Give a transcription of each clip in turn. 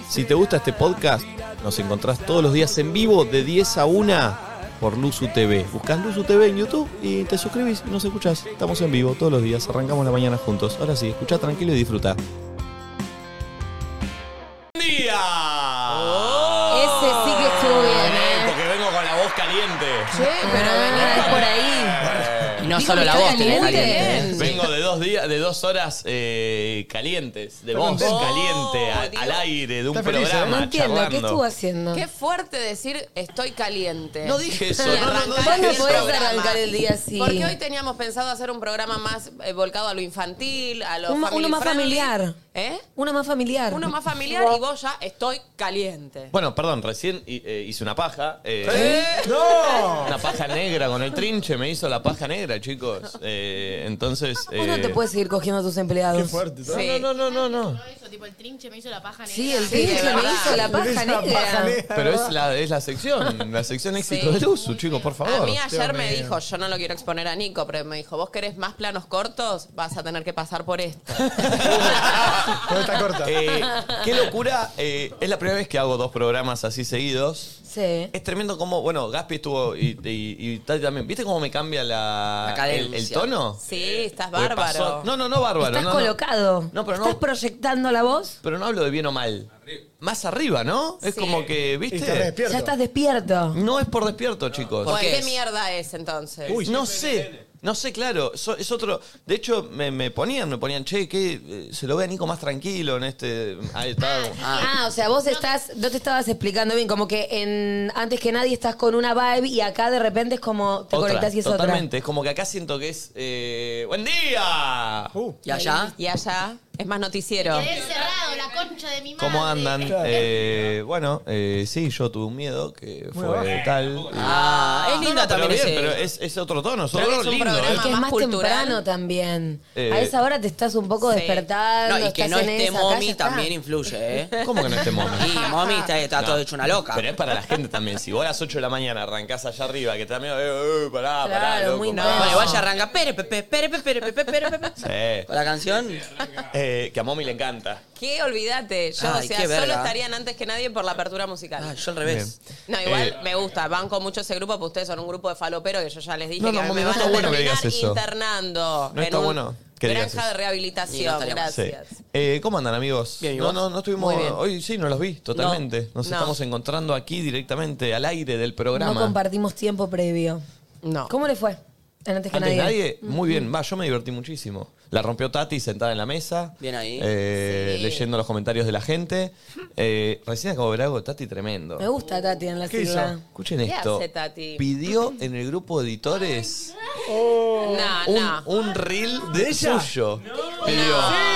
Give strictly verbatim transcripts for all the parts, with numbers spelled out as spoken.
Si te gusta este podcast, nos encontrás todos los días en vivo de diez a una por Luzu T V. Buscás Luzu T V en YouTube y te suscribís y nos escuchás. Estamos en vivo todos los días, arrancamos la mañana juntos. Ahora sí, escuchá tranquilo y disfruta. ¡Buen día! Oh. Ese sí que estuvo bien, ¿eh? Porque vengo con la voz caliente. Sí, pero venía por ahí. Y no solo la voz, tenés caliente. Vengo de dos días, de dos horas eh, calientes, de voz contento. caliente, a- Dios. al aire, de un Está feliz, ¿eh? programa, No entiendo, ¿qué charlando. estuvo haciendo? Qué fuerte decir estoy caliente. No dije eso, Y no, no, no, arrancar Vos dije no el eso. podés programa. arrancar el día así. Porque hoy teníamos pensado hacer un programa más eh, volcado a lo infantil, a lo Un- family uno más friendly. familiar. ¿Eh? Uno más familiar. Uno más familiar y vos ya estoy caliente. Bueno, perdón, recién hi- eh, hice una paja. eh, ¡No! Una paja negra con el trinche, me hizo la paja negra, chicos. Eh, entonces. Vos no eh, te puedes seguir cogiendo a tus empleados. Qué fuerte. ¿no? Sí. No, no, no, no, no. No, eso, tipo el trinche me hizo la paja negra. Sí, el Sí, trinche de me verdad. hizo la paja Es una negra. paja negra. Pero es la, es la sección, la sección éxito Sí. de Luzu, chicos, por A favor. mí ayer me mío. dijo, yo no lo quiero exponer a Nico, pero me dijo, vos querés más planos cortos, vas a tener que pasar por esto. No está corta. Eh, qué locura, eh, es la primera vez que hago dos programas así seguidos. Sí. Es tremendo como, bueno, Gaspi estuvo y, y, y Tati también. ¿Viste cómo me cambia la, La cadencia. el, el tono? Sí, estás Porque bárbaro. pasó- no, no, no bárbaro. Estás no, no. colocado. No, pero no- ¿Estás proyectando la voz? Pero no hablo de bien o mal. Más arriba, ¿no? Es Sí. como que, Y está ¿viste? despierto. Ya estás despierto. No es por despierto, chicos. Bueno, qué ¿qué es? mierda es entonces? Uy. No sé. No sé, claro. So- es otro. De hecho, me, me ponían, me ponían, che, que eh, se lo ve a Nico más tranquilo en este. Ahí está. Ah, o sea, vos estás, no te estabas explicando bien, como que en antes que nadie estás con una vibe y acá de repente es como te Otra, conectás y es totalmente. Es como que acá siento que es. eh, ¡Buen día! Uh, ¿Y allá? Y allá es más noticiero. Quedé encerrado, la concha de mi madre. ¿Cómo andan? Claro. Eh, bueno, eh, sí, yo tuve un miedo que Muy fue abajo. tal. Ah, es No, linda no, pero también bien, ese. pero es, es otro tono, es Creo otro que es un lindo. programa Es que es más más cultural. temprano también. Eh, a esa hora te estás un poco sí. despertando. No, y que estás no en esté esa, acá ya Momi está. también influye, ¿eh? ¿Cómo que no esté Momi? Y Momi está, está No. todo hecho una loca. Pero es para la gente también. Si vos a las ocho de la mañana arrancás allá arriba, que te da miedo, eh, eh, pará, pará, Claro, loco, muy pará. intenso. Bueno, igual ya arranca pere, pepe, pere, pere, pere, pere, pere. Sí. Con la canción. Eh, que a Momi le encanta. ¿Qué? Olvídate. Yo, Ay, o sea, qué solo verga. estarían antes que nadie por la apertura musical. Ah, yo al revés. No, igual Eh, me gusta, banco mucho ese grupo, porque ustedes son un grupo de faloperos que yo ya les dije No, no, que mami, me no van está a bueno que terminar digas eso. internando No en está un bueno que digas granja de eso. Y rehabilitación. no estaría mal. Sí. Gracias. Eh, ¿Cómo andan, amigos? Bien, ¿y no, vos? no, no estuvimos. Muy bien. Hoy sí, no los vi, totalmente. Nos No. estamos encontrando aquí directamente al aire del programa. No compartimos tiempo previo. No. ¿Cómo le fue? En antes que Antes nadie. nadie, muy bien. Va, yo me divertí muchísimo. La rompió Tati sentada en la mesa. Bien ahí. eh, Sí. Leyendo los comentarios de la gente. Eh, recién acabo de ver algo, Tati, tremendo. Me gusta Tati en la ¿Qué hizo? ciudad. Escuchen ¿Qué esto. hace Tati? Pidió en el grupo de editores No, un, no. un reel de, ¿De ella? suyo. Pidió.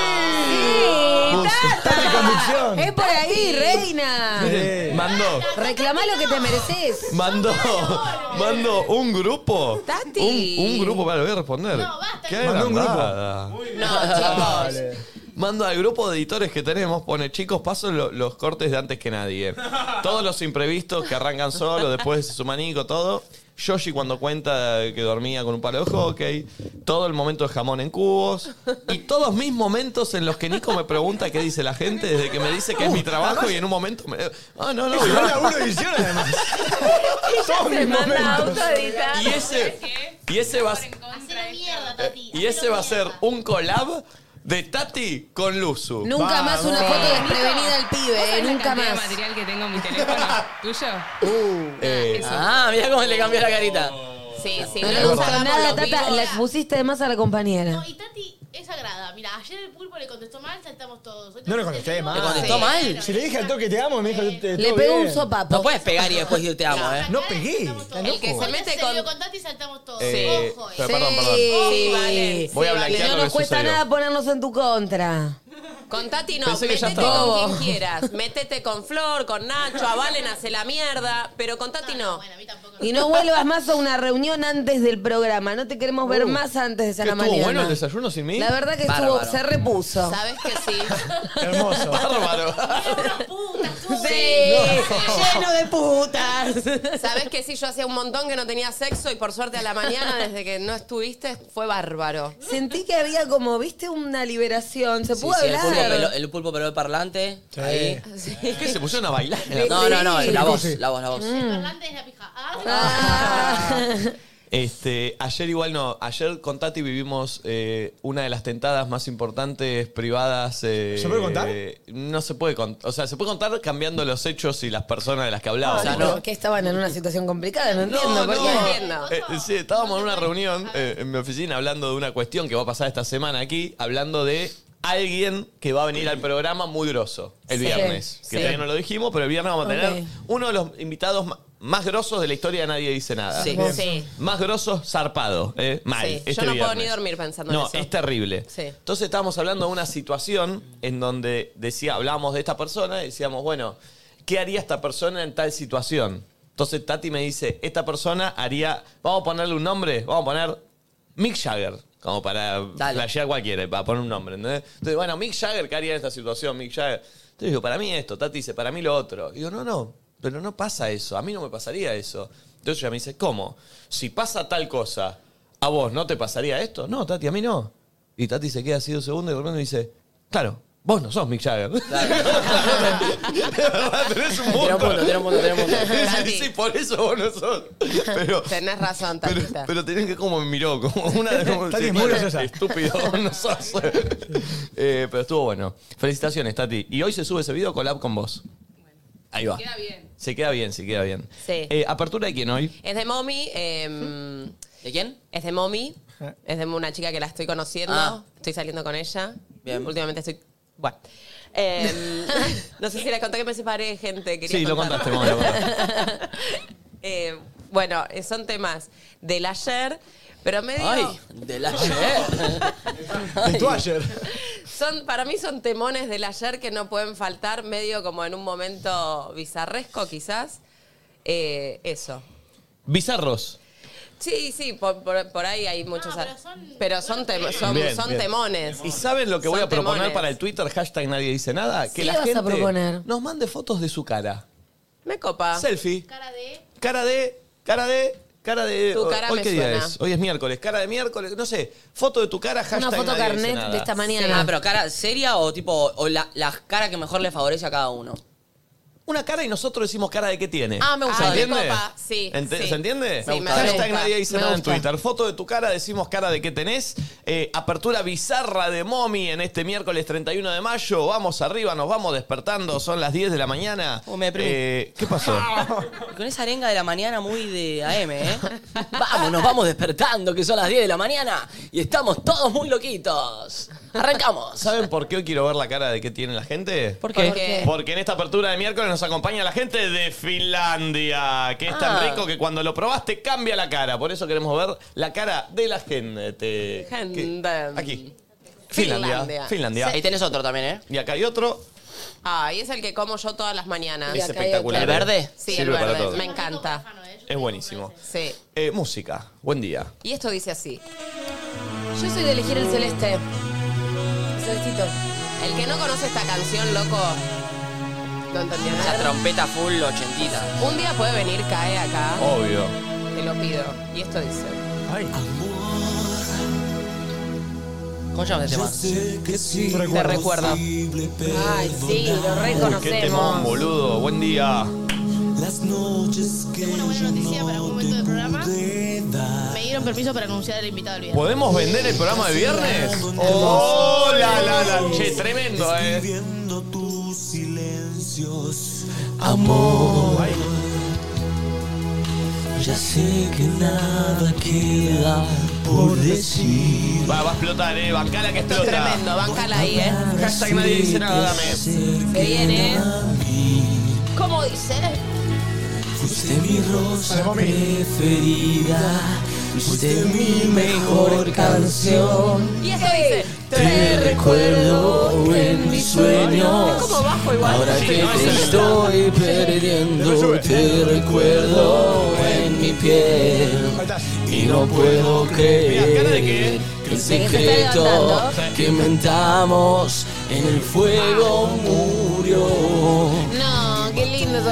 Sí, Tati Conducción. es por ahí, reina. Sí. Mandó. Reclamá lo que te mereces. Mandó, mandó un grupo. Tati. Un, un grupo, para, lo voy a responder. No, basta. ¿Qué Mandó un grupo. agrandada? No, chicos. Vale. Mando al grupo de editores que tenemos, pone, chicos, paso lo- los cortes de antes que nadie. Todos los imprevistos que arrancan solo, después se suma Nico, todo. Yoshi cuando cuenta que dormía con un palo de hockey. Todo el momento de jamón en cubos. Y todos mis momentos en los que Nico me pregunta qué dice la gente, desde que me dice que es mi trabajo y en un momento me... Ah, no, no. Es un igual- laburo de edición, además. Todos Se mis manda momentos. autoeditar. Y ese, y ese va a ser... Hacelo mierda, Tati. Y ese va a ser Hacelo un collab de Tati con Luzu. Nunca Vamos. más una foto desprevenida al pibe, eh, ¿Sabes la nunca cantidad de más. material que tengo en mi teléfono tuyo? Eh, Eso. Ah, mira cómo le cambió la carita. Sí, sí. No no le nos gustó hagamos nada, los Tata, vivos. la expusiste de más a la compañera. No, y Tati es sagrada. Mira, ayer el pulpo le contestó mal, saltamos todos. Hoy No le Tati contesté se mal. ¿Le enojó. contestó mal? Si le dije al toque te amo, me dijo... te- Le todo pegó bien. un sopapo. No puedes pegar y después decir te amo, ¿eh? No pegué. Saltamos todos. El que se Hoy mete se con- dio con Tati saltamos todos. Eh, Ojo, eh. pero perdón, perdón. Sí, vale. Voy a Sí, blanquear No lo que nos cuesta sucedió. nada ponernos en tu contra. Con Tati no, Pensé que ya métete estaba. con quien quieras. Métete con Flor, con Nacho, a Valen hace la mierda, pero con Tati no. Bueno, a mí tampoco. Y no vuelvas más a una reunión antes del programa. No te queremos ver más antes de esa ¿Qué la estuvo mañana. bueno el desayuno sin mí? La verdad que estuvo, Bárbaro. se repuso. ¿Sabes que sí? Hermoso. Bárbaro. Una puta, estuvo Se Lleno de putas. Sabés que sí, yo hacía un montón que no tenía sexo y por suerte a la mañana, desde que no estuviste, fue bárbaro. Sentí que había como, viste, una liberación. Se Sí, pudo sí, el hablar. pulpo, peló, el pulpo peló el parlante. Sí. Ahí. ¿Qué se pusieron a bailar? No, no, no, la voz, Sí. la voz, la voz. El parlante es la pija. Ah, Ah. Este, ayer igual no, ayer con Tati vivimos eh, una de las tentadas más importantes privadas. eh, ¿Se puede contar? eh, no se puede contar, o sea, se puede contar cambiando los hechos y las personas de las que hablábamos. O sea, Pero no. que estaban en una situación complicada, no entiendo. No, por no. qué. entiendo. Eh, sí, estábamos en una reunión eh, en mi oficina hablando de una cuestión que va a pasar esta semana aquí, hablando de alguien que va a venir al programa muy grosso el Sí, viernes. Que sí. todavía no lo dijimos, pero el viernes vamos a tener Ok. uno de los invitados ma- más grosos de la historia de Nadie Dice Nada. Sí. Sí. Más grosso, zarpado, eh, mal. Sí, este yo no puedo viernes. ni dormir pensando en No, eso. es terrible. Sí. Entonces estábamos hablando de una situación en donde decía, hablábamos de esta persona y decíamos, bueno, ¿qué haría esta persona en tal situación? Entonces Tati me dice, esta persona haría, vamos a ponerle un nombre, vamos a poner Mick Jagger, como para Dale. flashear cualquiera, para poner un nombre, ¿entendés? Entonces, bueno, Mick Jagger, ¿qué haría en esta situación, Mick Jagger? Entonces digo, para mí esto, Tati dice, para mí lo otro. Digo, no, no, pero no pasa eso, a mí no me pasaría eso. Entonces ella me dice, ¿cómo? Si pasa tal cosa, ¿a vos no te pasaría esto? No, Tati, a mí no. Y Tati se queda así un segundo y de repente me dice, claro, vos no sos Mick Jagger. De verdad, tenés un Tira un punto. punto, tira un punto, tira un punto. Tati. Sí, por eso vos no sos. Pero, Tenés razón, pero, Tatita. pero tenés que como me miró, como una de como, Tati sí, es muy claro, graciosa. estúpido, no sos. Eh, pero estuvo bueno. Felicitaciones, Tati. Y hoy se sube ese video collab con vos. Ahí va. Queda bien. Se queda bien, se queda bien. Sí. Eh, ¿Apertura de quién hoy? Es de Mommy. eh, ¿De quién? es de Mommy. Es de una chica que la estoy conociendo. Ah. Estoy saliendo con ella. Bien. Últimamente estoy... Bueno. Eh, no sé si les conté que me separé de gente. Quería Sí, lo contar. contaste, Mo, lo contaste. Eh, bueno, eh, son temas del ayer, pero medio... Ay, del ayer. De tu ayer. Son, para mí son temones del ayer que no pueden faltar, medio como en un momento bizarresco quizás. Eh, eso. Bizarros. Sí, sí, por, por- por ahí hay muchos... No, a- pero son- pero son, tem- son, Bien, son bien. temones. ¿Y saben lo que voy Son a proponer temones. para el Twitter? Hashtag Nadie Dice Nada. Que ¿Qué la vas a gente proponer? nos mande fotos de su cara. Me copa. Selfie. Cara de. Cara de, cara de, cara de... Tu cara ¿Hoy me qué día suena. es? Hoy es miércoles. Cara de miércoles, no sé. Foto de tu cara, hashtag Una foto Nadie Dice carnet Nada. de esta mañana. Ah, pero cara seria o tipo, o la, la cara que mejor le favorece a cada uno. Una cara y nosotros decimos cara de qué tiene. Ah, me gusta. ¿Se Ah, me entiende? copa, sí, Ente- sí. ¿Se entiende? Sí, me Hashtag gusta. Nadie Dice Me Nada en gusta. Twitter. Foto de tu cara, decimos cara de qué tenés. Eh, apertura bizarra de Mommy en este miércoles treinta y uno de mayo. Vamos arriba, nos vamos despertando. Son las diez de la mañana. Oh, me deprimí. Eh, ¿Qué pasó? Y con esa arenga de la mañana muy de A M, ¿eh? Vamos, nos vamos despertando, que son las diez de la mañana y estamos todos muy loquitos. Arrancamos. ¿Saben por qué hoy quiero ver la cara de qué tiene la gente? ¿Por ¿Por qué? qué? Porque en esta apertura de miércoles nos acompaña la gente de Finlandia, que es tan Ah. rico que cuando lo probaste cambia la cara. Por eso queremos ver la cara de la gente. Gente. ¿Qué? Aquí. Finlandia. Finlandia. Finlandia. Ahí tenés otro también, ¿eh? Y acá hay otro. Ay, es el que como yo todas las mañanas. Y Es acá hay espectacular. ¿El verde? Sí, Sirve el para verde. todo. Me encanta. Es buenísimo. Sí. Eh, música. Buen día. Y esto dice así. Yo soy de elegir el celeste. El celestito. El que no conoce esta canción, loco, no entendió Esa nada. trompeta full ochentita. Un día puede venir, cae acá. Obvio. Te lo pido. Y esto dice. Ay, ¿Cómo llamas este tema? tu Te recuerdo. recuerdo. Ay, sí, lo Uy, qué reconocemos. temón, boludo. Buen día. Tengo una buena noticia para un momento del programa. Me dieron permiso para anunciar el invitado del viernes. ¿Podemos vender el programa de viernes? ¡Oh, la, la, la! Che, tremendo, eh. Amor, ya sé que nada queda por decir. Va, va a explotar, eh. Bancala que Esto es explota. tremendo. Bancala ahí, ¿eh? Hashtag Nadie Dice Nada, dame. Se viene. ¿Cómo dice? Fuiste mi rosa Vale, mami. preferida, fuiste mi mejor canción. Y esto dice. Te recuerdo en mis sueños. Como bajo igual. Ahora Sí, que no, te es el- estoy perdiendo, te recuerdo en mi piel. Ahí estás. Y no puedo creer ¿cara de qué? que el se está secreto levantando. que inventamos en el fuego murió. No, qué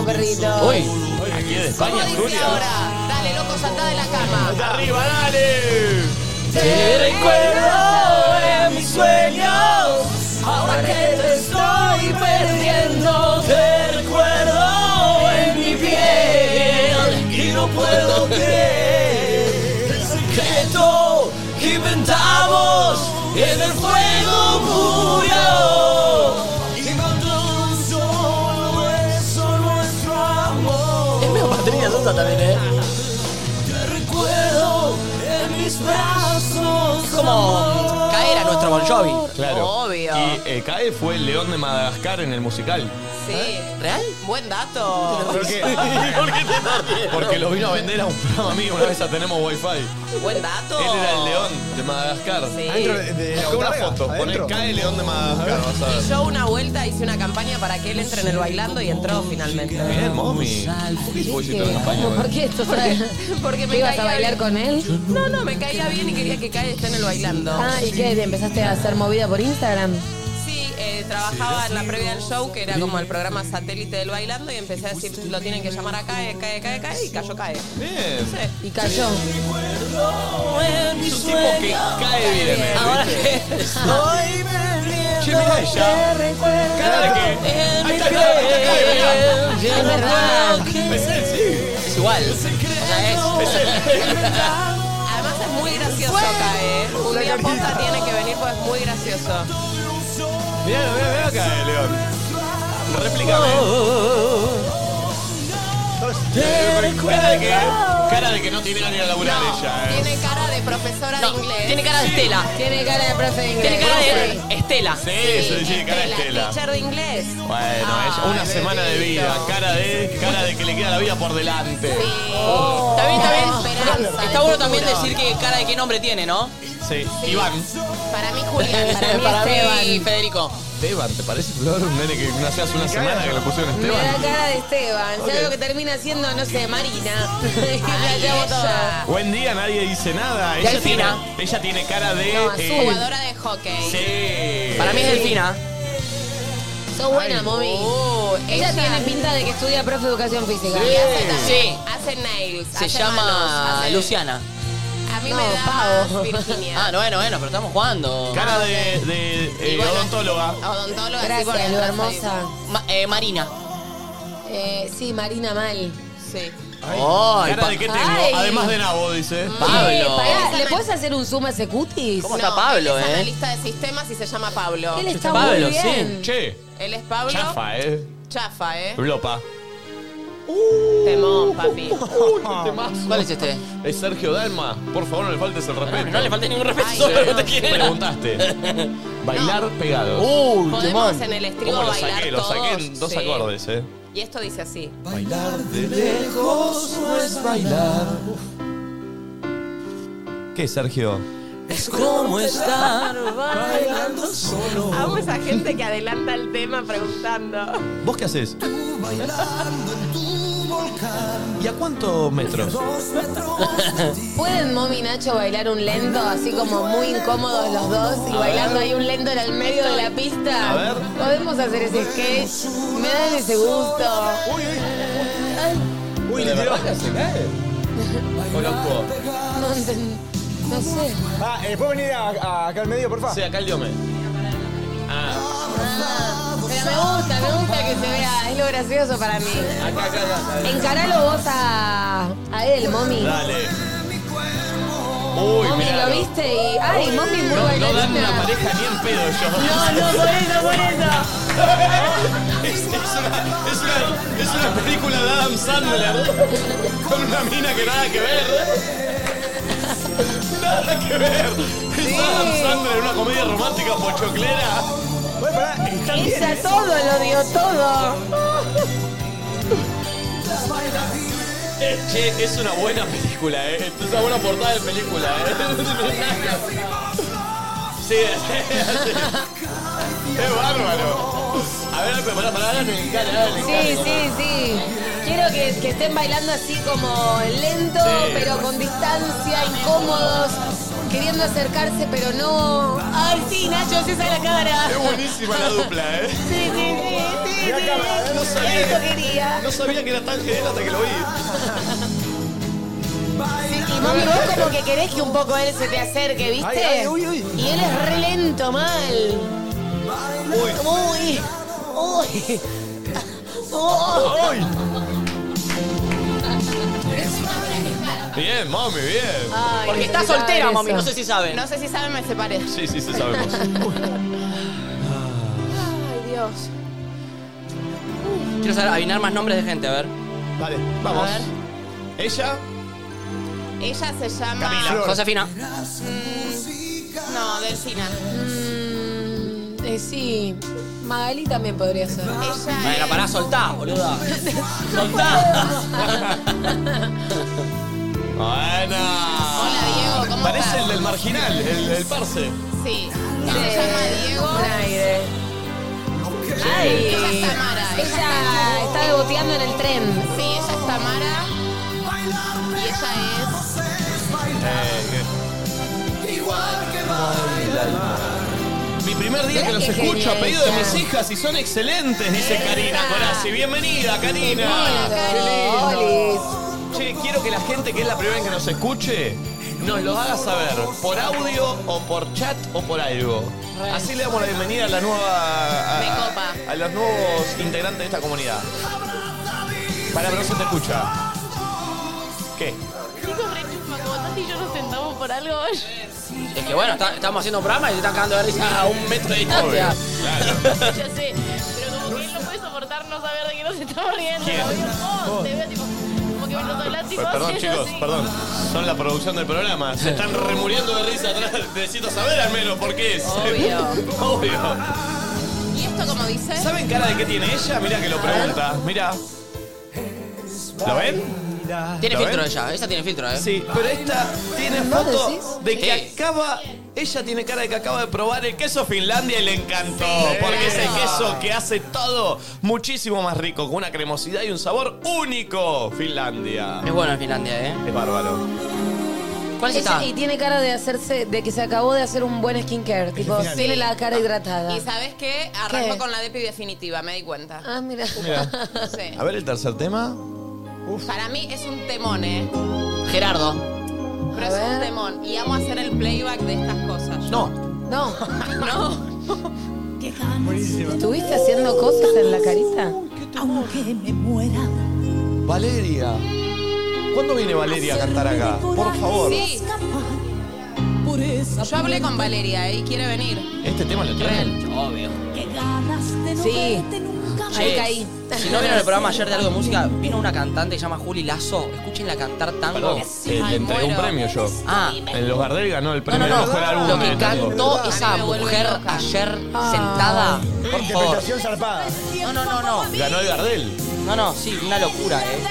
perrito, perrito. Uy. Aquí de ¿Cómo España, dice Julia. ahora? Dale, loco, saltá de la cama. ¡De arriba, dale! Te recuerdo en mis sueños, ahora que te estoy perdiendo. Te recuerdo en mi piel y no puedo creer el secreto que inventamos en el fuego murió. Y mandó un solo beso nuestro amor. Es medio Patricia Sosa también, ¿eh? Te recuerdo en mis brazos. Como caer a nuestro Bon Jovi. Claro. Obvio. Y eh, Cae fue el león de Madagascar en el musical. Sí. ¿Real? Buen dato. ¿Por qué? ¿Por qué te ríes? Porque lo vino a vender a un programa mío, una vez ya tenemos wifi. Buen dato. Él era el león de Madagascar. Sí. Adentro de, de la Busca una botarga, foto, poné adentro. Cae león de Madagascar, vas a ver. Y yo una vuelta hice una campaña para que él entre en el bailando y entró finalmente. Bien, mami. ¿Por qué vos hiciste la campaña? ¿Por qué esto? Porque me ¿Te ibas a caía bailar bien. con él? No, no, me caía bien y quería que Cae esté en el bailando. Ah, ¿y qué? ¿Te empezaste a hacer movida por Instagram? Sí, eh, trabajaba en la previa del show, que era como el programa satélite del bailando, y empecé a decir, lo tienen que llamar a Cae, Cae, Cae, Cae, y cayó Cae. Bien. Sí. Y cayó. Es un tipo que cae bien, ¿eh? Ahora ¿viste? que estoy Che, mirá ella. Cara de que. Ahí está, cara de que cae, mirá. Es verdad. Es él, sí. es igual. O sea, es. Es él. Además es muy gracioso Cae. ¿eh? Un día posta tiene que venir porque es muy gracioso. Mirá, mirá, mirá cae, León. Replícame. Cara de que. Cara de que no tiene ganas de ir a laburar ella, eh. Tiene cara de profesora No, de inglés. tiene cara de Estela. Tiene cara de profe de inglés. Tiene cara de Estela. Sí, eso dice cara de Estela. Teacher de inglés. Bueno, Ay, ella, una semana de vida, bebito. cara de, cara de que le queda la vida por delante. Sí. Está bien, está bien. Esperanza Está de bueno también futuro. decir que cara de qué nombre tiene, ¿no? Sí, Iván. Para mí, Julián. Para mí, Para mí, Esteban. Federico. Esteban, ¿te parece, Flor? Un nene que nació hace una semana que le pusieron Me da Esteban. cara de Esteban. ¿Sabes lo que termina siendo, no sé, Marina? Ay, La llevo toda. ella. Buen día, nadie dice nada. Ella tiene, Delfina. ella tiene cara de. No, azul. eh, Jugadora de hockey. sí. Para mí es Delfina. Sos buena, mami. Uh, Ella tiene pinta de que estudia profe de educación física. Y hace también, Sí. hace nails. Se hace llama manos, hace- Luciana. A mí No, me da Pavo. más Virginia. Ah, no, bueno, bueno, pero estamos jugando. Cara de, de eh, Y bueno, odontóloga. Odontóloga. sí, Gracias, por lo detrás hermosa. Ma- eh, Marina. Eh, sí, Marina mal. ahí. Sí. Ay, Cara pa- de que tengo, Ay. además de nabo, dice. Pablo. Eh, pará, ¿le puedes hacer un zoom a ese cutis? ¿Cómo está Pablo, él es eh? analista de sistemas y se llama Pablo. Él está Pablo, muy bien. Che, Él es Pablo. chafa, eh. Chafa, ¿eh? Blopa. Temón, papi. ¿Cuál es este? Es Sergio Dalma. Por favor, no le faltes el respeto. No le falta ningún respeto, Ay, solo no, pregunté no. quién era. Preguntaste. Bailar pegados. Uy, Podemos en el estribo ¿Cómo lo bailar saqué? Lo todos. saqué en dos Sí. acordes, eh. Y esto dice así. Bailar de lejos no es bailar. ¿Qué, Sergio? Es como estar bailando solo. Amo esa gente que adelanta el tema preguntando. ¿Vos qué haces? ¿Y a cuántos metros? ¿Pueden Momi y Nacho bailar un lento, así como muy incómodos los dos y A bailando ver. ahí un lento en el medio de la pista? A ver. ¿Podemos hacer ese sketch? Me dan ese gusto. Uy, ¿De le tiró. verdad que se cae? ¿O loco? No, enten- no sé. Ah, eh, ¿puedo venir a, a- acá al medio, por favor? Sí, acá el diome. Ah, Ah, pero me gusta, me gusta que se vea. Es lo gracioso para mí. acá, acá, acá. Encaralo vos a, a él, Momi. Dale. Uy, Momi, mirá. ¿lo viste? Y, ay, Momi muy No, no bailarina. dan una pareja ni en pedo yo. No, no, por eso, por eso. Es, es una, es, una, es una película de Adam Sandler con una mina que nada que ver. Nada que ver. Es Adam Sandler en una comedia romántica pochoclera. Oye, pará, está bien. Ella todo lo dio, todo. Eh, che, es una buena película, eh. Es una buena portada de película, eh. Sí, sí, sí. Es bárbaro. A ver, pero pará, pará, háganme en cara, háganme en cara. Sí, sí, sí. Quiero que, que estén bailando así como lento, Sí. pero con distancia, incómodos, queriendo acercarse, pero no. Ay, sí, Nacho, esa es la cara. Es buenísima la dupla, eh. Sí, sí, sí, sí. Mirá sí. acá, No sabía, Eso que, quería. no sabía que era tan genial hasta que lo vi. Y mami, vos como que querés que un poco él se te acerque, ¿viste? Ay, ay, uy, uy. Y él es re lento, mal. Uy. Uy. Uy. Oh. ¡Ay! Bien, mami, bien. Ay, Porque está necesitaba soltera, eso. mami, no sé si saben. No sé si saben, me separé. Sí, sí, sí, sabemos. Ay, Dios. Quiero saber, adivinar más nombres de gente, a ver. Dale. Vamos. A ver. Ella, Ella se llama... Camila. Josefina. No, Delfina. Mm, eh, sí. Magali también podría ser. Ella Bueno, es... pará, soltá, boluda. Soltá. Buena. Hola, Diego, ¿cómo Parece estás? el del marginal, el, el parce. Sí. Ella se llama Diego. Un aire. Ay, Ella es Tamara. ella está beboteando en el tren. Sí, ella es Tamara. Y ella Mi primer día que los qué escucho a genial pedido de ella. mis hijas y son excelentes, dice Karina Corazzi. Bienvenida, Karina. Olis. Che, quiero que la gente que es la primera vez que nos escuche nos lo haga saber por audio o por chat o por algo. Así le damos la bienvenida a la nueva a, Me copa. a los nuevos integrantes de esta comunidad. Para, pero no se te escucha. ¿Qué? Chicos, rechupa, como Tati y yo nos sentamos por algo. Es que bueno, está- estamos haciendo un programa y se están cagando de risa a un metro de distancia. Claro. Ya sé, pero como que él no puede soportar no saber de qué nos estamos riendo. ¿Quién? Como yo, oh, te veo tipo, como que me los hablas tipo Perdón, haciendo chicos, así. perdón. Son la producción del programa. Se están remuriendo de risa atrás. Necesito saber al menos por qué es. Obvio. Obvio. ¿Y esto como dice? ¿Saben cara de qué tiene ella? Mirá que lo pregunta. Mirá. ¿Lo ven? Tiene ¿Lo filtro ven? ella, ella tiene filtro, ¿eh? Sí, pero esta tiene ¿No foto decís? de que Sí. acaba... Ella tiene cara de que acaba de probar el queso Finlandia y le encantó. Porque es el queso que hace todo muchísimo más rico, con una cremosidad y un sabor único. Finlandia. Es bueno en Finlandia, ¿eh? Es bárbaro. ¿Cuál es Ella- esta? y tiene cara de hacerse, de que se acabó de hacer un buen skincare. Tipo, final. tiene la cara hidratada. Y ¿sabes qué? Arrancó ¿Qué? con la depi definitiva, me di cuenta. Ah, mira. Sí. A ver el tercer tema. Para mí es un temón, ¿eh? Gerardo. Pero A es un ver. temón. Y amo hacer el playback de estas cosas. No. No. No. Buenísimo. ¿Estuviste haciendo cosas en la carita? Valeria. ¿Cuándo viene Valeria a cantar acá? Por favor. Sí. Yo hablé con Valeria ¿eh? y quiere venir. ¿Este tema lo tienen? Obvio. Sí. Ahí Che, caí. Si no vieron el programa ayer de algo de música, vino una cantante que se llama Juli Lazo. Escúchenla cantar tango. Perdón, eh, le Ay, entregué un muero. premio yo. Ah, En los Gardel ganó el no, premio no, al mejor no. álbum Lo de que tango. cantó A mí esa me vuelve mujer loca. ayer sentada. Por favor. Interpretación zarpada. No, no, no, no. Ganó el Gardel. No, no, sí, una locura, eh.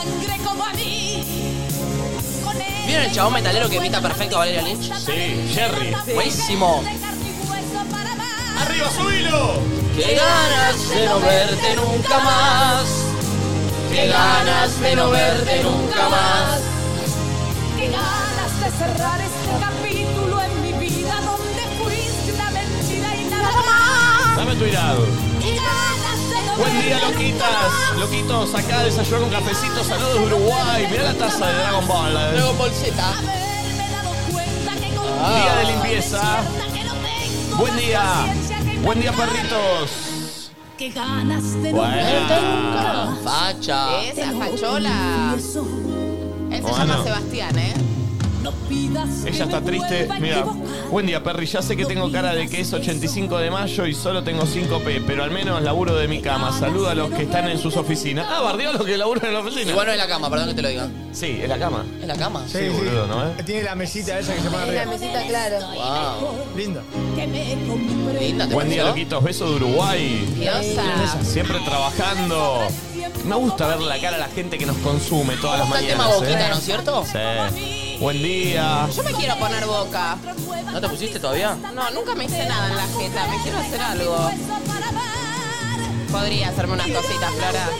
¿Vieron el chabón metalero que imita perfecto a Valeria Lynch? Sí, Jerry. Buenísimo. ¡Arriba, subilo! Qué ganas de no verte nunca más. Qué ganas de no verte nunca más. Qué ganas de cerrar este capítulo en mi vida donde fuiste una mentira y nada más. Dame tu irado. Qué ganas de no Buen día, verte loquitas. nunca más. Loquitos, acá desayunar un cafecito. Saludos de Uruguay. Mirá la taza de Dragon Ball. eh. Dragon Ball Z. Haberme dado cuenta que contigo Ah. Día de limpieza. que no tengo Buen la día. paciencia que Buen día, me da. perritos. Qué ganas de no Buena. verte nunca más. Facha. Esa fachola. Él se Bueno. llama Sebastián, ¿eh? No pidas que Ella está me triste. vuelva a Mira. equivocar. Buen día, Perry. Ya sé que tengo cara de que es ochenta y cinco de mayo y solo tengo cinco P, pero al menos laburo de mi cama. Saluda a los que están en sus oficinas. Ah, bardeó a los que laburan en la oficina. Igual no es la cama, perdón que te lo diga. Sí, en la cama. ¿Es la cama? Sí, boludo, ¿no, eh? Tiene la mesita esa que se pone En la arriba. mesita, claro. Wow. Lindo. Que me compré. Linda, ¿te Buen día, pareció? loquitos. Besos de Uruguay. Diosa. Siempre trabajando. Me gusta ver la cara a la gente que nos consume todas las Está el tema mañanas. boquita, ¿eh? ¿no es cierto? Sí. Buen día. Yo me quiero poner boca. ¿No te pusiste todavía? No, nunca me hice nada en la jeta. Me quiero hacer algo. Podría hacerme unas cositas, Flora.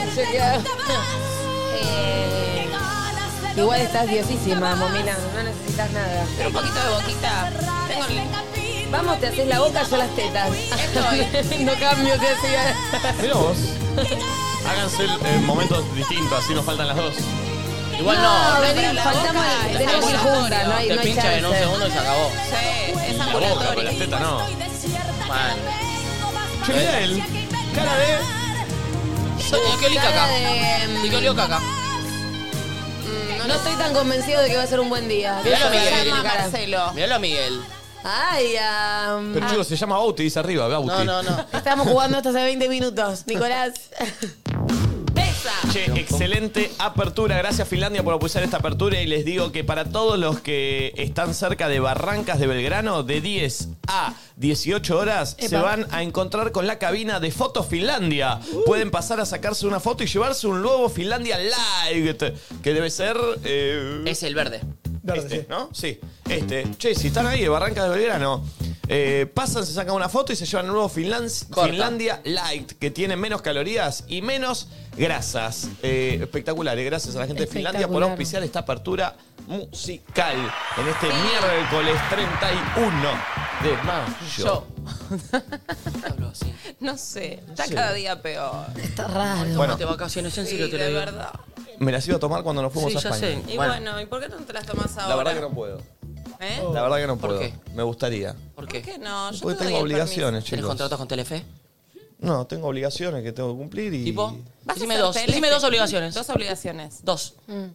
Eh, igual estás diosísima, Momila. No necesitas nada. Pero un poquito de boquita. Tengo el- Vamos, te haces la boca, yo las tetas. Estoy. No cambio, te hacía. Mira vos. Háganse en momentos distintos, así nos faltan las dos. Igual no. No, pero vení, la faltamos, boca es tenemos que ir ambulatorio. juntas, no hay, Te no hay pincha en un chance. segundo y se acabó. Sí, es La boca, pero ambulatorio. las tetas no. Man. Che, mirá él. Cara de... Soy que olí Cara caca. de- Y que olió caca. No estoy tan convencido de que va a ser un buen día. Mirá lo Eso me Miguel. da Se llama cara. Marcelo. Míralo a Miguel. Ay, am, Pero chicos, se llama Bauti, dice arriba, Bauti. No, no, no. estamos jugando esto hace veinte minutos, Nicolás. Esa. Che, excelente apertura. Gracias Finlandia por apoyar esta apertura y les digo que para todos los que están cerca de Barrancas de Belgrano, de diez a dieciocho horas se van a encontrar con la cabina de Foto Finlandia. Pueden pasar a sacarse una foto y llevarse un nuevo Finlandia Light, que debe ser... eh, Es el verde. Verde, este, sí. ¿no? Sí, este. Che, si están ahí de Barrancas de Belgrano, eh, pasan, se sacan una foto y se llevan un nuevo Finlands- Corta. Finlandia Light, que tiene menos calorías y menos grasas. Eh, espectacular, eh, gracias a la gente de Finlandia por Espectacular. auspiciar esta apertura musical en este miércoles treinta y uno de mayo. Yo. Hablo así. No sé, está sé. cada día peor. Está raro. Bueno, De vacaciones, en Sí, serio te lo de digo. verdad. me las iba a tomar cuando nos fuimos Sí, a ya España. sé. Y Bueno. bueno, ¿y por qué no te las tomas ahora? La verdad que no puedo. ¿Eh? La verdad que no ¿Por puedo. qué? Me gustaría. ¿Por ¿Por qué? qué no? Yo Porque te doy tengo el obligaciones, ¿Tienes chicos. contratos con Telefe? No, tengo obligaciones que tengo que cumplir y... ¿Tipo? permiso. ¿Vas a Decime hacer dos. tele? Decime dos obligaciones. Dos obligaciones. Dos.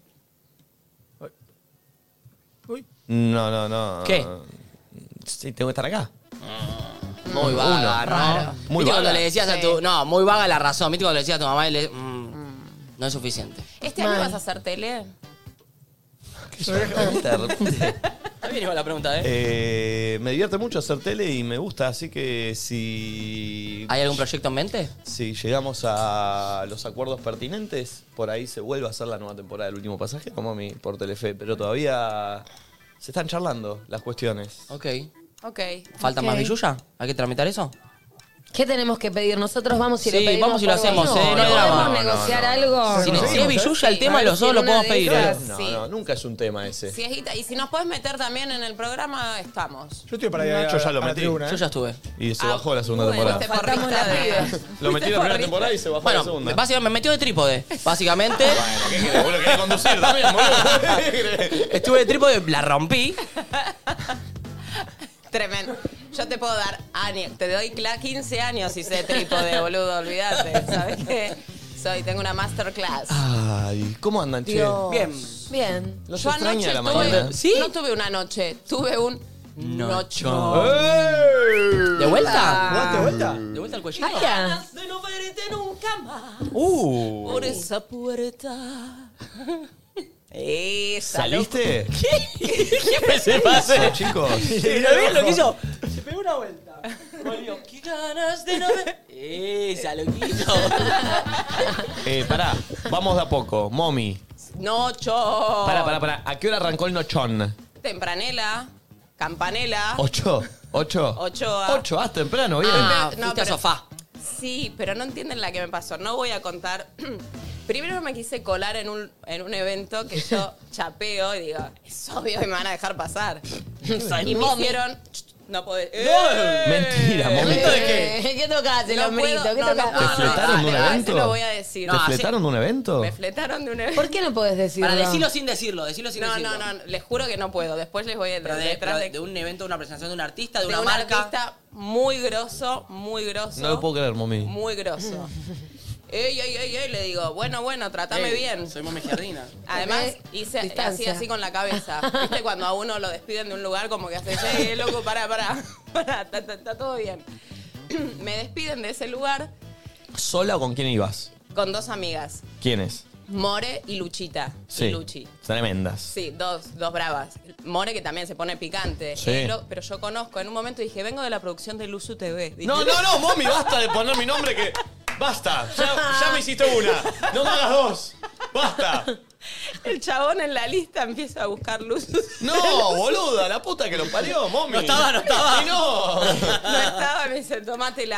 No, no, no. ¿Qué? Sí, tengo que estar acá. Muy vaga, ¿no? Muy ¿Viste cuando vaga? le decías a Sí. tu... No, muy vaga la razón. ¿Viste cuando le decías a tu mamá y le... mm, no es suficiente. ¿Este año Mal. vas a hacer tele? De repente. Está bien igual la pregunta, ¿eh? Eh, me divierte mucho hacer tele y me gusta, así que si, ¿Hay algún proyecto en mente? si llegamos a los acuerdos pertinentes, por ahí se vuelve a hacer la nueva temporada del Último Pasaje, como a mí, por Telefe, pero todavía se están charlando las cuestiones. Ok. Ok. ¿Falta Ok. más billulla? ¿Hay que tramitar eso? ¿Qué tenemos que pedir? Nosotros vamos y Sí, lo pedimos. vamos y lo por hacemos, vos. eh, no hay ¿Podemos drama. No, no, negociar no. algo? Si, ne- si es billulla el A tema, ver los si dos en lo una podemos de pedir, ¿eh? esas- No, Sí. no, nunca es un tema ese. Si es guita- y si nos puedes meter también en el programa, estamos. Yo estoy para ir a, Nacho ya lo a la metí. tribuna, ¿eh? Yo ya estuve. Y se Ah, bajó la segunda bueno, temporada. te Faltamos porrista la de- pibe. Lo metí en la primera temporada y se bajó la Bueno, segunda. básicamente me metió de trípode. Básicamente, Bueno, ¿qué querés? ¿Vos lo querés conducir también, boludo? ¿Qué querés? estuve de trípode, la rompí. Tremendo. Yo te puedo dar años. Te doy cla- quince años y sé trípode, boludo. Olvídate. ¿Sabes qué? Soy, tengo una masterclass. Ay, ¿cómo andan, che? Dios. Bien. Bien. ¿Los Yo extraña anoche la tuve, mañana? ¿Sí? No tuve una noche, tuve un nochón. ¡Ey! ¿De vuelta? ¿Jugaste de vuelta? ¿De vuelta al cuellito? Vaya. De no verte nunca más Uh. por esa puerta. Esa, ¿Saliste? ¿Qué se pase? Chicos. ¿Lo vieron lo que hizo? Se pegó una vuelta. Volvió. ¿Qué ganas de no ver? Esa, loquito. Eh, pará, vamos de a poco. Momi. Nocho. Pará, pará, pará. ¿A qué hora arrancó el nochón? Tempranela, campanela. ¿Ocho? ¿Ocho? Ochoa. Ocho, ah, temprano, bien. Ah, No, fuiste a pero- sofá. Sí, pero no entienden la que me pasó. No voy a contar. Primero me quise colar en un, en un evento que yo chapeo y digo, es obvio que me van a dejar pasar. Y me hicieron... No podés... ¡Eh! Mentira, Momi. ¿Evento de qué? Eh, ¿Qué tocaste, el No hombrito? puedo- ¿Qué no, no, tocaste? ¿Te no, fletaron de un dale, evento? Se lo voy a decir. ¿Te No, fletaron de un evento? Me fletaron de un evento. ¿Por qué no podés decirlo? Para decirlo sin decirlo, decirlo sin No, decirlo. no, no, les juro que no puedo. Después les voy a Pero de, detrás pero de, de un evento, de una presentación de un artista, de, de una un marca. artista muy grosso, muy grosso. No lo puedo creer, Momi. Muy grosso. Ey, ey, ey, ey, le digo, bueno, bueno, tratame Ey, bien. Soy Mami Jardina. Además, Ok, hice así, distancia. así con la cabeza. ¿Viste? Cuando a uno lo despiden de un lugar, como que hace, ey, loco, pará, pará. Pará, está, está- está todo bien. Me despiden de ese lugar ¿Sola o con quién ibas? con dos amigas, ¿Quiénes? More y Luchita. Sí. Y Luchi. Tremendas. Sí, dos, dos bravas. More que también se pone picante. Sí. Eh, lo- pero yo conozco, en un momento dije, vengo de la producción de Luzu T V. Dije, No, no, no, Momi, basta de poner mi nombre que... Basta, ya, ya me hiciste una. No me hagas dos. Basta. El chabón en la lista empieza a buscar Luzu. No, boluda, la puta que lo parió, Momi. No estaba, no estaba. Y no. No estaba, me dice, tomátela.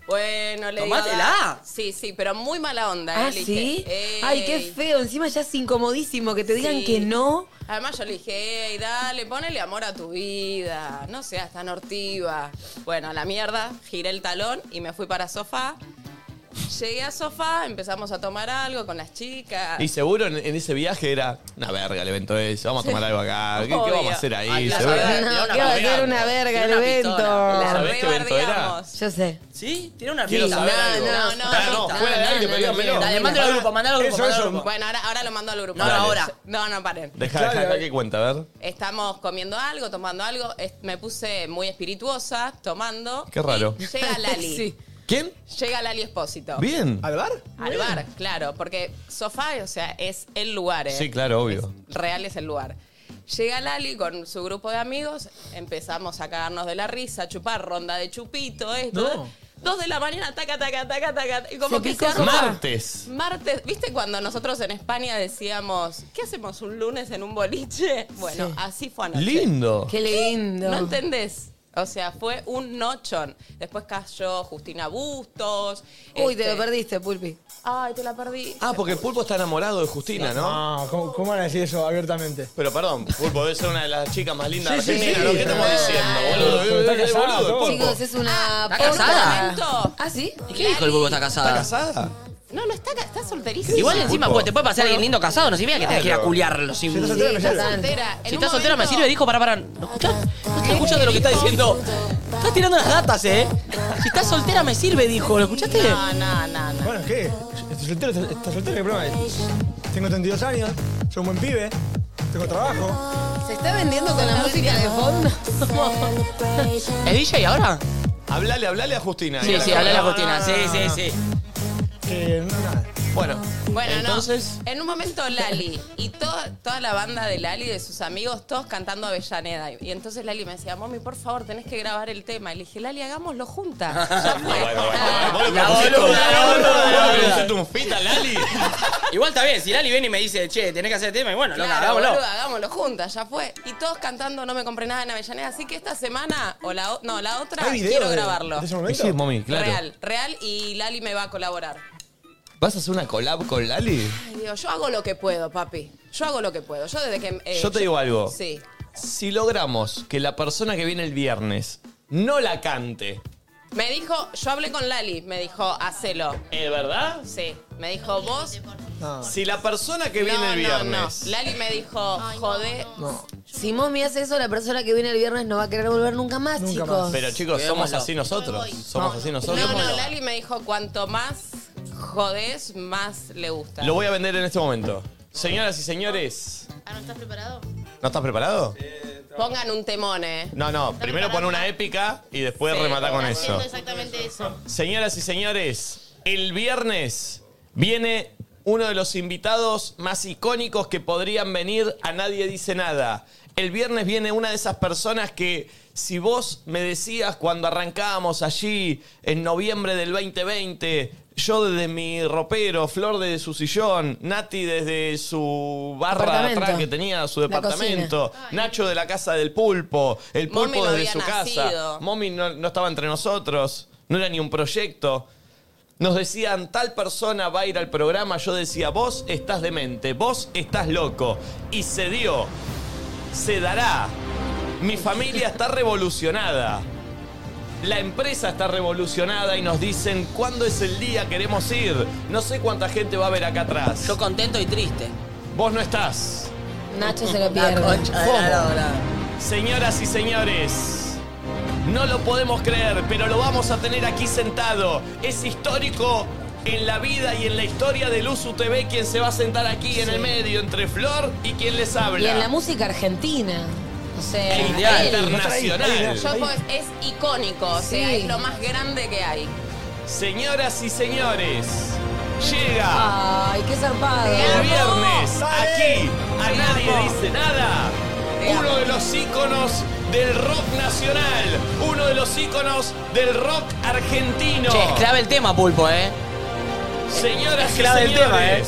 Bueno, le digo... Tomátela. Sí, sí, pero muy mala onda. ¿Ah, eh, le sí? dije, Ay, qué feo. Encima ya es incomodísimo que te digan Sí. que no. Además yo le dije, hey, dale, ponele amor a tu vida, no seas tan hortiva. Bueno, a la mierda, giré el talón y me fui para sofá. Llegué a sofá, empezamos a tomar algo con las chicas. Y seguro en, en ese viaje era una verga el evento ese, vamos a tomar algo acá. ¿Qué, qué Obvio. vamos a hacer ahí? Ay, la Seguro- verdad. No, Tiró una que va a pistola. ser una verga el Tiró una evento. pistola. La ¿Sabés qué evento era? rebardeamos. Yo sé. ¿Sí? Tiene una Quiero pista. saber No, algo. no, no, Pará, no, no, fuera del no, aire, no, pero dígamelo. no, Dale, mándalo al grupo, mándalo al grupo, Eso, mándalo al eso. grupo. Bueno, ahora, ahora lo mando al grupo. No, no, Dale. ahora. No, no, paren. Deja, Claro, deja eh. que cuenta, a ver. Estamos comiendo algo, tomando algo. Es- Me puse muy espirituosa, tomando. Qué raro. Y llega Lali. Sí. ¿Quién? Llega Lali Espósito. Bien. ¿Al bar? Al bar, claro, porque sofá, o sea, es el lugar, ¿eh? Sí, claro, obvio. Es- real es el lugar. Llega Lali con su grupo de amigos, empezamos a cagarnos de la risa, a chupar, ronda de chupito, esto. No. Dos de la mañana, taca, taca, taca, taca. Y como Se que picó se sofá. Martes. Martes, ¿viste cuando nosotros en España decíamos, ¿qué hacemos un lunes en un boliche? Bueno, Sí. así fue anoche. Lindo. Qué lindo. ¿No entendés? O sea, fue un nochón. Después cayó Justina Bustos. Uy, te este- lo perdiste, Pulpi. Ay, te la perdí. Ah, porque el Pulpo está enamorado de Justina, ¿no? No, ¿cómo, ¿cómo van a decir eso abiertamente? Pero perdón, Pulpo debe ser una de las chicas más lindas Sí, de sí, Argentina, sí. ¿no? ¿Qué estamos Ah, diciendo, pero boludo? está Eh, casada, boludo, el todo. Pulpo. Chicos, es una ¿Está posta. casada? ¿Ah, sí? ¿Y qué dijo el Bulbo está ¿Está casada? casada? No, no, está, ca- está solterísima. Igual dice, encima Pulpo? pues, te puede pasar alguien lindo casado, no significa que tenés que ir a Claro. culiarlo. Si, Si estás si soltera, me está sirve. soltera. En un estás soltera me momento- sirve, dijo para para. ¿No escuchás? ¿No estás escuchando lo que está diciendo? Estás tirando las datas, ¿eh? Si estás soltera me sirve, dijo. ¿Lo escuchaste? No, no, no, no. Bueno, ¿qué? ¿Estás soltero? ¿Estás estás soltero? ¿Qué problema hay? Tengo treinta y dos años, soy un buen pibe, tengo trabajo. ¿Se está vendiendo con la música de fondo? ¿Es D J ahora? Hablale, hablale a Justina. Sí, sí, hablale a Justina. Sí, sí, sí. Que no, nada. Bueno, Bueno, entonces... no. En un momento Lali y toda, toda la banda de Lali, de sus amigos, todos cantando Avellaneda. Y entonces Lali me decía, mami, por favor, tenés que grabar el tema. Y le dije, Lali, hagámoslo juntas. Ya fue. Bueno, bueno, bueno. ¿Vos le La propusiste un- boluda, la boluda, vos le la boluda. propusiste un fit a Lali? Igual está bien, si Lali viene y me dice, che, tenés que hacer el tema, y bueno, loca, Claro, hagámoslo. boluda, hagámoslo juntas, ya fue. Y todos cantando No me compré nada en Avellaneda. Así que esta semana, o la, o- no, la otra, ¿Hay video quiero de- grabarlo. de ese Y momento? sí, mami, claro. Real, real. Y Lali me va a colaborar. ¿Vas a hacer una collab con Lali? Ay, Dios, yo hago lo que puedo, papi. Yo hago lo que puedo. Yo desde que... eh, Yo te digo algo. Sí. Si logramos que la persona que viene el viernes no la cante, Me dijo, yo hablé con Lali, me dijo, hacelo. ¿es verdad? Sí, me dijo, vos... No, Si la persona que viene No, el no, viernes... no. Lali me dijo, joder. no. Si Momi hace eso, la persona que viene el viernes no va a querer volver nunca más, Nunca chicos. más. Pero chicos, somos Cuidémoslo. así nosotros. Somos así nosotros. No, no, Lali me dijo, cuanto más jodés, más le gusta. Lo voy a vender en este momento. Señoras y señores, Ah, ¿no estás preparado? ¿no estás preparado? Pongan un temón, eh. No, no. Primero pon una épica y después Sí. remata con Está eso. haciendo exactamente eso. Señoras y señores, el viernes viene uno de los invitados más icónicos que podrían venir a Nadie Dice Nada. El viernes viene una de esas personas que, si vos me decías cuando arrancábamos allí en noviembre del veinte veinte, yo desde mi ropero, Flor desde su sillón, Nati desde su barra de Departamento. atrás que tenía su La departamento, Nacho de la casa del pulpo, el Momi pulpo no desde había su nacido. casa. Momi no, no estaba entre nosotros, no era ni un proyecto. Nos decían, tal persona va a ir al programa. Yo decía, vos estás demente, vos estás loco. Y se dio, se dará. Mi familia está revolucionada. La empresa está revolucionada y nos dicen, ¿cuándo es el día? Queremos ir. No sé cuánta gente va a ver acá atrás. Yo contento y triste. Vos no estás. Nacho se lo La pierde. concha de la lora. Señoras y señores, no lo podemos creer, pero lo vamos a tener aquí sentado. Es histórico en la vida y en la historia de Luzu T V quien se va a sentar aquí en el medio entre Flor y quien les habla. Y en la música argentina. O sea, E Ideal. él. internacional. Yo, pues, es icónico, o sea, Sí. es lo más grande que hay. Señoras y señores, llega Ay, qué zarpado. el viernes aquí a Te Nadie amo. Dice Nada. Te amo. Uno de los íconos del rock nacional, uno de los íconos del rock argentino. Che, es clave el tema, Pulpo, ¿eh? Señoras Es y clave el señores, tema, ¿eh?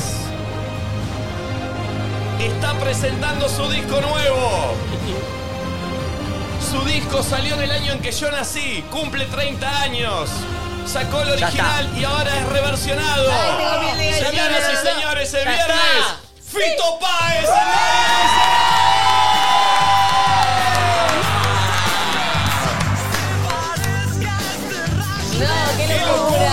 está presentando su disco nuevo. Su disco salió en el año en que yo nací, cumple treinta años. sacó el original y ahora es reversionado. Ay, tengo piel de gallina. Señoras y señores, el Ya viernes, está. Fito Páez. No, qué locura.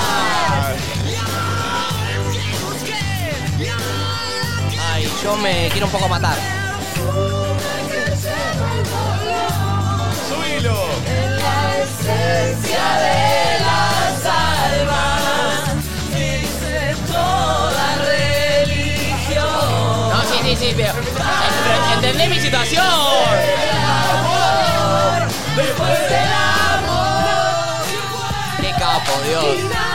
Ay, yo me quiero un poco matar. Subilo. La esencia de las almas dice toda religión. No, sí, sí, sí, pero. pero ¿entendés mi situación? Después del amor, Qué capo, Dios.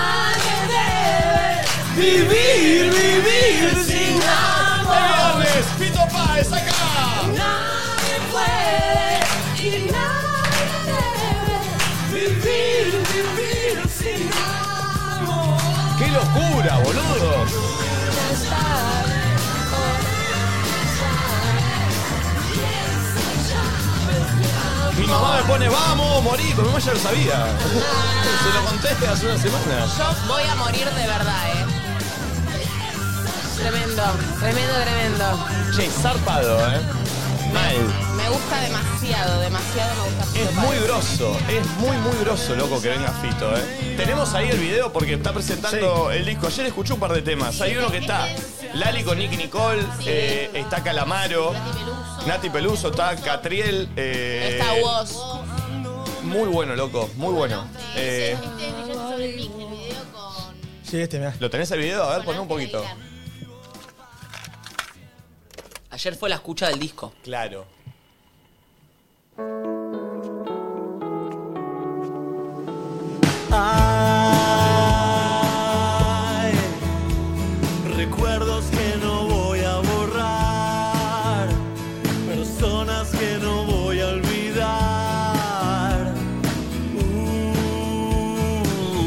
vivir, vivir sin amor. Viernes, Fito Páez acá. Nadie puede y nadie debe vivir, vivir sin amor. ¡Qué locura, boludo! Mi mamá me pone, vamos, morí, pero mi mamá ya lo sabía. Se lo conté hace una semana. Yo voy a morir de verdad, ¿eh? Tremendo, tremendo, tremendo. Che, zarpado, ¿eh? Mal. Me gusta demasiado, demasiado me gusta Fito Es muy Páez. grosso, es muy, muy grosso, loco, que venga Fito, ¿eh? Tenemos ahí el video porque está presentando el disco. Ayer escuché un par de temas. Hay uno que está Lali con Nicky Nicole, eh, está Calamaro, Nati Peluso, está Catriel. Eh, Está vos. Muy bueno, loco, muy bueno. Eh, Sí, este, mirá. ¿Lo tenés el video? A ver, poné un poquito. Ayer fue la escucha del disco. Claro. Hay recuerdos que no voy a borrar, personas que no voy a olvidar. Uh,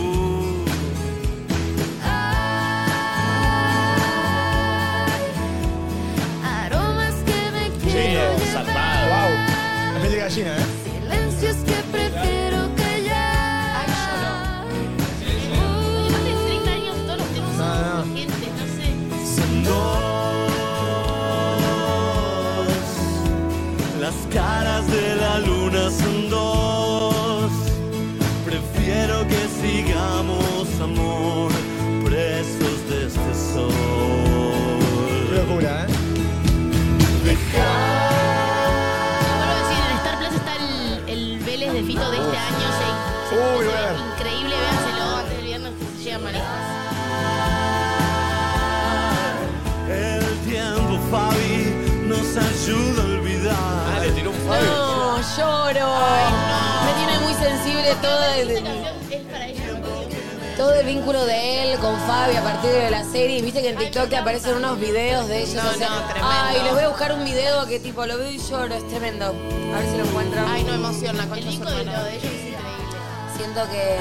Aromas que me Sí, quiero zarpado. Wow. La piel de gallina, ¿eh? silencios que prefiero callar. Oye, más de treinta años todos los temas No, no. son urgentes, no sé. son dos, las caras de la luna son dos. Prefiero que sigamos, amor, presos de este sol. Qué locura, ¿eh? Vuelvo a decir, en Star Plus está el, el Vélez de Fito de este año. Se, se, Uy, se voy a ve ver. increíble, véanselo antes del viernes que se llegan manijas. El tiempo, Fabi, nos ayuda a olvidar. Ah, le tiró un Fabi. No, lloro. Me tiene muy sensible todo Esta el, canción es para ella. todo el vínculo de él con Fabi a partir de la serie. Y viste que en TikTok te aparecen unos videos de ellos. No, o sea, no, tremendo. ay, les voy a buscar un video que tipo lo veo y lloro. Es tremendo. A ver si lo encuentro. Ay, no emociona, El concha su disco de hermana. lo de ellos es increíble. Siento que...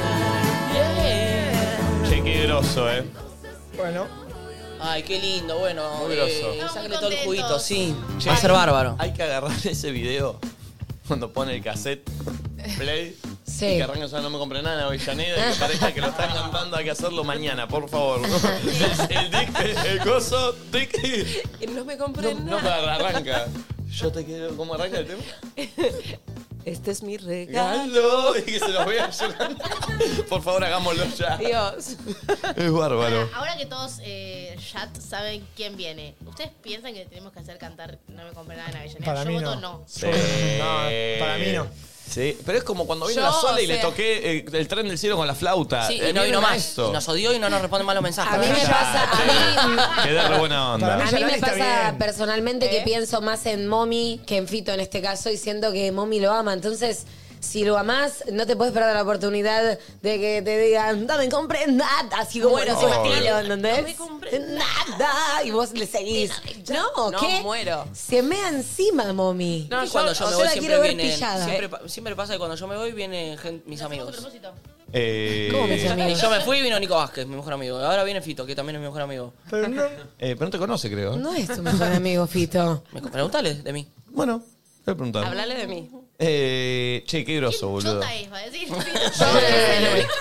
Che, qué grosso, ¿eh? Bueno. Ay, qué lindo, bueno. Muy eh, groso. sácale todo el Contentos. juguito, sí. Che, Va a ser bárbaro. Hay que agarrar ese video cuando pone el cassette play. Sí. Y que arranca ya no me compré nada en Avellaneda y que parezca que lo están cantando. Hay que hacerlo mañana, por favor. El, el, dic- el, el coso, dic- No me compré no, no, nada. arranca. Yo te quiero. ¿Cómo arranca el tema? Este es mi regalo. Galo. Y que se los vea llorando. Por favor, hagámoslo ya. Dios. Es bárbaro. Ahora, ahora que todos eh, ya saben quién viene, ¿ustedes piensan que tenemos que hacer cantar No me compré nada en Avellaneda? Para Yo mí voto no. no. Sí. No, para mí no. Sí, pero es como cuando vino Yo, la sola y o le sea- toqué eh, el tren del cielo con la flauta. Sí, Eh, y no vino miren más. esto. Y nos odió y no nos responde más los mensajes. A mí me Ya, pasa, a che, mí... Quedé re buena onda. Para mí A ya mí Lali me está pasa bien. personalmente que ¿Eh? pienso más en Momi que en Fito en este caso y siento que Momi lo ama. Entonces, si lo amás, no te puedes perder la oportunidad de que te digan, no me compré nada, así como Muero, en ese obvio. estilo, ¿entendés? No me compré nada. Y vos le seguís. No, No, ¿qué? muero. Se mea encima, Momi. No, Y cuando yo o me sea, voy la siempre quiero ver vienen. pillada. Siempre, pa- siempre pasa que cuando yo me voy vienen gen- mis amigos. Eh, ¿Cómo mis Y amigos? yo me fui y vino Nico Vázquez, mi mejor amigo. Ahora viene Fito, que también es mi mejor amigo. Pero no. eh, pero no te conoce, creo. No es tu mejor amigo, Fito. Me, preguntale de mí. Bueno, voy a preguntar. Hablale de mí. Eh, che, qué groso, boludo. Chota es, va a decir. Yo,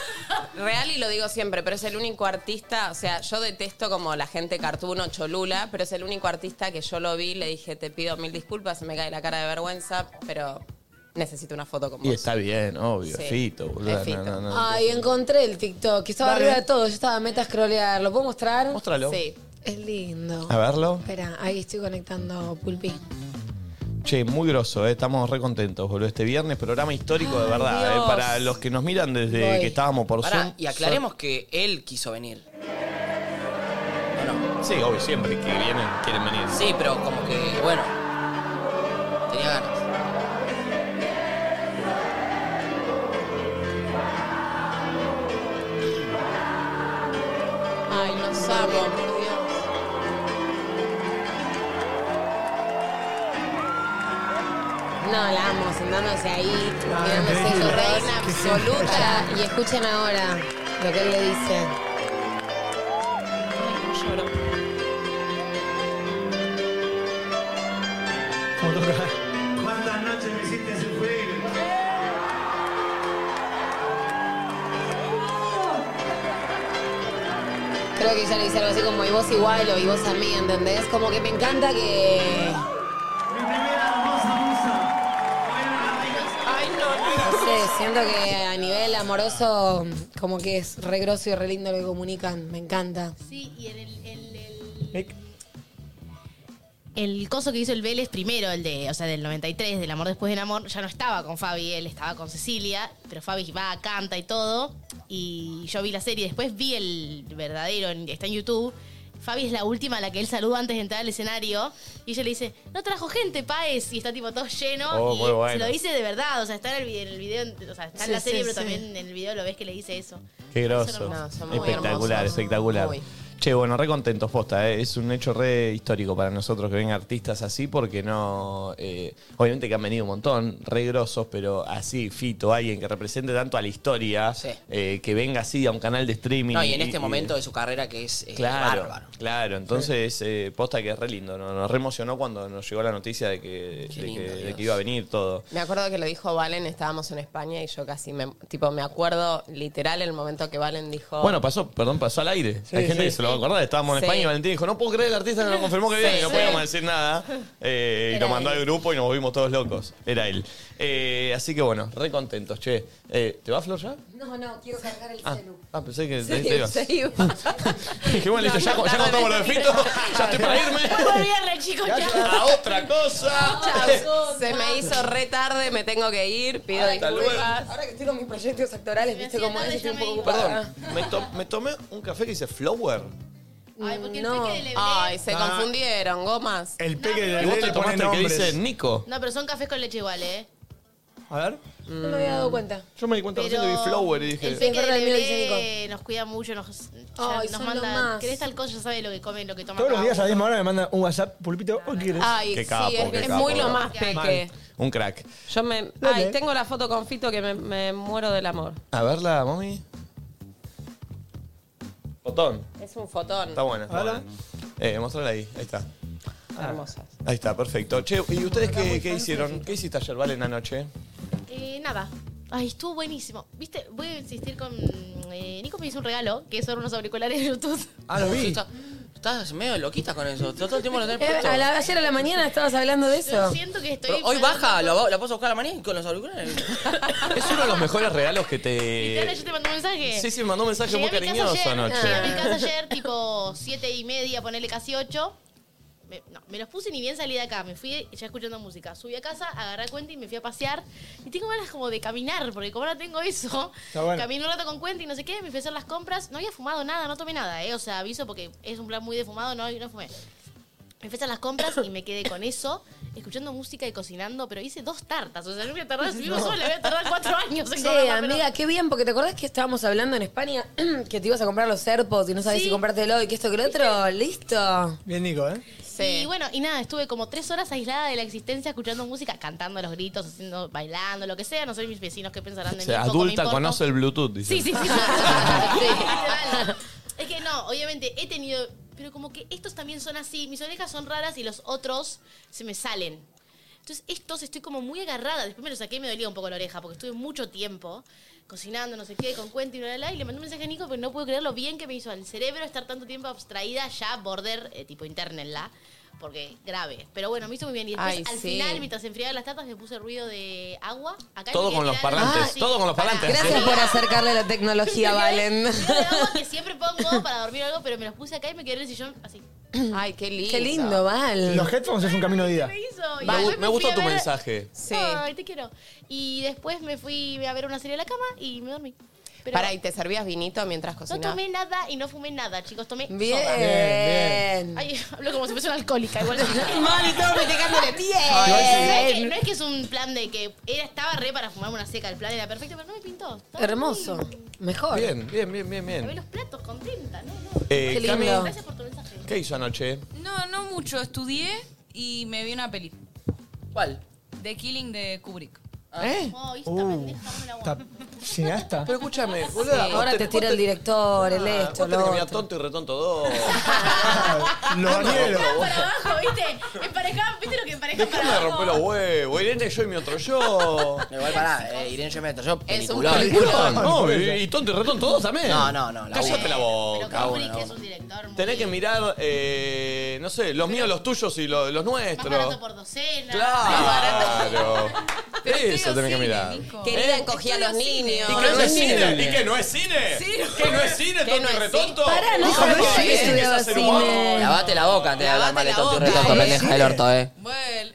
real y lo digo siempre, pero es el único artista, o sea, yo detesto como la gente cartoon o cholula, pero es el único artista que yo lo vi, le dije, te pido mil disculpas, se me cae la cara de vergüenza, pero necesito una foto con vos. Y está bien, obvio, Sí. Fito, boludo. Es Fito. No, no, no. Ay, encontré el TikTok, que estaba Dale. arriba de todo. Yo estaba meta a scrollear. ¿Lo puedo mostrar? Móstralo. Sí. Es lindo. A verlo. Espera, ahí estoy conectando Pulpi. Che, muy grosso, eh. Estamos re contentos, boludo. Este viernes, programa histórico de verdad. eh. Dios. Para los que nos miran desde Voy. que estábamos por Pará, Zoom. y aclaremos que él quiso venir. ¿O no? Sí, obvio, siempre que vienen, quieren venir. Sí, pero como que, bueno, tenía ganas. Ay, los amo, por Dios. No, la amo, sentándose ahí, mirándose increíble. su reina Qué absoluta. genial. Y escuchen ahora lo que él le dice. Ay, lloro. ¿Cómo toca? ¿Cuántas noches me hiciste sufrir? Creo que ella le dice algo así como y vos igual o y vos a mí, ¿entendés? Como que me encanta que... Mi primera hermosa musa. Ay, no, no. No sé, siento que a nivel amoroso como que es re grosso y re lindo lo que comunican. Me encanta. Sí, y en el, el, el, Nick. el coso que hizo el Vélez primero, el de, o sea, del noventa y tres, del Amor Después del Amor, ya no estaba con Fabi, él estaba con Cecilia, pero Fabi va, canta y todo. Y yo vi la serie, después vi el verdadero, en- está en YouTube. Fabi es la última a la que él saluda antes de entrar al escenario. Y ella le dice, no trajo gente, Paez. Y está tipo todo lleno. Oh, y muy bueno. se lo dice de verdad. O sea, está en el video, en el video o sea, está Sí, en la sí, serie, pero sí. también en el video lo ves que le dice eso. Qué Eso grosso. no, son muy Espectacular, hermosos. espectacular. Muy. Che, bueno, re contentos, posta, ¿eh? Es un hecho re histórico para nosotros que vengan artistas así, porque no. eh, obviamente que han venido un montón, re grosos, pero así, Fito, alguien que represente tanto a la historia, Sí. eh, que venga así a un canal de streaming. No, y en este momento de su carrera que es eh, Claro, bárbaro. claro. Entonces, eh, posta que es re lindo. ¿no? Nos re emocionó cuando nos llegó la noticia de que, Qué de lindo, que, de Dios. que iba a venir todo. Me acuerdo que lo dijo Valen, estábamos en España y yo casi me, tipo, me acuerdo literal el momento que Valen dijo... Bueno, pasó, perdón, pasó al aire. Hay gente sí. que se lo va a acordar. Estábamos en Sí. España y Valentín dijo, no puedo creer el artista que nos confirmó que viene. Y no Sí. podíamos decir nada. Eh, y Era lo mandó él. al grupo y nos volvimos todos locos. Era él. Eh, así que bueno, re contentos, che. Eh, ¿Te va Flor ya? No, no, quiero cargar el Ah, celu. ah, pensé que Sí, te, te ibas. se iba. Dije, bueno, listo, ya, No, no, ya no, contamos no, lo de no, Fito. no. Ya estoy para irme. Buen viernes, chicos, chao. A otra cosa. Chao. Se me hizo re tarde, me tengo que ir, pido Hasta luego. disculpas. Ahora que estoy con mis proyectos actorales, Me viste hacía cómo es, tarde, estoy un ya me poco di. ocupada. Perdón, me, to- me tomé un café que dice Flower. Ay, porque el No. peque de Leblé... Ay, se Ah. confundieron, gomas. El peque de Y vos Leblé te le pone tomaste el que nombres. dice Nico. No, pero son cafés con leche igual, ¿eh? A ver. No me había dado cuenta. Yo me di cuenta Pero recién que vi Flower y dije... el Sí, peque es verdad, de el mío dice Leblé nos cuida mucho, nos, ya Ay, nos son manda... lo más. ¿Querés tal cosa? Ya sabe lo que come, lo que toma. Todos los cada días a la uno. misma hora me manda un WhatsApp, Pulpito, ¿hoy qué querés? Ay, Qué sí, capo, es, qué es capo. muy lo más Mal. peque. Un crack. Yo me... Dale. Ay, tengo la foto con Fito que me, me muero del amor. A verla, mami. Botón. Es un fotón. Está buena. Está Hola. buena. Eh, mostrala ahí. Ahí está. Hermosas. Ahí está, perfecto. Che, ¿y ustedes qué, qué hicieron? ¿Qué hiciste ayer, Valen, anoche? Eh, nada. Ay, estuvo buenísimo. ¿Viste? Voy a insistir con... Eh, Nico me hizo un regalo, que son unos auriculares de Bluetooth. Ah, lo vi. Estás, estás medio loquita con eso. Todo el tiempo lo tenés Eh, puesto. a la- ayer a la mañana estabas hablando de Yo eso. siento que estoy... Pero hoy baja, ¿lo, ¿la puedo buscar a la mañana con los auriculares? Es uno de los mejores regalos que Literal, te... yo te mandé un mensaje. Sí, sí, me mandó un mensaje Llegué muy a mi casa cariñoso ayer, anoche. Llegué a mi casa ayer, tipo siete y media, ponerle casi ocho. Me, no, me los puse ni bien salí de acá. Me fui ya escuchando música. Subí a casa, agarré cuenta y me fui a pasear. Y tengo ganas como de caminar, porque como ahora tengo eso, Está bueno. caminé un rato con cuenta y no sé qué, me fui a hacer las compras. No había fumado nada, no tomé nada, ¿eh? O sea, aviso porque es un plan muy de fumado, no, no fumé. Me fui a hacer las compras y me quedé con eso, escuchando música y cocinando, pero hice dos tartas. O sea, yo voy a tardar, si vivo sola, voy a tardar cuatro años en Sí, comerla, pero- amiga, qué bien, porque te acordás que estábamos hablando en España que te ibas a comprar los AirPods y no sabías Sí. si comprártelo y que esto que lo otro. Listo. Bien, Nico, ¿eh? Sí. Y bueno, y nada, estuve como tres horas aislada de la existencia, escuchando música, cantando a los gritos, haciendo, bailando, lo que sea. No sé mis vecinos qué pensarán de O mí. sea, poco me adulta importa. conoce el Bluetooth, dice. Sí, sí, sí. sí. Sí, literal. Es que no, obviamente he tenido... Pero como que estos también son así, mis orejas son raras y los otros se me salen. Entonces estos estoy como muy agarrada. Después me lo saqué y me dolía un poco la oreja porque estuve mucho tiempo cocinando, no sé qué, con cuenta y bla, bla, bla. Y le mandé un mensaje a Nico, pero no puedo creer lo bien que me hizo al cerebro estar tanto tiempo abstraída ya, border, eh, tipo internenla. Porque grave. Pero bueno, me hizo muy bien. Y después, Ay, al sí. final, mientras se enfriaban las tartas, me puse ruido de agua. Acá Todo me con los quería tirar- parlantes, Ah, todo con los pará. parlantes. Gracias por acercarle la tecnología, Valen. Ruido de agua que siempre pongo para dormir o algo, pero me los puse acá y me quedé en el sillón así. Ay, qué lindo. Qué lindo, Val. Los headphones es un camino de ida. Me hizo. Y Me, después gu- me fui gustó a tu ver- mensaje. Sí. Ay, te quiero. Y después me fui a ver una serie a la cama y me dormí. Pero Para, ¿y te servías vinito mientras no cocinabas? tomé nada y no fumé nada, chicos. Tomé Bien. soda. Bien. Ay, hablo como si fuese una alcohólica. Igual. Mami, todo metiéndole bien. No es, que, no es que es un plan de que era, estaba re para fumarme una seca, el plan era perfecto, pero no me pintó. Estaba Hermoso. muy- Mejor. Bien, bien, bien, bien, Lavé bien. los platos contenta, ¿no? no. Eh, Qué Cami, lindo. Gracias por tu mensaje. ¿qué hizo anoche? No, no mucho. Estudié y me vi una peli. ¿Cuál? The Killing de Kubrick. ¿Eh? Oh, esta Uh, pendeja, no me la Está aguanto. cineasta. Pero escúchame, boludo. Ahora te tira el director, el esto, Vos tenés lo que mirar otro. tonto y retonto dos. Los bañeros. Para abajo, ¿viste? Emparejaban, ¿viste lo que emparejan para Déjame de abajo? romper los huevos. Irene, yo y mi otro yo. Igual pará, eh, Irene yo me meto yo. Es un Peliculón. peliculón. No, y, y tonto y retonto dos también. No, no, no. la Cállate uno. la Pero boca. uno, Kubrick la es uno. un director muy... Tenés que mirar, eh, no sé, los míos, los tuyos y los, los Más nuestros. barato por docena. Claro. Eso tenés que mirar. Querida, ¿Eh? encogía a los niños. ¿Y No, qué no no es es cine? cine. ¿Y qué no es cine? ¿Qué no es cine, ¿Qué tonto no y es retonto? Pará, no ¿Cómo sabía es que cine? estudiaba ¿Es hacer cine. humor? Lavate la boca antes de hablar mal de Lavate tonto y la retonto, boca. pendeja del orto, eh. Bueno,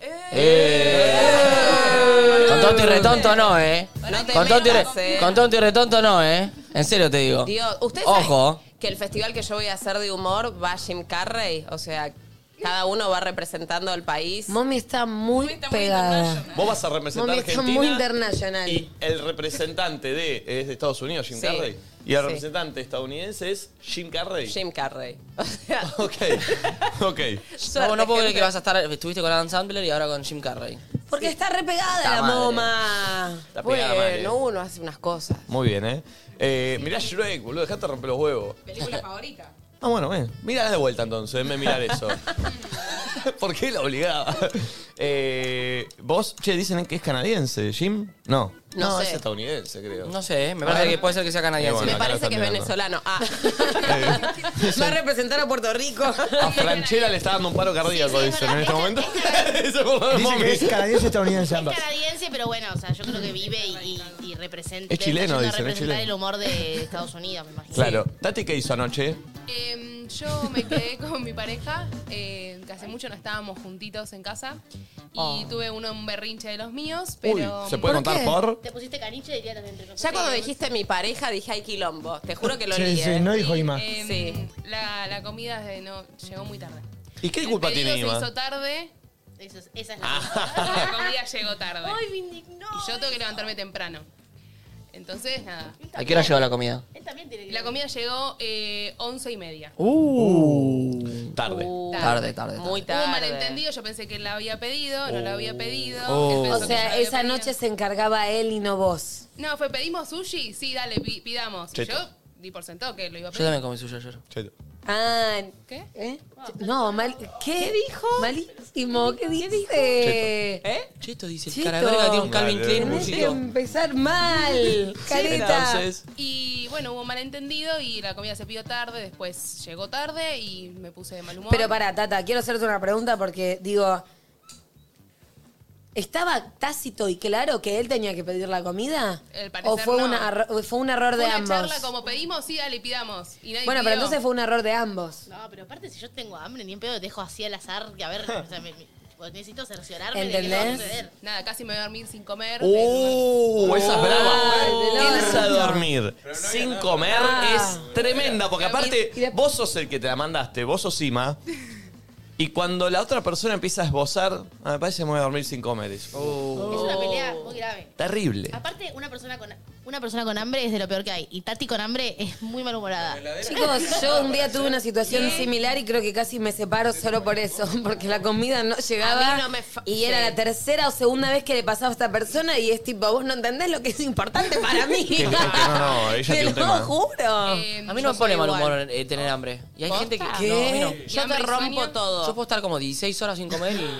Eh. Con tonto y retonto no, eh. No te Con tonto y, re- metas, eh. con tonto y retonto no, eh. En serio te digo. Dios, ¿ustedes Ojo. saben que el festival que yo voy a hacer de humor va Jim Carrey? O sea, cada uno va representando al país. Mommy está muy Está muy pegada. international. Vos vas a representar Mommy a está Argentina. muy internacional. Y el representante de, es de Estados Unidos, Jim Sí. Carrey. Y el Sí. representante estadounidense es Jim Carrey. Jim Carrey. O sea, Ok, ok. No, no puedo creer gente. que vas a estar. Estuviste con Adam Sandler y ahora con Jim Carrey. Porque está re pegada Está la madre. moma. Está pegada mal, eh. Bueno, uno hace unas cosas. Muy bien, ¿eh? eh mirá Shrek, boludo, dejate romper los huevos. película favorita. Ah, bueno, ven. Mírala de vuelta entonces, me mirar eso. ¿Por qué la obligaba? Eh, Vos, che, dicen que es canadiense, Jim. No. No sé. es estadounidense, creo. No sé, eh. Me parece que puede ser que sea canadiense. Eh, bueno, Me acá lo parece que es están mirando. venezolano. Ah. Va a representar a Puerto Rico. A Franchella le está dando un paro cardíaco, Sí, sí, dicen es en este verdad. momento. Es Eso por lo de Dice Mommy. que es canadiense y estadounidense Es ambas. canadiense, pero bueno, o sea, yo creo que vive y, y, y representa. Es chileno, debe dicen, es representar chileno. el humor de Estados Unidos, me imagino. Claro. Tati, ¿qué hizo anoche? Em, yo me quedé con mi pareja, eh, que hace mucho no estábamos juntitos en casa. Y tuve uno un berrinche de los míos, pero... Uy, ¿se puede ¿Por contar qué? por? Te pusiste caniche y dirías entre nosotros. Ya cuando dijiste mi pareja, dije ay quilombo. Te juro que lo Sí, lié. sí, no dijo Ima. Em, Sí. La, la comida de- no, llegó muy tarde. ¿Y qué El culpa pedido tiene se Ima? hizo tarde Eso es- esa es y la la comida llegó tarde. Ay, me indignó. Y yo tengo que levantarme temprano. Entonces, nada. ¿A qué hora llegó la comida? Él también tiene que... La comida llegó eh, once y media. Uh. Tarde. Uh, Tarde, tarde, Muy Hubo un tarde. malentendido, yo pensé que él la había pedido, no la había pedido. Oh. él pensó O que yo sea, la había esa pedido. noche se encargaba él y no vos. No, fue, ¿pedimos sushi? Sí, dale, pi- pidamos. Y Cheto. yo di por sentado que lo iba a Yo pedir. también comí suyo ayer. Cheto. Ah, ¿Qué? ¿eh? No, mal. ¿Qué dijo? Malísimo. ¿Qué dice? ¿Eh? Cheto dice, el Cheto. cara verga tiene un Calvin Dale. Klein Tenés que músico. empezar mal, careta. Entonces, Y bueno, hubo un malentendido y la comida se pidió tarde, después llegó tarde y me puse de mal humor. Pero para, Tata, quiero hacerte una pregunta porque, digo, ¿estaba tácito y claro que él tenía que pedir la comida? Al parecer ¿O fue, no. una arro- fue un error Fue de una ambos? charla como pedimos, sí, dale, pidamos. Y nadie Bueno, pero pidió. entonces fue un error de ambos. No, pero aparte, si yo tengo hambre, ni en pedo dejo así al azar, que a ver, o sea, me- me- pues necesito cerciorarme de que no va a ¿Entendés? suceder. Nada, casi me voy a dormir sin comer. ¡Uh! Esa es brava. Ay, Esa de no. dormir sin comer Ah. es tremenda. Porque aparte, Y- y de- vos sos el que te la mandaste, vos sos Ima. Y cuando la otra persona empieza a esbozar, ah, me parece que me voy a dormir sin comer. Es Es una pelea muy grave. terrible. Aparte, una persona con una persona con hambre es de lo peor que hay. Y Tati con hambre es muy malhumorada. Chicos, yo un día tuve una situación similar y creo que casi me separo solo por eso, porque la comida no llegaba A mí no me fa- y era sí. la tercera o segunda vez que le pasaba a esta persona y es tipo, vos no entendés lo que es importante para mí. Que- que no, no, ella Te tiene lo un tema. juro. Eh, A mí yo no me pone soy mal igual. humor eh, tener hambre. Y hay gente que... ¿Posta? No, a mí no. Yo te hambre y rompo sueño? todo. Yo puedo estar como dieciséis horas sin comer y...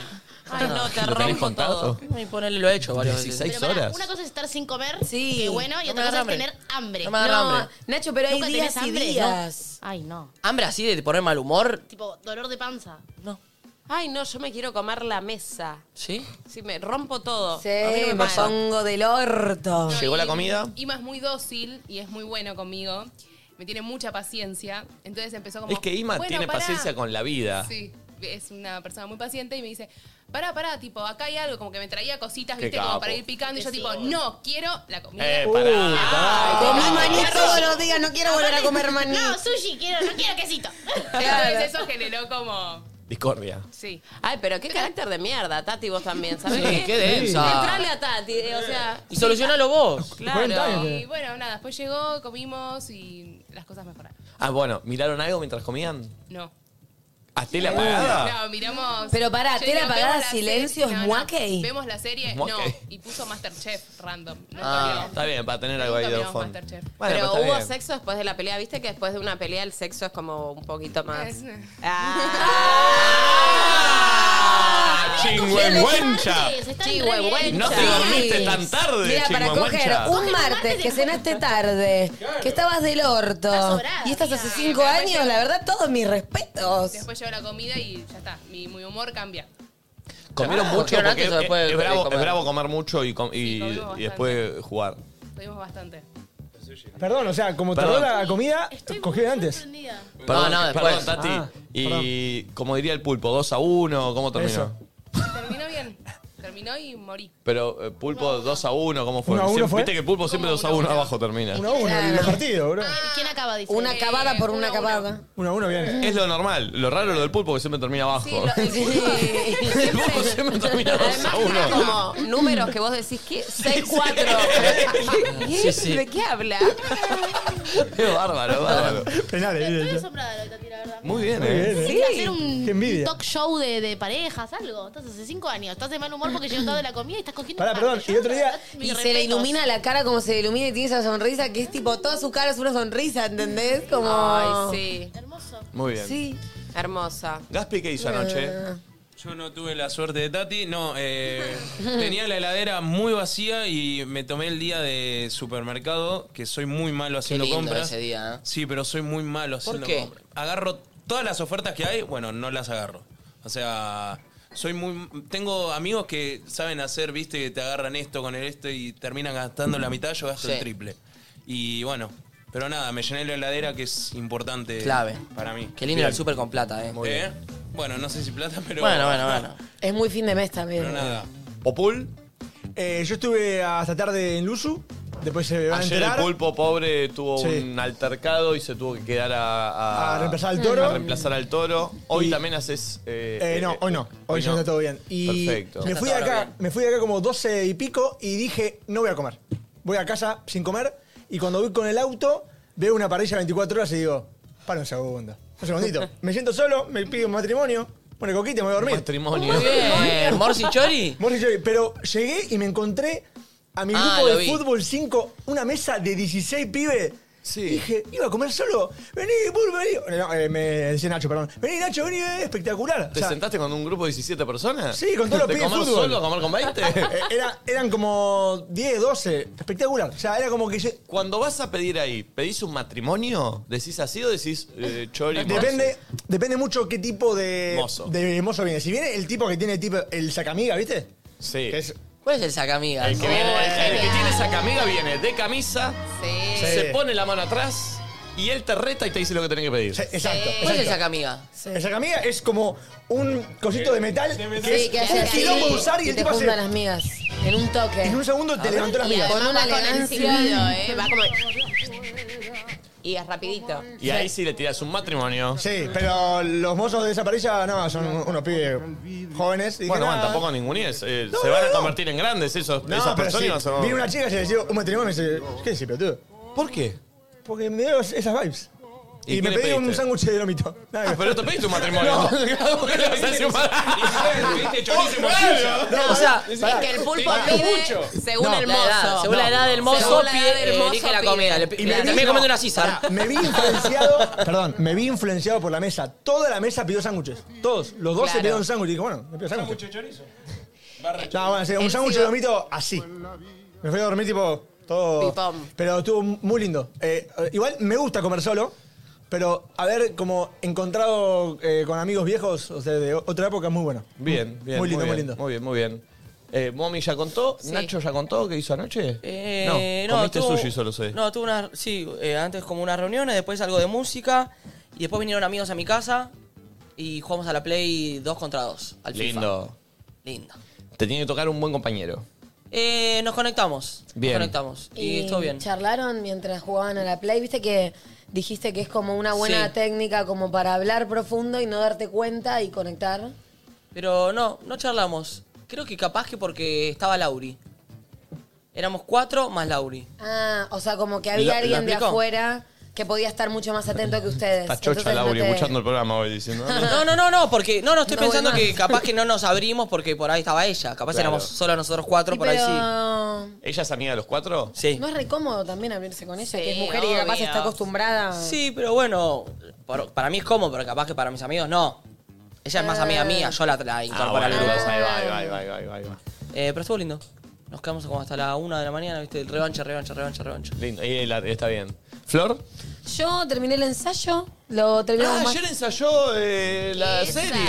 Ay, no, te ¿Lo tenés rompo contado? todo. Y ponerle lo he hecho varias veces. dieciséis Pero pará, horas. una cosa es estar sin comer, Sí. que bueno, y No me otra cosa es agarra tener hambre. No me agarra No, hambre. Nacho, pero hay ¿Nunca días tenés y hambre? días. Ay, no. ¿Hambre así de poner mal humor? Tipo, dolor de panza. No. Ay, no, yo me quiero comer la mesa. ¿Sí? Sí, me rompo todo. Sí, A mí no me, me pasa. pongo del orto. No, ¿Llegó y- la comida? Ima es muy dócil y es muy bueno conmigo. Me tiene mucha paciencia. Entonces empezó como. Es que Ima "Bueno, tiene pará". paciencia con la vida. Sí, es una persona muy paciente y me dice, pará, pará, tipo, acá hay algo, como que me traía cositas, Qué viste, como capo. para ir picando. Y yo, tipo, no, quiero la comida. Eh, Uh, pará. Comí maní todos los días, no quiero volver a comer maní. No, sushi, quiero, no quiero quesito. Entonces eso generó como. Discordia. Sí. Ay, pero qué carácter de mierda, Tati, vos también, ¿sabés Sí, qué? qué densa. Entrale a Tati, o sea... Y solucionalo vos. cuarenta años Claro. tenés. Y bueno, nada, después llegó, comimos y las cosas mejoraron. Ah, bueno, ¿miraron algo mientras comían? No. ¿A tela apagada? No, miramos. Pero pará, Yo tela digo, apagada, vemos la silencio, serie- es no, no, muaquey. Vemos la serie, Es no. muaquey. Y puso Masterchef random. No Ah, cambió. Está bien, para tener algo ahí de Nunca fondo. miramos Masterchef. Bueno, pero está hubo bien. sexo después de la pelea, ¿viste? Que después de una pelea el sexo es como un poquito más... Es- ¡Ah! ¡Chingüengüencha! Se está Chingüengüencha. No te dormiste tan tarde, Mira, para coger chingüengüencha. un martes que cenaste tarde, que estabas del orto, sobrada, y estás hace amiga. cinco años, la verdad, todos mis respetos. Después llegó la comida y ya está. Mi, mi humor cambia. Comieron mucho ¿Cogieron porque antes o es, después de- es bravo, de comer? es bravo comer mucho y, com- y, Sí, comimos y después jugar. Tuvimos bastante. Perdón, o sea, como Perdón. terminó la comida, Estoy cogí muy antes. sorprendida. Perdón, no, después. perdón, Tati. Ah, y como diría el pulpo, dos a uno, ¿cómo terminó? Eso. Terminó bien. Terminó y morí. Pero eh, pulpo dos a uno, ¿cómo fue? uno a uno Siempre- fue. Viste que el pulpo siempre ¿Cómo dos a uno a uno uno? abajo termina. Uno a uno, el partido, bro. ¿Quién acaba? Dice. Una acabada por una uno a uno. acabada. Uno a uno, bien. Es lo normal. Lo raro es lo del pulpo que siempre termina abajo. Sí, lo- el pulpo- El pulpo siempre termina dos Además, a tiene uno. como números que vos decís que seis cuatro. Sí, sí. ¿De qué habla? Es bárbaro, bárbaro. Penales, Estoy bien. asombrada de lo de Tati, la verdad. Muy bien, Muy ¿eh? bien, Sí. ¿eh? Hacer un Qué envidia. talk show de, de parejas, algo. Estás hace cinco años. Estás de mal humor porque llegó tarde la comida y estás cogiendo. Pará, un perdón, martes. y el otro día- Mis Y se respetos. le ilumina la cara como se le ilumina y tiene esa sonrisa que es tipo, toda su cara es una sonrisa, ¿entendés? Como... Ay, sí. Hermoso. Muy bien. Sí. Hermosa. Gaspi, ¿qué hizo anoche? Ah. Yo no tuve la suerte de Tati, no, eh, tenía la heladera muy vacía y me tomé el día de supermercado, que soy muy malo Qué haciendo lindo compras. ese día, ¿eh? Sí, pero soy muy malo ¿Por haciendo qué? compras. Agarro todas las ofertas que hay, bueno, no las agarro. O sea, soy muy... Tengo amigos que saben hacer, viste, que te agarran esto con el esto y terminan gastando la mitad, yo gasto Sí. el triple. Y bueno, pero nada, me llené la heladera, que es importante Clave. para mí. Qué lindo Bien. el súper con plata, ¿eh? ¿Eh? Bueno, no sé si plata, pero... Bueno, bueno, bueno. Es muy fin de mes también. Pero nada. ¿Popul? Eh, yo estuve hasta tarde en Luzu, después se van a Ayer el enterar. pulpo pobre tuvo Sí. un altercado y se tuvo que quedar a, a, A reemplazar al toro. a reemplazar al toro. Hoy Y- también haces. eh, Eh, no, eh, hoy no. Hoy ya no. está todo bien. Y Perfecto. me Ya fui está de todo acá, bien. me fui de acá como doce y pico y dije, no voy a comer. Voy a casa sin comer y cuando voy con el auto veo una parrilla veinticuatro horas y digo, para un segundo. Un segundito. Me siento solo, me pido un matrimonio, pone coquita y me voy a dormir. Matrimonio. Muy bien. ¿Morsi Chori? Morsi Chori. Pero llegué y me encontré a mi Ah, grupo lo de vi. fútbol cinco, una mesa de dieciséis pibes. Sí. Y dije, iba a comer solo. Vení, Pulpo, vení. No, eh, me decía Nacho, perdón. Vení, Nacho, vení, eh, espectacular. ¿Te O sea, sentaste con un grupo de diecisiete personas? Sí, con todos los ¿De pibes de comer fútbol. solo a comer con veinte? eh, era- eran como diez, doce. Espectacular. O sea, era como que... yo- Cuando vas a pedir ahí, ¿pedís un matrimonio? ¿Decís así o decís eh, chori? Depende, depende mucho qué tipo de Mozo. de mozo viene. Si viene el tipo que tiene tipo el sacamiga, ¿viste? Sí. Que es, ¿Cuál es el sacamiga? El que, viene, el, el que tiene esa camiga viene de camisa, Sí. Sí. se pone la mano atrás y él te reta y te dice lo que tenés que pedir. sí, exacto. ¿Cuál es el exacto. sacamiga? El sacamiga es como un cosito de metal que Sí, es que hace un así quilombo de usar y y el te tipo hace... juntan las migas. En un toque. En un segundo te levantó las Y migas. Con además una va con el elegancia. silbido, ¿eh? Va como... Y es rapidito. Y ahí sí le tirás un matrimonio. Sí, pero los mozos de esa parrilla, no, son unos pibes jóvenes. Y dije, Bueno, bueno, "Nah". tampoco ningunees. Eh, No, se van a no, no. convertir en grandes esos, No, esas pero personas. sí. y no son- Vino una chica y se le dio un matrimonio y me dice, ¿qué decís, pelotudo? ¿Por qué? Porque me dio esas vibes. Y, qué me le pedí un pediste? sándwich de lomito. Nada Ah, que- pero te pediste un matrimonio. ¿Cómo le vas a hacer un ¿Viste chorizo y morcilla? No, O sea, es que el pulpo Te- pide según No, el la edad, mozo. según la edad del mozo, Según la edad pide- del eh, mozo, elige la pide. comida. Le, Y le me terminé vi- comiendo no, una César. pará, me vi influenciado, perdón, me vi influenciado por la mesa. Toda la mesa pidió sándwiches. Todos, los doce Claro. pidieron sándwich. Y dije, bueno, me pido sándwich. Mucho chorizo. No, bueno, sí, un Él sándwich sí de va- lomito así. Me fui a dormir tipo todo. Pipom. Pero estuvo muy lindo. Eh, igual me gusta comer solo, pero haber como encontrado eh, con amigos viejos, o sea, de otra época, es muy bueno. Bien, bien. Muy lindo, muy bien, lindo. Muy bien, muy bien. Eh, ¿Momi ya contó? Sí. ¿Nacho ya contó qué hizo anoche? Eh, no, comiste tuvo- sushi, solo sé. No, tuve una. Sí, eh, antes como unas reuniones, después algo de música. Y después vinieron amigos a mi casa y jugamos a la Play dos contra dos. Al FIFA. Lindo. Lindo. Te tiene que tocar un buen compañero. Eh, nos conectamos. Bien. Nos conectamos. Y, estuvo bien. charlaron mientras jugaban a la Play. Viste que dijiste que es como una buena Sí. técnica como para hablar profundo y no darte cuenta y conectar. Pero no, no charlamos. Creo que capaz que porque estaba Lauri. Éramos cuatro más Lauri. Ah, o sea, como que había ¿Lo- lo alguien de explicó? afuera que podía estar mucho más atento que ustedes. Está chocha Entonces no Lauri, te- escuchando el programa hoy diciendo. No, no, no, no, porque no, no estoy No voy pensando más. que capaz que no nos abrimos porque por ahí estaba ella. Capaz Claro. éramos solo nosotros cuatro, Sí, por ahí sí. pero ¿Ella es amiga de los cuatro? Sí. no es re cómodo también abrirse con ella, Sí, que es mujer y que capaz obvio. está acostumbrada. Sí, pero bueno, por- para mí es cómodo, pero capaz que para mis amigos no. Ella es más amiga mía, yo la, la Ah, incorporé bueno, al grupo. entonces ahí va, ahí va, ahí va, ahí va, ahí va, ahí va. Eh, pero estuvo lindo. Nos quedamos como hasta la una de la mañana, ¿viste? Revancha, revancha, revancha, revancha. Lindo, y la- está bien. ¿Flor? Yo terminé el ensayo, lo terminamos Ah, más... ayer ensayó eh, la Esa. serie.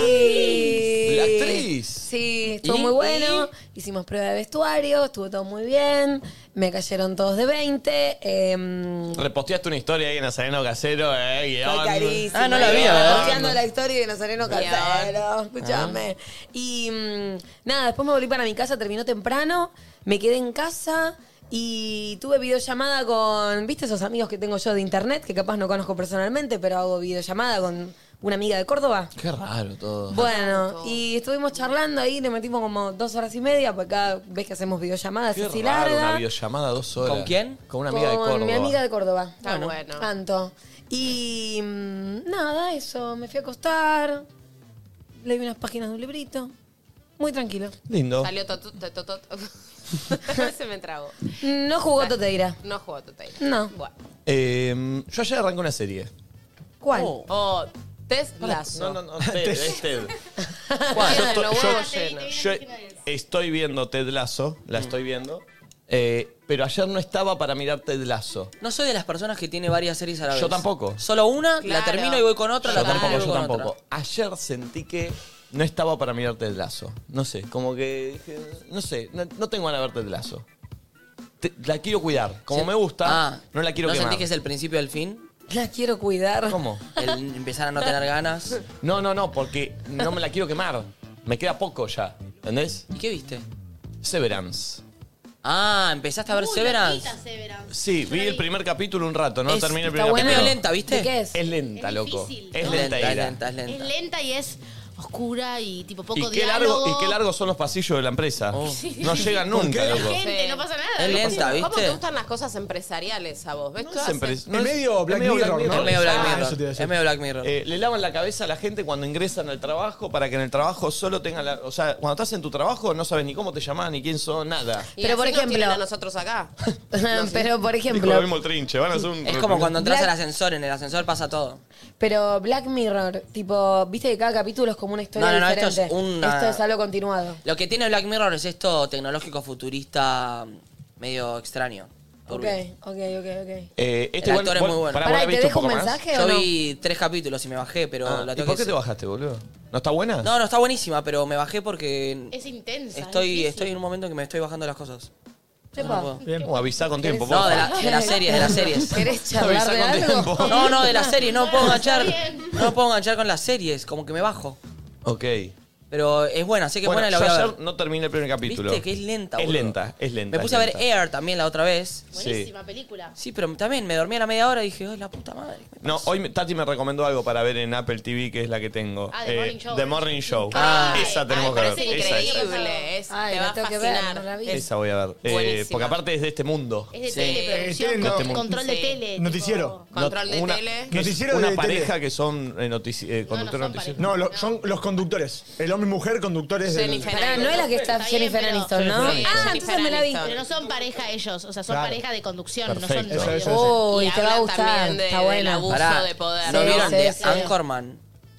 Sí. La actriz. Sí, estuvo ¿Y? muy bueno. Hicimos prueba de vestuario, estuvo todo muy bien. Me cayeron todos de veinte. Eh, Reposteaste una historia ahí en Nazareno Casero, eh, guión. Estoy carísima. Ah, no la vi, a ver. Posteando la historia de Nazareno Casero. Escúchame. Ah. Y mm, nada, después me volví para mi casa, terminó temprano. Me quedé en casa y tuve videollamada con, ¿viste esos amigos que tengo yo de internet? Que capaz no conozco personalmente, pero hago videollamada con una amiga de Córdoba. Qué raro todo. Bueno, y estuvimos charlando ahí, le metimos como dos horas y media, porque cada vez que hacemos videollamadas Qué así raro, larga. una videollamada dos horas. ¿Con quién? Con una amiga de Con Córdoba. mi amiga de Córdoba. Está bueno. Tanto. Y mm, nada, eso. Me fui a acostar. Leí unas páginas de un librito. Muy tranquilo. Lindo. Salió Toto. Toto- Toto- Se me tragó. No jugó Toteira. No jugó Toteira. No. Bueno. Eh, yo ayer arranqué una serie. ¿Cuál? Oh. Oh, Test Lazo. No, no, no, Ted, es Ted. ¿Cuál? Yo, Tienen estoy- los yo- huevos llenos. yo estoy viendo Ted Lasso, la estoy viendo. Eh, pero ayer no estaba para mirar Ted Lasso. No soy de las personas que tiene varias series a la vez. Yo tampoco. Solo una, la Claro. termino y voy con otra, Yo la termino tampoco, y voy yo con tampoco. otra. Ayer sentí que no estaba para mirar Ted Lasso. No sé, como que dije, no sé, no, no tengo ganas de ver Ted Lasso. Te- la quiero cuidar. Como Sí. me gusta, Ah, no la quiero ¿No quemar. sentís que es el principio del fin? La quiero cuidar. ¿Cómo? El empezar a no tener ganas. No, no, no, porque no me la quiero quemar. Me queda poco ya, ¿entendés? ¿Y qué viste? Severance. Ah, ¿empezaste a ver Severance? Sí, vi el primer capítulo un rato, no Es- terminé el está primer buena. capítulo. Es medio lenta, ¿viste? ¿De qué es? Es lenta, Es loco. difícil. Es Es lenta, lenta, es era. lenta, es lenta. Es lenta y es oscura y tipo poco ¿Y qué, diálogo. largo, ¿Y qué largos son los pasillos de la empresa? Oh. No llegan nunca, loco. Gente, Sí. no pasa nada. Es no pasa lenta, nada. ¿viste? ¿Cómo te gustan las cosas empresariales a vos? ¿Ves? No Todas es empre- esas- no Es medio Black medio Mirror, ¿no? Es medio Black Ah, Mirror. eso te iba a decir. Es medio Black Mirror. Eh, le lavan la cabeza a la gente cuando ingresan al trabajo para que en el trabajo solo tengan la... O sea, cuando estás en tu trabajo no sabes ni cómo te llamás, ni quién sos, nada. Y Pero, así por nos ejemplo- tienen a nosotros acá. Pero, por Dijo lo ejemplo, mismo el trinche, van a hacer un... Es como cuando entras Black- al ascensor, en el ascensor pasa todo. pero Black Mirror, tipo, viste que cada capítulo es como una historia No, no, no, esto diferente. es una- Esto es algo continuado. Lo que tiene Black Mirror es esto tecnológico futurista medio extraño. Ok, turbio. ok, ok, ok. Eh, este El igual- actor es vos- muy bueno. pará, Pará, ¿vos la ¿y te viste un dejo un poco más? mensaje Yo o no? vi tres capítulos y me bajé, pero Ah, la ¿y tengo por que qué te bajaste, boludo? ¿No está buena? No, no, está buenísima, pero me bajé porque Es intensa. estoy, difícil. estoy en un momento que me estoy bajando las cosas. Sepa. No puedo. Bien. O avisá con tiempo, No, porfa. de, la- de las series, de las series. ¿Querés charlar Avisá de con algo? tiempo. No, no, de las series, no puedo enganchar. bien. No puedo enganchar con las series, como que me bajo. Ok. Pero es buena, sé que Bueno, es buena y la yo voy a ayer ver. no terminé el primer capítulo. Viste que es lenta, Es boludo. lenta, es lenta. Me puse es a ver lenta. Air también la otra vez. Buenísima película. Sí, pero también me dormí a la media hora y dije, ¡ay, la puta madre! No, hoy me- Tati me recomendó algo para ver en Apple T V, que es la que tengo. Ah, The Morning Show. The Morning Show. Ah, esa tenemos Ay, que ver. parece Esa, esa. increíble. Es, Ay, te la va a tengo que ver, fascinar. no la vi. Esa voy a ver. Eh, Buenísima. porque aparte es de este mundo. Es de Sí. tele, Eh, producción, tele, con- no. control de Sí. tele. Noticiero. tipo- Control de Una- tele. que es Noticiero una de pareja tele. que son eh, notici- eh, conductores son noticiosos. No, lo- son los conductores. El hombre y mujer conductores del... Jennifer Pará, no es la que está Está bien, Jennifer pero- Aniston, ¿no? Jennifer Ah, Aniston. entonces me la vi. Pero no son pareja ellos, o sea, son Claro. pareja de conducción, Perfecto. no son Eso, eso, Oh, Y y te va a hablan gustar. también de- Está del buena. abuso Pará, de poder. ¿no Sí, vieron sí, de sí. Anchorman?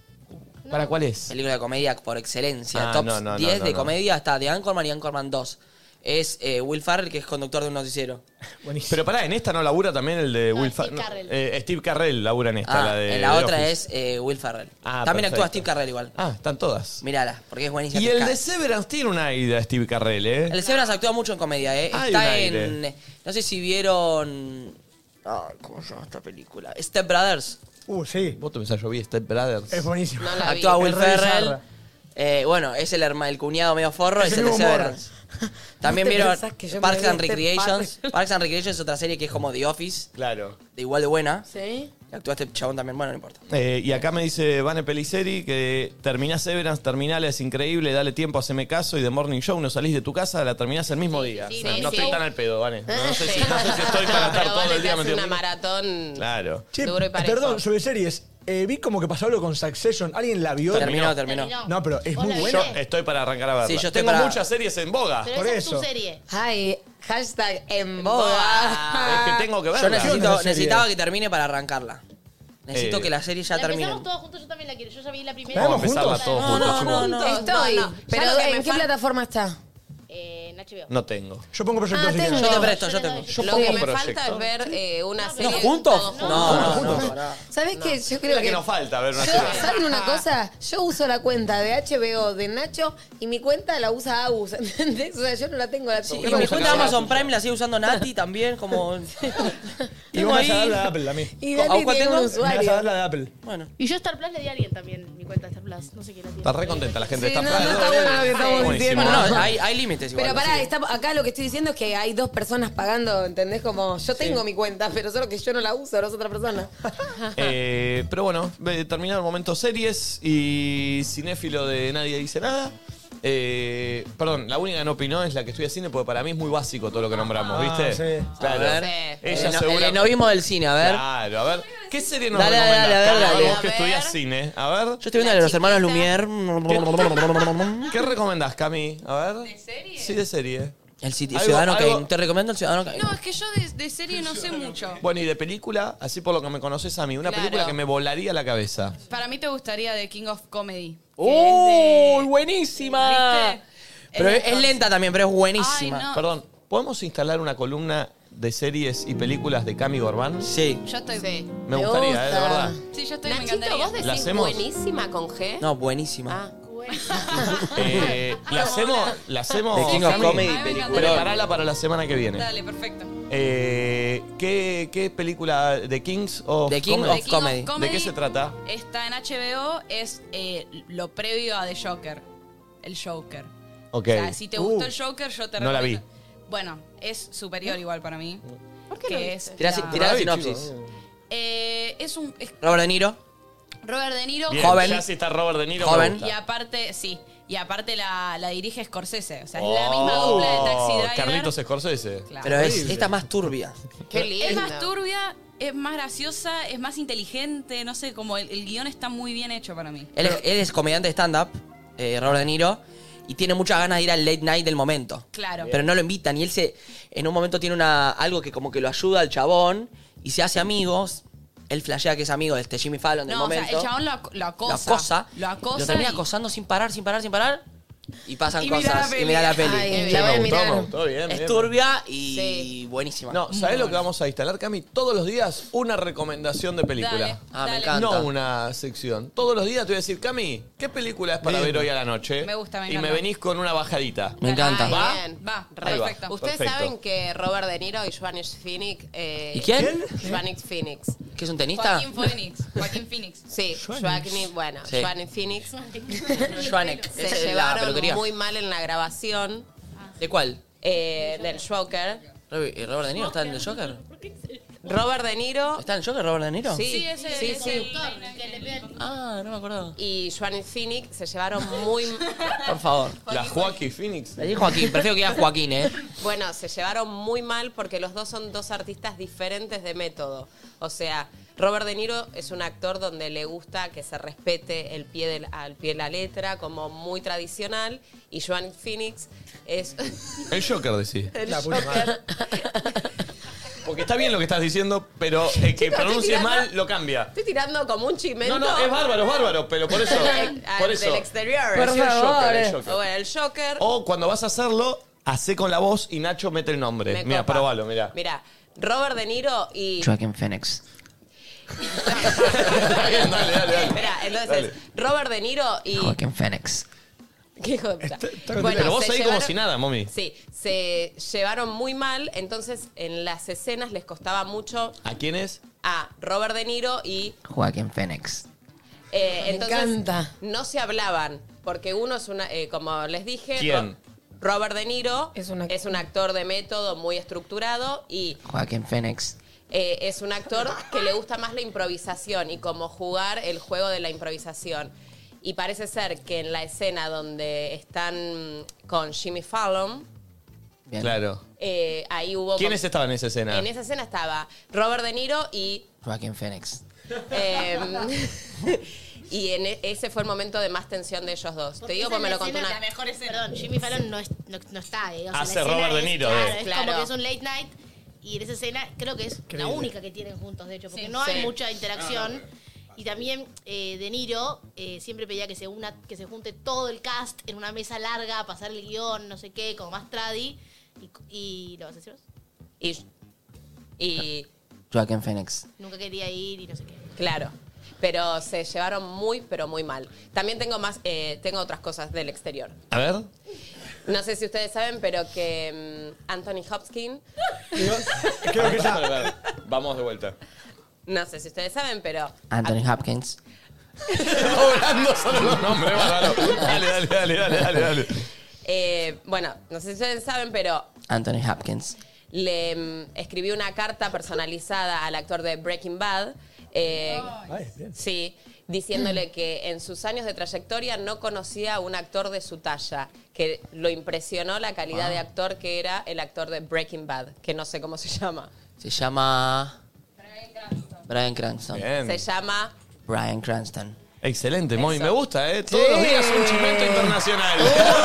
¿Para cuál es? Película de comedia por excelencia. Ah, Top no, no, no, diez no, de no. comedia está de Anchorman y Anchorman dos. Es eh, Will Ferrell, que es conductor de un noticiero. Buenísimo. Pero pará, en esta no labura también el de No, Will Steve Ferrell. Carell. Eh, Steve Carell labura en esta, Ah, la de en la The otra Office. es eh, Will Ferrell. Ah, También actúa perfecto. Steve Carell igual. Ah, están todas. Mírala, porque es buenísima. Y te el cae. de Severance tiene un aire a Steve Carell, ¿eh? El de Severance actúa mucho en comedia, ¿eh? Hay Está un en... aire. No sé si vieron... Ah, ¿cómo se llama esta película? Step Brothers. Uh, sí. Vos te pensás, yo vi Step Brothers. Es buenísimo. No la vi. Actúa Will Es re Ferrell. bizarra. Eh, bueno, es el, herma- el cuñado medio forro, Es es, el el de mismo humor. Severance. También ¿Vos te vieron pensás que yo me Parks vi and Step Recreations. Brothers? Parks and Recreations es otra serie que es como The Office, Claro. de igual de buena. ¿Sí? Y actúa este chabón también, bueno, no importa. Eh, y acá me dice Vane Peliceri que terminás Severance, terminala, es increíble, dale tiempo, haceme caso y The Morning Show, no salís de tu casa, la terminás el mismo día. sí, no sí, no sí. estoy tan al pedo, Vane. No, no sé, si, Sí. no sé si estoy para estar Pero todo vale, el te día hace metido. una maratón Claro. Che, duro y parejo. perdón, sobre series. Eh, vi como que pasó algo con Succession. ¿Alguien la vio? Terminó, terminó. No, pero es ¿Vos muy la buena. Yo estoy para arrancar a verla. Sí, yo estoy Tengo para- muchas series en boga. Pero Por esa es eso. tu serie. Ay, hashtag en boga. boga. Es que tengo que Yo verla. ¿Qué onda necesito, esa serie? necesitaba que termine para arrancarla. Necesito Eh, que la serie ya La termine. empezamos todos juntos, yo también la quiero. Yo ya vi la primera. ¿Vamos Vamos a empezarla juntos? todos No, juntos, no, chicos. no, no. Estoy. No, no. Ya Pero lo que ¿en me qué fal- plataforma está? Eh, en H B O. No tengo. Yo pongo proyector Ah, si tengo. querés. Yo te No, presto, yo yo le tengo. doy. Yo Lo pongo que un me proyecto. falta es ver eh, una No, serie. ¿No, juntos? todos No, no, no, juntos. pará. ¿Sabes qué? Yo Es creo la que que. nos falta ver una Yo, serie. ¿saben una cosa? Yo uso la cuenta de H B O de Nacho y mi cuenta la usa Agus, ¿entendés? O sea, yo no la tengo. La Sí, tengo. y mi cuenta de Amazon Prime la sigue usando Nati también, como... Y Tengo vos me ahí- vas a dar la de Apple a mí. Y ¿A Dani cuál tiene un tengo? Me vas a dar usuario. la de Apple. Bueno. Y yo Star Plus le di a alguien también, mi cuenta de Star Plus. No sé quién la tiene. Está re contenta la gente. Sí, está no, para- no está bueno lo que estamos Buenísimo. diciendo. Bueno, no, hay, hay límites igual. Pero así pará, que- está- acá lo que estoy diciendo es que hay dos personas pagando, ¿entendés? Como yo tengo mi cuenta, pero solo que yo no la uso, no es otra persona. Eh, pero bueno, ve- terminado el momento series y cinéfilo de Nadie Dice Nada. Eh, perdón, la única que no opinó es la que estudia cine, porque para mí es muy básico todo lo que nombramos, Ah, ¿viste? sí. Claro. A ver. Sí. Ella el, segura- el novismo del cine, a ver. Claro, a ver. ¿Qué serie nos Dale, dale, recomendás? dale, a ver, Carlos, dale. Vos que A ver. estudias cine. A ver. Yo estoy viendo la de los hermanos chiquita. Lumière. ¿Qué recomendás, Cami? A ver. ¿De serie? Sí, de serie. El Citi- Algo- Ciudadano algo- Kane. Te recomiendo el Ciudadano Kane. No, es que yo de, de serie no sé mucho. Bueno, y de película, así por lo que me conoces a mí, una Claro. película que me volaría la cabeza. Para mí te gustaría The King of Comedy. que ¡Uy, es de- buenísima! ¿Viste? Pero Es es, de- es lenta también, pero es buenísima. Ay, no. Perdón, ¿podemos instalar una columna de series y películas de Cami Gorbán? Sí. Yo estoy. Sí. Me Me gustaría, gusta. ¿eh? De verdad. Sí, yo estoy, me Nachito, encantaría. vos ¿La decís hacemos? buenísima con G. No, buenísima. Ah. Eh, la hacemos, la hacemos. The King of Cami, Comedy, Ay, me película. encantaría. Preparala para la semana que viene. Dale, perfecto. Eh, ¿qué, ¿Qué película de Kings of The King Comedy? of Comedy. ¿De qué se trata? Está en H B O, es eh, lo previo a The Joker. El Joker. Ok. O sea, si te gustó Uh. el Joker, yo te No la recomiendo. Bueno, es superior igual para mí. ¿Por qué que no es viste? Tirá, la- tirá la Ay, sinopsis. chicos. Eh, es un es Robert De Niro. Robert De Niro. Bien, Joven. Ya si está Robert De Niro. Joven. me gusta. Y aparte, sí. Y aparte la, la dirige Scorsese. O sea, es la misma dupla de Taxi Oh, Driver. Carlitos Scorsese. Claro. Pero es Horrible. esta más turbia. Qué lindo. Es más turbia, es más graciosa, es más inteligente. No sé, como el, el guión está muy bien hecho para mí. Él es, él es comediante de stand-up, eh, Robert De Niro, y tiene muchas ganas de ir al late night del momento. Claro. Pero no lo invitan y él se en un momento tiene una algo que como que lo ayuda al chabón y se hace amigos. Él flashea que es amigo de este Jimmy Fallon del No, o sea, momento. el chabón lo, ac- lo lo acosa. acosa. Lo acosa. Lo termina y- acosando sin parar, sin parar, sin parar. Y pasan Y mira cosas. la Y mira la peli. peli. Ay, Che, la voy me a gustó, mirar. me gustó, bien, es bien. turbia y Sí. buenísima. No, ¿sabés lo que vamos a instalar, Cami? Todos los días una recomendación de película. Dale, Ah, me dale. encanta. No una sección. Todos los días te voy a decir, Cami, ¿qué película es para Bien. ver hoy a la noche? Me gusta, me Y me encanta. venís con una bajadita. Me encanta. Dale. ¿Va? Bien. Va, Ahí va. perfecto. Ustedes Perfecto. saben que Robert De Niro y Joaquin Phoenix... eh, ¿Y quién? Joaquin Phoenix. ¿Qué es un tenista? Joaquín Phoenix. Joaquín Phoenix. Sí, Joaquín, bueno, Sí. Joaquín Phoenix. Schwanek. Se Es la llevaron peluquería. muy mal en la grabación ¿De cuál? eh, del Joker. Robert ¿y Robert De Niro está en el Joker? Robert De Niro. ¿Está en el Joker Robert De Niro? Sí, Sí, ese, sí, ese sí. doctor que le pega el tiro. Ah, no me acuerdo. Y Joaquin Phoenix se llevaron muy... Por favor. La Joaquín Phoenix. Le di Joaquín, prefiero que diga Joaquín, ¿eh? Bueno, se llevaron muy mal porque los dos son dos artistas diferentes de método. O sea, Robert De Niro es un actor donde le gusta que se respete el pie de, al pie de la letra, como muy tradicional. Y Joaquin Phoenix es... El Joker, decís. el La puta Joker. Porque está bien lo que estás diciendo, pero el que Chicos, pronuncie estoy tirando- mal lo cambia. Estoy tirando como un chimento. No, no, es bárbaro, es bárbaro, pero por eso. Al- por eso. del exterior. Por Decí el favor. Joker, el Joker. Bueno, el Joker... O cuando vas a hacerlo, hacé con la voz y Nacho mete el nombre. me Mira, copa. probalo, mira. Mira, Robert De Niro y... Joaquín Phoenix. Está bien, dale, dale, dale. Espera, entonces, Dale. Robert De Niro y... Joaquín Phoenix. ¿Qué hijo de puta? está Bueno, Pero vos se ahí como llevaron- si nada, mami. Sí, se llevaron muy mal, entonces en las escenas les costaba mucho ¿A quién es? a Robert De Niro y... Joaquín Phoenix. eh, Me entonces encanta. no se hablaban, porque uno es una... eh, como les dije... ¿Quién? Ro- Robert De Niro Es un act- es un actor de método muy estructurado y Joaquín Phoenix. eh, es un actor que le gusta más la improvisación y como jugar el juego de la improvisación. Y parece ser que en la escena donde están con Jimmy Fallon, Bien. Claro. eh, ahí hubo... ¿Quiénes estaban en esa escena? En esa escena estaba Robert De Niro y... Joaquín Phoenix. eh, y en e- ese fue el momento de más tensión de ellos dos. Te digo porque me lo contó una... La mejor escena. Perdón, Jimmy Fallon no, es- no, no está, eh. O sea, Hace la escena Robert De es- Niro, Claro, eh. es Claro. como que es un late night. Y en esa escena creo que es la Increíble. única que tienen juntos, de hecho, porque Sí. no hay Sí. mucha interacción. Y también eh, De Niro eh, siempre pedía que se, una, que se junte todo el cast en una mesa larga, a pasar el guión, no sé qué, como más tradi. Y, y ¿lo vas a decir vos? Y, y Joaquín Phoenix. Nunca quería ir y no sé qué. claro, pero se llevaron muy, pero muy mal. También tengo más, eh, tengo otras cosas del exterior. A ver. No sé si ustedes saben, pero que mm, Anthony Hopkins, Digo, creo que Dale, esa. dale. Vamos de vuelta. no sé si ustedes saben, pero Anthony Hopkins. Hablando solo los nombres, bárbaro. Dale, dale, dale, dale, dale, dale. eh, bueno, no sé si ustedes saben, pero Anthony Hopkins. le mm, escribí una carta personalizada al actor de Breaking Bad. eh, Ay, bien. Sí, diciéndole que en sus años de trayectoria no conocía a un actor de su talla, que lo impresionó la calidad de actor que era el actor de Breaking Bad, que no sé cómo se llama. Se llama... Bryan Cranston. Bien. Se llama... Bryan Cranston. Excelente, Moy. Eso. Me gusta, ¿eh? Todos los días un chimento internacional.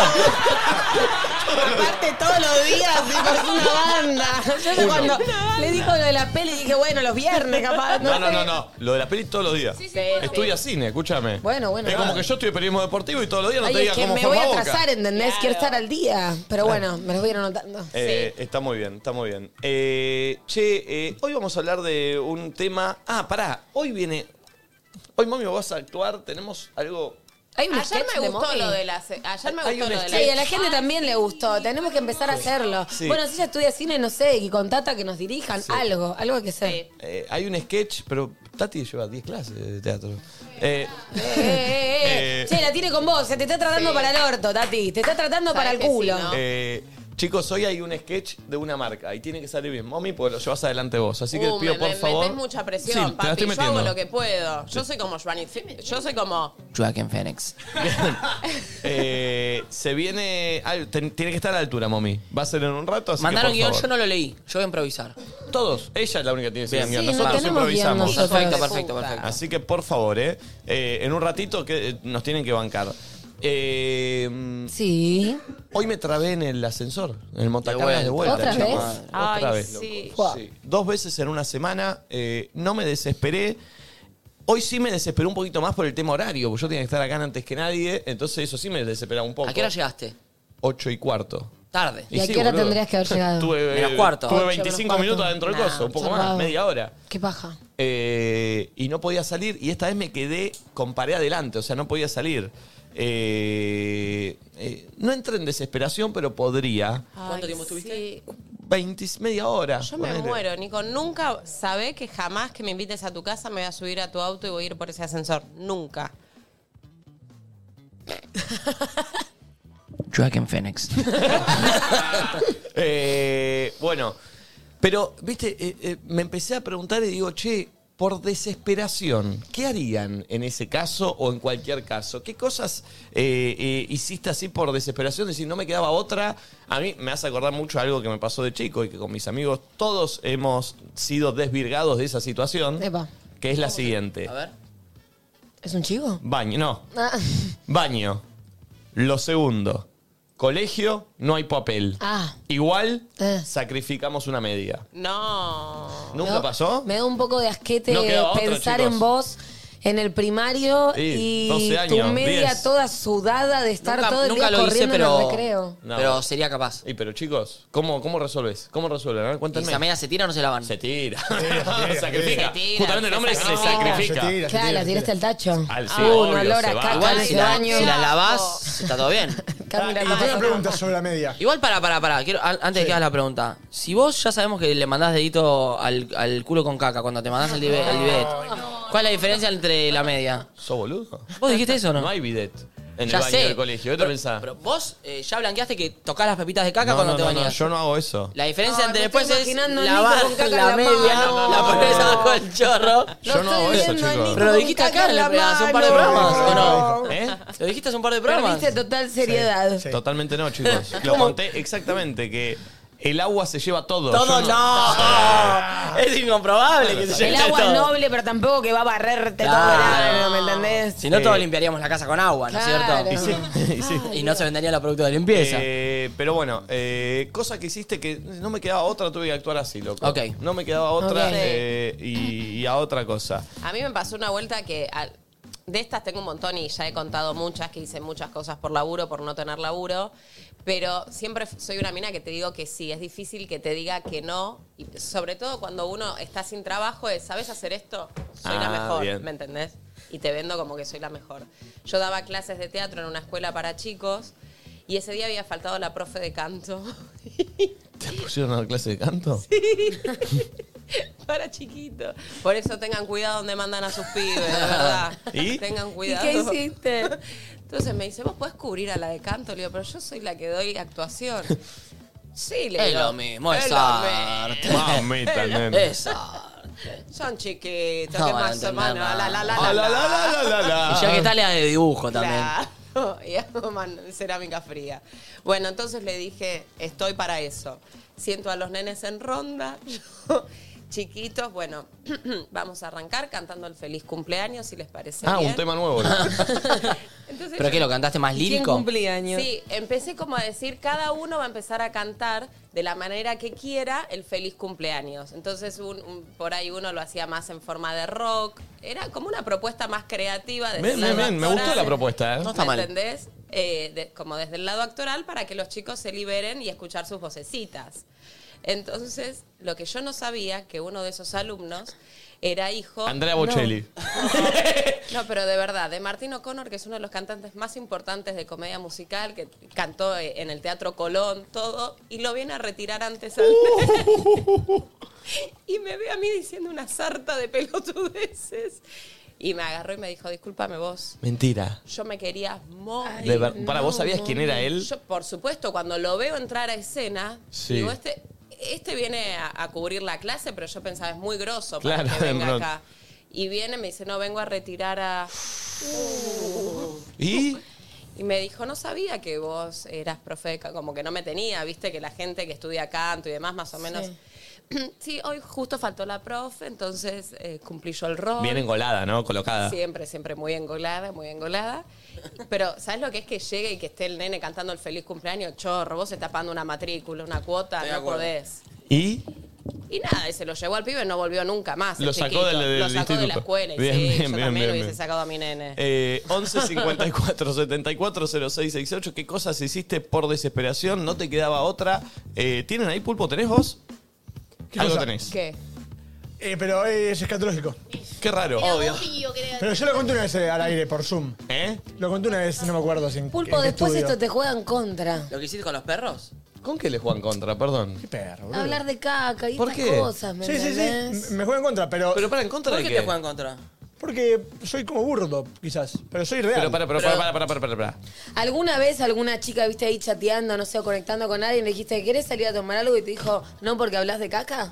Aparte todos los días, tipo, es una banda. Yo sé Uno. cuando le dijo lo de la peli dije, bueno, los viernes capaz. No, no, sé. no, no. Lo de la peli todos los días. sí. Estudia cine, escúchame. Bueno, bueno, Es nada. como que yo estudio periodismo deportivo y todos los días no Ay, te diga es que cómo me forma voy a Boca. atrasar, ¿entendés? Claro. Quiero estar al día. Pero bueno, me los voy a ir anotando. Eh, Está muy bien, está muy bien. Eh, che, eh, hoy vamos a hablar de un tema... Ah, pará. Hoy viene... Hoy, mami, vos vas a actuar. Tenemos algo... Hay un Ayer sketch me de gustó Momi. lo de la... se- Ayer me Hay gustó un lo de Sí, la... a la gente también le gustó. Tenemos que empezar a hacerlo. Sí. Bueno, si ella estudia cine, no sé, y con Tata que nos dirijan algo, algo que sé. Sí. eh, hay un sketch, pero Tati lleva diez clases de teatro. Eh, Eh, eh, eh. Eh. Che, la tiene con vos, se te está tratando Sí. para el orto, Tati. Te está tratando Sabes para el que sí, culo. ¿no? eh, chicos, hoy hay un sketch de una marca y tiene que salir bien. Mami, pues lo llevas adelante vos. Así que Uh, te pido, me, por me favor... metés mucha presión, Sí, te la papi. estoy Yo hago metiendo. lo que puedo. Yo soy como Joaquin Phoenix. Yo soy como... Joaquin Phoenix. Eh, se viene... ah, ten- tiene que estar a la altura, Mami. Va a ser en un rato, así Mandaron que por guión, favor. yo no lo leí. Yo voy a improvisar. Todos. Ella es la única que tiene que Bien. guión. Sí, no Nosotros tenemos guión improvisamos. nosotros. Perfecto, Puta. perfecto, perfecto. Así que por favor, ¿eh? Eh, en un ratito que eh, nos tienen que bancar. Eh, Sí. Hoy me trabé en el ascensor, en el montacargas vuelta. de vuelta. ¿Otra chicos. vez? Otra Ay, vez. sí. loco. Sí. Dos veces en una semana. eh, no me desesperé. Hoy sí me desesperé un poquito más por el tema horario, porque yo tenía que estar acá antes que nadie. Entonces eso sí me desesperaba un poco. ¿A qué hora llegaste? Ocho y cuarto. Tarde. ¿Y a qué hora boludo. tendrías que haber llegado? Tuve, Menos cuarto. Tuve Ocho, veinticinco menos minutos cuarto. adentro del Nah, coso, un poco zarpado. más, media hora. Qué paja. Eh, y no podía salir y esta vez me quedé con pared adelante, o sea, no podía salir. Eh, eh, no entré en desesperación, pero podría. ¿Cuánto Ay, tiempo estuviste? sí. veinte, media hora. Yo me ponele. muero, Nico. Nunca sabé que jamás que me invites a tu casa me voy a subir a tu auto y voy a ir por ese ascensor. Nunca. Joaquin Phoenix. Eh, bueno, pero, viste, eh, eh, me empecé a preguntar y digo, che, por desesperación, ¿qué harían en ese caso o en cualquier caso? ¿Qué cosas eh, eh, hiciste así por desesperación? Es decir, no me quedaba otra. A mí me hace acordar mucho algo que me pasó de chico y que con mis amigos todos hemos sido desvirgados de esa situación, Epa. que es la siguiente. A ver. ¿Es un chivo? Baño, no. Ah. Baño. Lo segundo. Colegio, no hay papel. Ah. Igual, Eh. sacrificamos una media. No. ¿Nunca Me- pasó? Me da un poco de asquete No queda otra, pensar chicos. en vos en el primario Sí, y doce años, tu media diez. toda sudada de estar Nunca, todo el nunca día lo hice, corriendo en pero, el recreo. No. pero sería capaz. Y pero chicos, ¿cómo, cómo resolves? ¿Cómo resuelven? A ver, ¿Y cuéntenme. esa media se tira o no se lavan? Se tira. tira, sacrifica. se tira, Justamente el se nombre se sacrifica. sacrifica. Se tira. Claro, la tiraste al tacho. Al- sí, uh, obvio, un olor se a va. caca Igual en si ese la, baño. si la lavás, está todo bien. Acá mirando Y tengo una para pregunta sobre la media. Igual, para, para, para. Quiero, an- antes de que hagas la pregunta. Si vos ya sabemos que le mandás dedito al, al culo con caca cuando te mandás el dive- el bidet, ¿cuál es la diferencia entre la media? ¿Sos boludo? ¿Vos dijiste eso o no? No hay bidet en Ya el baño sé. del colegio. ¿Qué te Pero- pensás? Pero vos eh, ya blanqueaste que tocás las pepitas de caca no, cuando no, te no, bañás. no, yo no hago eso. La diferencia Ay, entre me después estoy es imaginando a lavar Nico con caca en la la media, mano. la pones abajo del chorro. Yo no hago estoy eso, viendo a chicos. Nico Pero lo con dijiste caca acá en en la la hace un par de mano. programas, ¿o no? ¿Eh? ¿Lo dijiste hace un par de programas? Perdiste total seriedad. Sí. Totalmente no, chicos. Lo conté exactamente, que el agua se lleva todo. Todo Yo no. Es incomprobable que se El lleve agua es todo. noble, pero tampoco que va a barrerte Claro. todo el verano, ¿me entendés? Si no, Eh, todos limpiaríamos la casa con agua, ¿no es Claro. cierto? Y sí, y sí. Y no se venderían los productos de limpieza. Eh, pero bueno, eh, cosa que hiciste que no me quedaba otra, tuve que actuar así, loco. Ok. No me quedaba otra Ok. eh, y, y a otra cosa. A mí me pasó una vuelta que al- de estas tengo un montón y ya he contado muchas, que hice muchas cosas por laburo, por no tener laburo, pero siempre f- soy una mina que te digo que sí, es difícil que te diga que no, y sobre todo cuando uno está sin trabajo es, ¿sabes hacer esto? Soy la Ah, mejor, bien. ¿me entendés? Y te vendo como que soy la mejor. Yo daba clases de teatro en una escuela para chicos y ese día había faltado la profe de canto. ¿Te pusieron a dar clase de canto? Para chiquito. Por eso tengan cuidado donde mandan a sus pibes, de verdad. ¿Y? Tengan ¿Y cuidado. qué hiciste? Entonces me dice, ¿vos podés cubrir a la de canto? Le digo, pero yo soy la que doy actuación. Sí, le Es digo. lo mismo, es lo arte. Mamita, nene. Es arte. Son chiquitos, No ¿qué van a más entender hermano? nada. La, la, la, Ah, la, la, la, la, la, la, la. Y ya que tal de dibujo también. Claro. Y hago man- cerámica fría. Bueno, entonces le dije, estoy para eso. Siento a los nenes en ronda, yo, chiquitos, bueno, vamos a arrancar cantando el feliz cumpleaños, si les parece Ah, bien. un tema nuevo. ¿no? Entonces ¿Pero yo- qué, lo cantaste más ¿Quién lírico? cumplía años? Sí, empecé como a decir, cada uno va a empezar a cantar de la manera que quiera el feliz cumpleaños. Entonces, un- un- por ahí uno lo hacía más en forma de rock. Era como una propuesta más creativa. desde Bien, el bien, lado bien. Me actoral. gustó la propuesta, ¿eh? No está ¿Me mal. entendés? Eh, de- como desde el lado actoral para que los chicos se liberen y escuchar sus vocecitas. Entonces, lo que yo no sabía, que uno de esos alumnos era hijo... Andrea Bocelli. No, pero de verdad, de Martín O'Connor, que es uno de los cantantes más importantes de comedia musical, que cantó en el Teatro Colón, todo, y lo viene a retirar antes al y me ve a mí diciendo una sarta de pelotudeces. Y me agarró y me dijo, discúlpame vos, Mentira. yo me quería morir. De ver- para, ¿vos sabías quién era él? Yo, por supuesto, cuando lo veo entrar a escena, Sí. digo, este, este viene a, a cubrir la clase, pero yo pensaba, es muy grosso para Claro, que venga no. acá. Y viene, me dice, no, vengo a retirar a... ¿Y? Y me dijo, no sabía que vos eras profe, de ca-". Como que no me tenía, viste, que la gente que estudia canto y demás, más o menos... Sí, hoy justo faltó la profe, entonces eh, cumplí yo el rol. Bien engolada, ¿no? Colocada. Siempre, siempre muy engolada, muy engolada. Pero, ¿sabes lo que es que llegue y que esté el nene cantando el feliz cumpleaños? Chorro, vos estás pagando una matrícula, una cuota, Estoy de no acuerdo. podés. ¿Y? Y nada, y se lo llevó al pibe, no volvió nunca más. el Lo sacó chiquito. del- del Lo sacó de la instituto. escuela. Y Bien, sí, bien, yo bien, también bien, hubiese bien. sacado a mi nene. Eh, once cincuenta y cuatro setenta y cuatro cero seis sesenta y ocho. ¿Qué cosas hiciste por desesperación? ¿No te quedaba otra? Eh, ¿Tienen ahí pulpo? ¿Tenés vos? ¿Qué Algo cosa? tenés. ¿Qué? Eh, pero es escatológico. Qué raro. Obvio. Pero yo lo conté una vez eh, al aire por Zoom. ¿Eh? Lo conté una vez, no me acuerdo. Si en, Pulpo, en qué después estudio. esto te juega en contra. ¿Lo que hiciste con los perros? ¿Con qué le juegan contra? Perdón. Qué perro, boludo. Hablar de caca y ¿Por estas qué? cosas, ¿me Sí, sí, entendés? sí. Me juego en contra, pero. Pero para, ¿en contra ¿Por de qué qué? te juegan contra? Porque soy como burdo, quizás. Pero soy real. Pero para, pero para, para, para, para, para, para. ¿Alguna vez alguna chica viste ahí chateando, no sé, o conectando con alguien, le dijiste, ¿querés salir a tomar algo? Y te dijo, no, porque hablas de caca?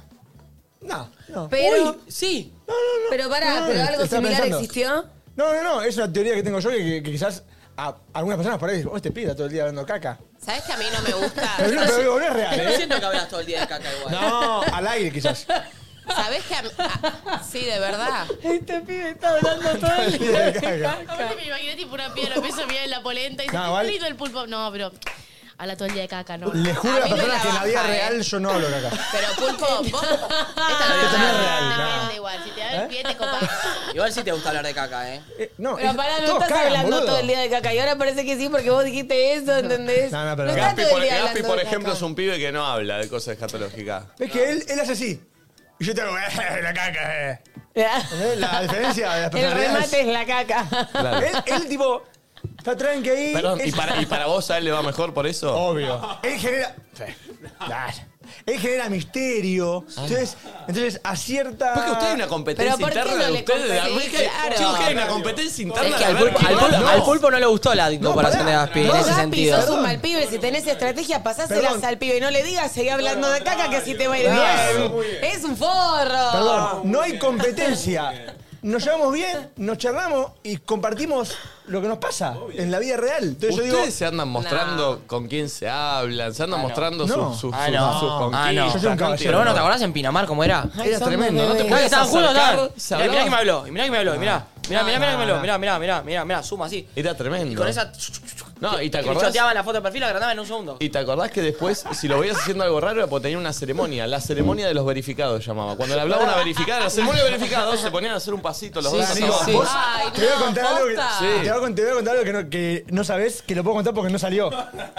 No, no. Pero, Uy, sí. pero pará, No, ¿pero algo estaba similar pensando. existió? No, no, no. Es una teoría que tengo yo que, que- que quizás a algunas personas por ahí dicen, oh, este pibe está todo el día hablando caca. ¿Sabes que a mí no me gusta? Pero no, pero digo, no es real, No ¿eh? siento que hablas todo el día de caca igual. No, al aire quizás. ¿Sabes que a mí... ah, sí, de verdad. Este pibe está hablando todo el día de Caca. Ahora me imaginé tipo una piedra, empiezo a mirar en la polenta y dice, No, qué igual- lindo el pulpo. No, pero habla todo el día de caca, ¿no? Le juro A a las mí me personas la que en la vida baja, real ¿eh? yo no hablo caca. Pero Pulpo, vos... Esta no Esto no es es real, Depende no. igual, si te da el pie te copas. Igual sí te gusta hablar de caca, ¿eh? Eh, no, Pero es- pará, no todos estás cagan, hablando boludo. todo el día de caca. Y ahora parece que sí porque vos dijiste eso, ¿entendés? No, no, pero estás Gaspi, todo el por, día Gaspi, hablando por de ejemplo, caca. es un pibe que no habla de cosas escatológicas. Es que él, él hace así. Y yo te hago, eh, la caca, eh. ¿Entendés? La diferencia de las El personalidades. remate es la caca. Claro. Él, él, tipo, está tranqui ahí. Perdón, ¿y es- para, ¿y para vos a él le va mejor por eso? Obvio. Él genera. Sí. Dale. Él genera misterio. Entonces, entonces acierta. Porque usted hay una competencia Pero ¿por qué interna no de le ustedes. de- competís? es que- Claro. Chicos, que hay una competencia interna. Es que de al ver pulpo, quién al, pulpo, habla al más. pulpo no le gustó la comparación pará. de Gaspi en No, ese Gaspi, sentido. sos un mal pibe. Si tenés estrategia, pasáselas Perdón. al pibe y no le digas, seguí hablando de caca que así te va a ir Claro. bien. Es un forro. Perdón, no hay competencia. Nos llevamos bien, nos charlamos y compartimos lo que nos pasa en la vida real. Entonces yo Ustedes digo. se andan mostrando con quién se hablan, se andan Ah, no. mostrando No. sus, sus, Ah, sus- no. sus Ah, conquistas. no. Yo soy un caballero. Pero bueno, ¿te acordás en Pinamar cómo era? Era son tremendo, ¿no te bebés. Mirá que estaban juntos, acercar, estaban. se Mirá, mirá hablaba. que me habló, y mirá que me habló, y mirá. Mirá, mirá, mirá que me habló, mirá, mirá, mirá, mirá, mirá, suma así. Era tremendo. Y con esa... No, y te Y me acordás. choteaban la foto de perfil, la agrandaban en un segundo. Y te acordás que después, si lo veías haciendo algo raro, era porque tenía una ceremonia. La ceremonia de los verificados llamaba. Cuando le hablaba una verificada, la ceremonia de verificados, se ponían a hacer un pasito los Sí, dos sí, hacia abajo. sí. Vos- Ay, te voy a no, contar algo que, posta. Sí. te voy a con- te voy a contar algo que no, que no sabés, que lo puedo contar porque no salió.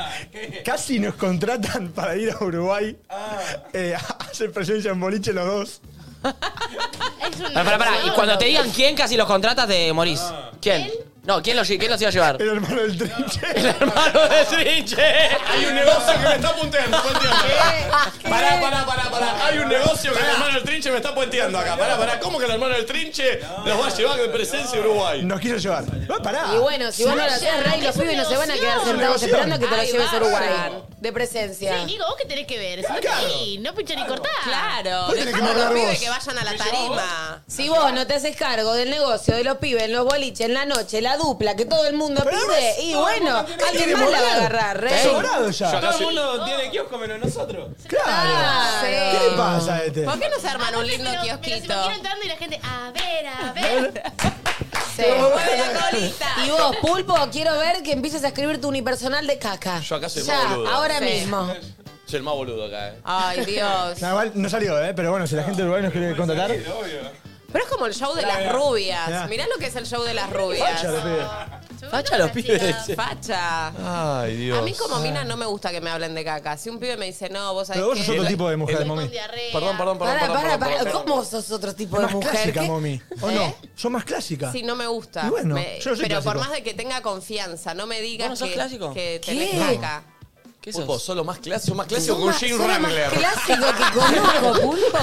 Casi nos contratan para ir a Uruguay eh, a hacer presencia en boliche los dos. Es un Pará, pará, pará. Y cuando te digan quién casi los contratas, te morís. ¿Quién? No, ¿quién los, quién los iba a llevar? El hermano del trinche. El hermano de Trinche. Hay un negocio que me está puenteando, puenteando. Pará, pará, pará, pará. Hay un negocio que el hermano del trinche me está puenteando acá. Pará, pará. ¿Cómo que el hermano del trinche los va a llevar de presencia a Uruguay? Nos quiso llevar. No, pará. Y bueno, si vos no lo haces, Rey, los pibes no se van a quedar sentados esperando a que te lo Ay, lleves a Uruguay. vayan. De presencia. Sí, Nico, ¿vos qué tenés que ver? Sentate Claro. ahí, no pincha ni cortar. Claro, Vos tenés que dejamos a mandar los vos. pibes que vayan a la tarima. Si vos no te haces cargo del negocio de los pibes en los boliches, en la noche, la dupla, que todo el mundo Pero pide, además, y todo el bueno, mundo tiene alguien que más la va a mover. agarrar, Rey. Sobrado ya. Yo acá soy- mundo tiene kiosco menos nosotros. Claro. Sí. ¿Qué le pasa a este? ¿Por qué no se arman un lindo Pero- pero kiosquito? se lo quiero entrando y la gente, a ver, a ver. Sí. Mueve la colita. Y vos, Pulpo, quiero ver que empieces a escribir tu unipersonal de caca. Yo acá soy Ya, más boludo. ahora Sí. mismo. Soy el más boludo acá, eh. Ay, Dios. No, igual no salió, ¿eh? Pero bueno, si la gente de Uruguay nos quiere contratar. Pero es como el show de las rubias. Mirá lo que es el show de las rubias. Facha, le pide. Facha los pibes. Facha. Ay, Dios. A mí como mina no me gusta que me hablen de caca. Si un pibe me dice, no, vos sabés Pero vos sos qué? otro tipo de mujer, mami. Con diarrea. Perdón, perdón, perdón. Para, perdón, para, perdón, para. perdón. ¿Cómo sos otro tipo Es de más mujer? clásica, ¿Qué? mami. ¿O ¿Eh? no? Sos más clásica. Sí, no me gusta. Y bueno, Me- yo no soy pero por clásico. más de que tenga confianza, no me digas ¿Vos no sos que, clásico? que ¿Qué? tenés caca. ¿Qué Pulpo, sos? solo más clásico, más clásico Sos que un más- Jim sos lo más Wrangler. clásico que conozco, Pulpo.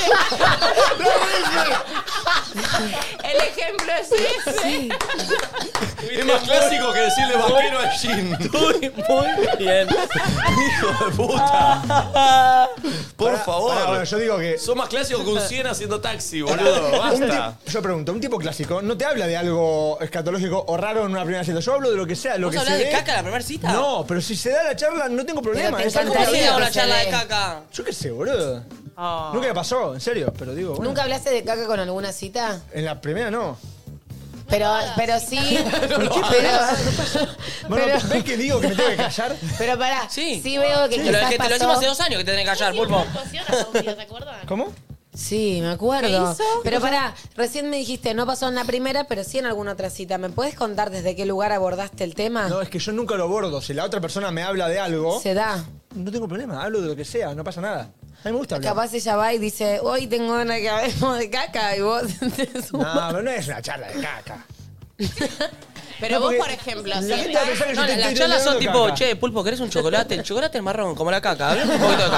El ejemplo es ese. Es más clásico que decirle vaquero a Jim. Muy, muy bien. Hijo de puta. Por Pará, favor. pará, bueno, yo digo que. Sos más clásico que un cien haciendo taxi, boludo. Un Basta. tipo- yo pregunto, un tipo clásico no te habla de algo escatológico o raro en una primera cita. Yo hablo de lo que sea, lo ¿Vos que se hablás de ve. caca en la primera cita? No, pero si se da la charla no tengo problema. Pero te Es algo ¿Cómo que- encantaría. se llama una que charla se de dé. caca? Yo qué sé, boludo. Nunca me pasó, en serio, pero digo, bueno. ¿Nunca hablaste de caca con alguna cita? En la primera no. Pero, pero sí. pero, Bueno, pero, ¿ves que digo que me tengo que callar? pero pará, Sí. sí veo que Te lo, quizás que te lo pasó- decimos hace dos años que te tenés que callar, Pulpo. ¿Se acuerdan? ¿Cómo? Sí, me acuerdo. ¿Qué hizo? Pero pará, recién me dijiste, no pasó en la primera, pero sí en alguna otra cita. ¿Me puedes contar desde qué lugar abordaste el tema? No, es que yo nunca lo abordo. Si la otra persona me habla de algo, Se da. no tengo problema. Hablo de lo que sea, no pasa nada. A mí me gusta hablar. Capaz ella va y dice, hoy tengo ganas que hablemos de caca y vos te No, sumás. pero no es una charla de caca. Pero No, vos, porque por ejemplo, la si gente va a pensar que No, yo te las estoy charlas son tirando tipo, caca. che, Pulpo, ¿querés un chocolate? El chocolate es marrón, como la caca. Hablame un poquito de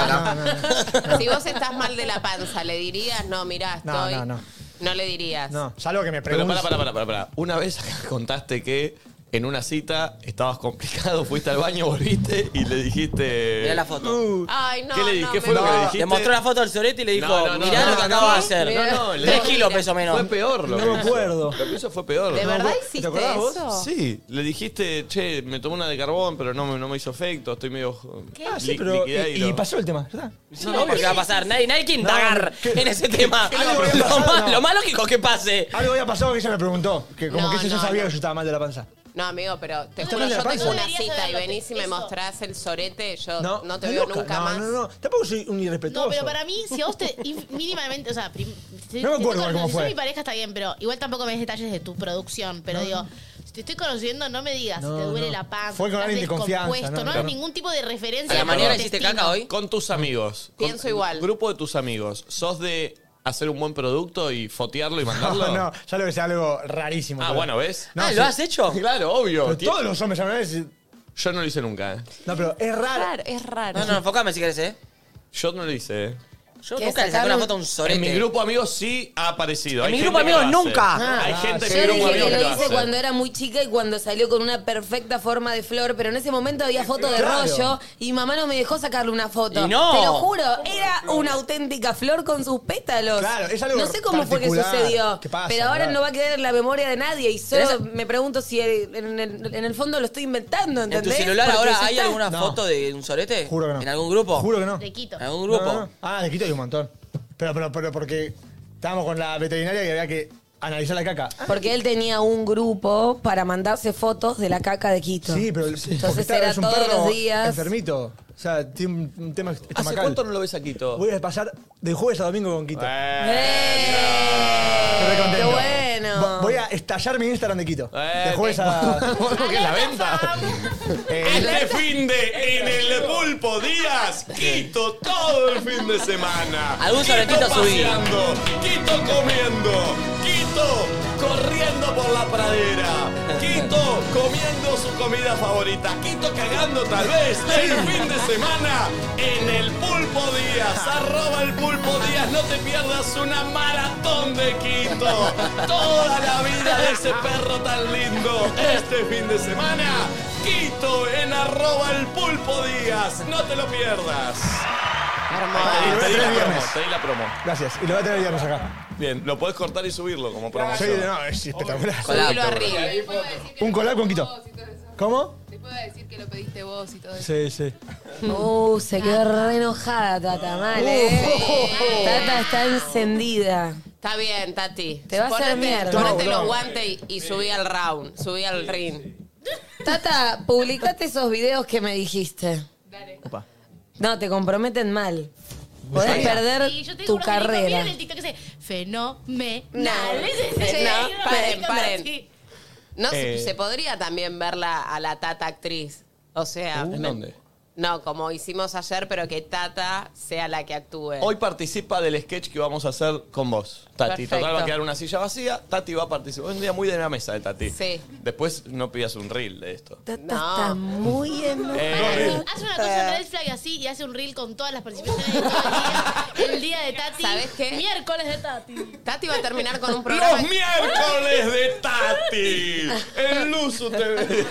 caca. Si vos estás mal de la panza, ¿le dirías? No, mirá, No, estoy... no, no. No le dirías. No, salvo que me Pero preguntes. para, para, para, para, para. Una vez acá contaste que en una cita estabas complicado, fuiste al baño, volviste y le dijiste... Mirá la foto. Uh, Ay, no, ¿Qué le di- no, qué me- fue lo que le No. dijiste? Le mostró la foto del sorete y le dijo, No, no, no, mirá no, lo que no, acabo de no. hacer. No, no, le- Tres kilos peso menos. Fue peor lo No que me acuerdo. Lo que hizo fue peor. ¿De No, verdad ¿te hiciste acordás vos? eso? Sí, le dijiste, che, me tomé una de carbón, pero no me, no me hizo efecto, estoy medio... Ah, sí, li- pero. liquidairo. Y, y pasó el tema, ¿verdad? No, no, porque va a pasar. Nadie, nadie quiere indagar ¿qué? en ese tema. Algo había Lo pasado, más, no. lo más lógico que pase. Algo había pasado que ella me preguntó. Que como No, que ella ya no, sabía no. que yo estaba mal de la panza. No, amigo, pero te ¿Está juro, mal de yo la tengo panza? una Deberías cita y saberlo, venís y me eso. mostrás el sorete, yo no, te ¿estás veo loca? nunca no, más. No, no, no. Tampoco soy un irrespetuoso. No, pero para mí, si a vos te in- mínimamente, o sea, prim- si- No me si acuerdo te cómo conoces, fue. si mi pareja está bien, pero igual tampoco me des detalles de tu producción, pero digo, si te estoy conociendo, no me digas No, si te duele no. la panza, Fue con estás alguien de confianza, descompuesto, no, no, no. hay ningún tipo de referencia. ¿A la al mañana intestino. hiciste caca hoy? Con tus amigos. con- Pienso igual. Grupo de tus amigos. ¿Sos de hacer un buen producto y fotearlo y mandarlo? No, no, ya lo que sea algo rarísimo. Ah, pero- bueno, ¿ves? No, ah, sí. ¿lo has hecho? Claro, obvio. Pero Tie- todos los hombres a una vez. Yo no lo hice nunca, ¿eh? No, pero es raro. Raro, es raro. No, no, enfocame si querés, ¿eh? Yo no lo hice, ¿eh? Yo ¿Qué, nunca le saqué sacaron? una foto a un sorete. En mi grupo de amigos sí ha aparecido. En Hay mi gente grupo de que lo amigos hace. nunca. Hay Ah, gente sí. que Yo en mi grupo de dije que amigos lo lo hice hace. cuando era muy chica y cuando salió con una perfecta forma de flor, pero en ese momento había foto de Claro. rollo y mamá no me dejó sacarle una foto. Y no. Te lo juro, era una auténtica flor con sus pétalos. Claro, es algo no sé cómo fue que particular. sucedió, ¿Qué pasa, pero ahora verdad? no va a quedar en la memoria de nadie y solo ¿Tenés- me pregunto si en el, en el fondo lo estoy inventando, ¿En ¿entendés? tu celular Porque ahora ya hay está. alguna No. foto de un sorete? Juro que no. ¿En algún grupo? Juro que no. Te quito. ¿En algún grupo? No, no. Ah, de Quito hay un montón. Pero, pero, pero porque estábamos con la veterinaria y había que analizar la caca. Porque él tenía un grupo para mandarse fotos de la caca de Quito. Sí, pero Entonces porque está- era es un todos perro los días. enfermito. O sea, tiene un, un tema ¿Hace estomacal. cuánto no lo ves a Quito? Voy a pasar de jueves a domingo con Quito. ¡Eh! Estoy re ¡Qué contento. bueno! Vo- Voy a estallar mi Instagram de Quito. Eh, de jueves a... ¿Qué es la venta? Eh, Este fin de en el Pulpo Díaz, Quito todo el fin de semana. Algún Quito soletito subí. paseando, Quito comiendo, Quito corriendo por la pradera, Quito comiendo su comida favorita, Quito cagando tal vez el fin de semana en el Pulpo Díaz. Arroba el Pulpo Díaz, no te pierdas una maratón de Quito. Toda la vida de ese perro tan lindo este fin de semana. Quito en arroba el Pulpo Díaz. No te lo pierdas. y lo voy a Te di tener la el promo, viernes. te di la promo. Gracias. Y lo voy a tener el viernes acá. Bien, lo podés cortar y subirlo como Sí, promoción. no, es espectacular. Subilo arriba. Un collab con Quito. ¿Cómo? Después va a decir que lo pediste vos y todo eso. Sí, sí. Uh, se quedó re enojada, Tata, mal, ¿eh? Tata está encendida. Está bien, Tati. Te va a hacer Ponete- mierda. Ponete No, los no. guantes y, y subí al round, subí al ring. Tata, publicate esos videos que me dijiste. Opa. No, te comprometen mal. Podés Sí, perder yo tengo tu unos que digo, carrera. miren el TikTok que dice fenomenal. No. Es ese, No, sí, paren, sí, paren. sí. No, se- Eh. se podría también verla a la Tata actriz. O sea, ¿En me- dónde? no, como hicimos ayer, pero que Tata sea la que actúe. Hoy participa del sketch que vamos a hacer con vos, Tati. Perfecto. Total va a quedar una silla vacía, Tati va a participar. Un día muy de la mesa de Tati. Sí. Después no pidas un reel de esto. Tata No. está muy enojada. Eh, Hace una cosa en Red Flag así y hace un reel con todas las participaciones de todo el día. El día de Tati. ¿Sabes qué? Miércoles de Tati. Tati va a terminar con un programa. ¡Los miércoles de Tati! El Luzu T V.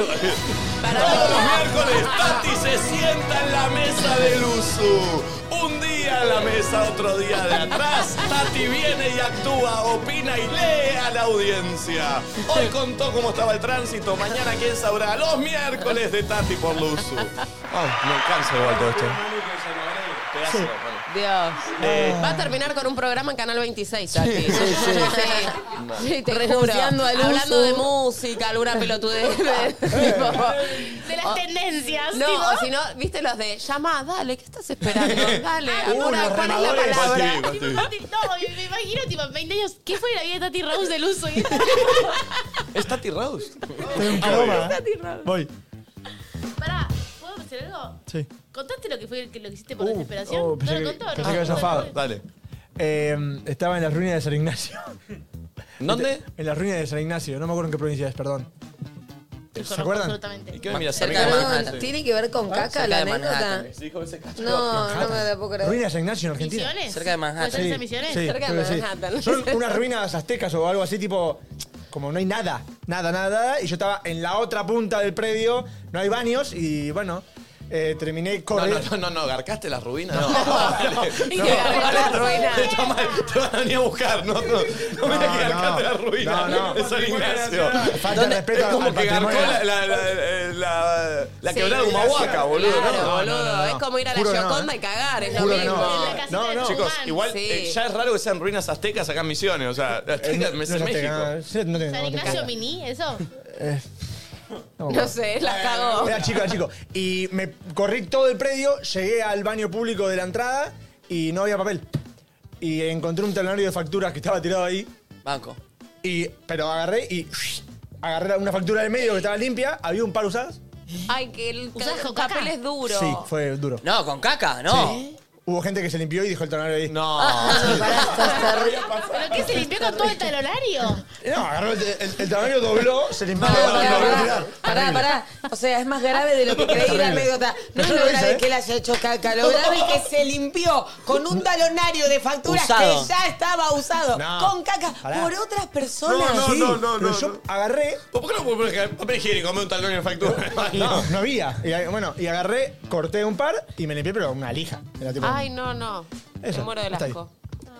Todos los miércoles Tati se sienta en la mesa de Luzu. Un día en la mesa, otro día de atrás. Tati viene y actúa, opina y lee a la audiencia. Hoy contó cómo estaba el tránsito. Mañana quién sabrá. Los miércoles de Tati por Luzu. Ay, me cansa igual todo esto. Pedazo, bueno. Dios. Eh. Va a terminar con un programa en Canal veintiséis, Tati. Sí, sí, sí. Sí. Sí, te Renunciando juro. al Hablando uso. de música, alguna pelotudez. Tipo, De las tendencias. no, tipo. o si no, viste los de llama, dale, ¿qué estás esperando? Dale, Uh, ahora, los ¿cuál es la remadores. palabra? ¿Cuál Tipo, Tati- No, me, me imagino, tipo, en veinte años, ¿qué fue la vida de Tati Rose del uso? Y ¿Es Tati Rose? Tengo un croma. Voy. Pará, ¿puedo hacer algo? Sí. ¿Contaste lo que fue lo que hiciste por Uh, desesperación? oh, ¿No pensé lo que- contó? pensé ¿no? que había zafado. Dale. Eh, estaba en las ruinas de San Ignacio. ¿Dónde? En las ruinas de San Ignacio. No me acuerdo en qué provincia es, perdón. ¿Se acuerdan? Absolutamente. ¿Y qué me miras? Cerca de Perdón, Manhattan. ¿tiene que ver con caca Cerca la de anécdota? Manhattan. Sí, dijo ese cacho. No, no me la puedo creer. Ruinas San Ignacio en Argentina. ¿Misiones? Cerca de Manhattan. ¿Puede ser esas Misiones? Sí, Cerca de creo que sí. Manhattan. Son unas ruinas aztecas o algo así, tipo. Como no hay nada, nada, nada. Y yo estaba en la otra punta del predio, no hay baños y bueno, eh, terminé No, corriendo. no, no, no, no, ¿garcaste las ruinas? No. Y que agarró la ruina. Está mal, te van a venir a buscar, no, no, no me digas que garcaste las ruinas. No, no. De San Ignacio. Falta de respeto Es como al que garcó patrimonio. la, la, la, la, la Sí, quebrada de Humahuaca, boludo. Claro, ¿no? boludo. no, no, no. Es como ir a la Juro que no, Gioconda eh. y cagar, es lo Juro que mismo. no. En la casita No, de no. Tucumán. Chicos, igual Sí. eh, ya es raro que sean ruinas aztecas acá en Misiones, o sea, Eh, aztecas no es es en azteca, México. no, sí, no tengo- ¿San no te Ignacio cagas. Mini, eso? No sé, las cagó. Era chico, era chico. Y me corrí todo el predio, llegué al baño público de la entrada y no había papel. Y encontré un talonario de facturas que estaba tirado ahí. Banco. Y, pero agarré y agarré una factura del medio que estaba limpia, había un par usadas. Ay, que el ¿Usás ca- con papel caca? es duro. Sí, fue duro. No, con caca, no. Sí. Hubo gente que se limpió y dejó el talonario ahí. No. Pará, esto es terrible. ¿Pero qué se limpió con todo el talonario? No, agarró el, el, el talonario, dobló, se limpió. No, y lo pará, volvió a pará, tirar. pará, pará. O sea, es más grave de lo que creí la Terrible. anécdota. No es Yo lo lo hice, grave ¿eh? que él haya hecho caca, lo grave es que se limpió con un talonario de facturas Usado. que ya estaba usado, No. con caca, Pará. por otras personas. No, Sí, no, no, pero no, yo no. agarré. ¿Por qué no puedo poner papel higiénico en un talón de factura? No, no había. Y, ahí- bueno, y agarré, corté un par y me limpié, pero una lija. Era tipo, Ay, no, no. Eso, Me muero del hasta ahí. asco.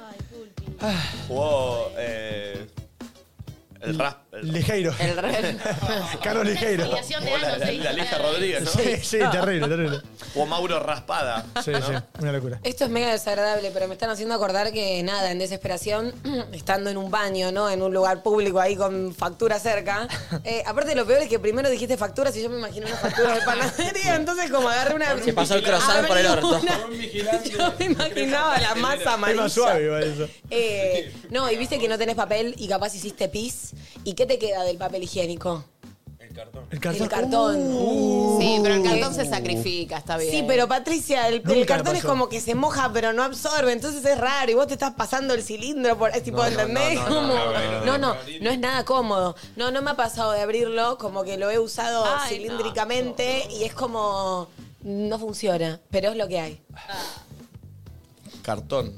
Jugó eh, el rap. El, Ligeiro. El red. Carlos Ligeiro. Investigación de jugó la, años, la, se la hizo. Lija Rodríguez, ¿no? Sí, sí, terrible, terrible. O Mauro Raspada. Sí, sí, una locura. Esto es mega desagradable, pero me están haciendo acordar que nada, en desesperación, estando en un baño, ¿no? En un lugar público ahí con factura cerca. Eh, aparte lo peor es que primero dijiste facturas y yo me imagino una factura de panadería, entonces como agarré una... Se pasó el croissant por el abrí orto. una- Yo me imaginaba la masa Es amarilla. más suave igual eso. Eh, no, y viste que no tenés papel y capaz hiciste pis. ¿Y qué te queda del papel higiénico? El cartón. El cartón. Sí, pero el cartón se sacrifica, está bien. Sí, pero Patricia, el, el Nunca me cartón es pasó. como que se moja pero no absorbe, entonces es raro y vos te estás pasando el cilindro por es tipo, No, no, ¿entendés? no, no, Como- no, no, no, no, no, no es nada cómodo. No, no me ha pasado de abrirlo, como que lo he usado Ay, cilíndricamente y es como no funciona, pero es lo que hay. Cartón.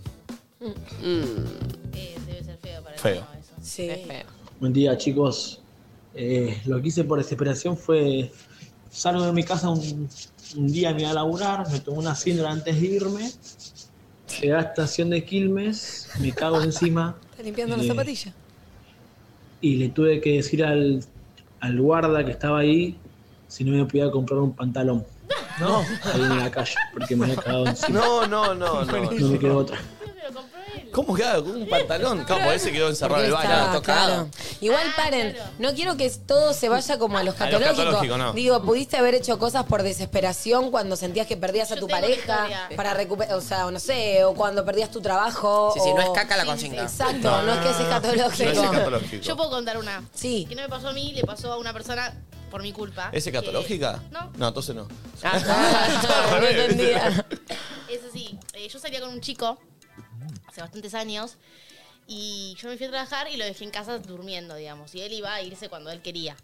Eh, debe ser feo para el Feo. niño eso. Sí. Qué feo. Buen día, chicos. Eh, lo que hice por desesperación fue salgo de mi casa un, un día, me iba a laburar, me tomé una síndrome antes de irme, llegué a la estación de Quilmes, me cago encima Está limpiando la Eh, zapatilla. y le tuve que decir al, al guarda que estaba ahí si no me podía comprar un pantalón. No. Ahí en la calle, porque me había cagado encima. No, no, no, no. No me quedó otra. Me lo compró él. ¿Cómo que hago? Un pantalón. Claro, por ahí se quedó encerrado Porque en el baño. está, tocado. claro. Igual Ah, paren, claro. no quiero que todo se vaya como a los A los catológicos. catológicos, no. Digo, pudiste haber hecho cosas por desesperación cuando sentías que perdías a Yo tu tengo una pareja historia. para recuperar, o sea, o no sé, o cuando perdías tu trabajo. Sí, sí, o- no es caca la consigna. Exacto, no, es que ese escatológico. No es escatológico. Yo puedo contar una. Sí. Que no me pasó a mí, le pasó a una persona por mi culpa. ¿Es que- escatológica? No. No, entonces no. Ah, no entendía. Es así, eh, yo salía con un chico hace bastantes años y yo me fui a trabajar y lo dejé en casa durmiendo, digamos. Y él iba a irse cuando él quería.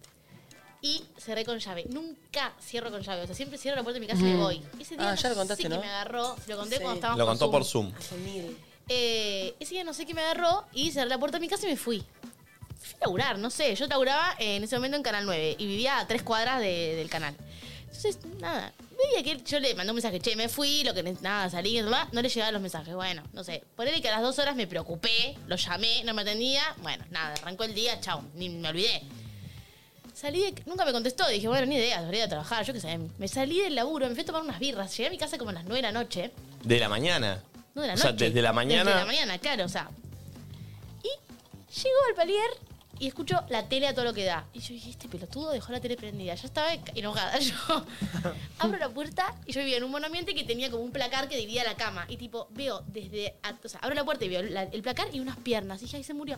Y cerré con llave. Nunca cierro con llave. O sea, siempre cierro la puerta de mi casa y me voy. Ese día Ah, ya lo no contaste, sé ¿no? qué me agarró. Se lo conté cuando estábamos Lo contó por Zoom. Zoom. Eh, ese día no sé qué me agarró y cerré la puerta de mi casa y me fui. Fui a laburar, no sé. Yo laburaba en ese momento en Canal nueve y vivía a tres cuadras de- del canal. Entonces, nada, veía que él- yo le mandé un mensaje, che, me fui, lo que ne- nada, salí, y demás, no le llegaban los mensajes. Bueno, no sé. Ponele que a las dos horas me preocupé, lo llamé, no me atendía. Bueno, nada, arrancó el día, chao, ni me olvidé. Salí de, nunca me contestó, dije, bueno, ni idea, debería trabajar, yo qué sé. Me salí del laburo, me fui a tomar unas birras, llegué a mi casa como a las nueve de la noche. De la mañana. No, de la O noche. sea, desde la mañana. Desde la mañana, claro, o sea. Y llego al palier y escucho la tele a todo lo que da. Y yo dije, este pelotudo dejó la tele prendida. Ya estaba enojada yo. Abro la puerta y yo vivía en un monoambiente que tenía como un placar que dividía la cama. Y tipo, veo desde... a- o sea, abro la puerta y veo la- el placar y unas piernas. Y dije, ahí se murió.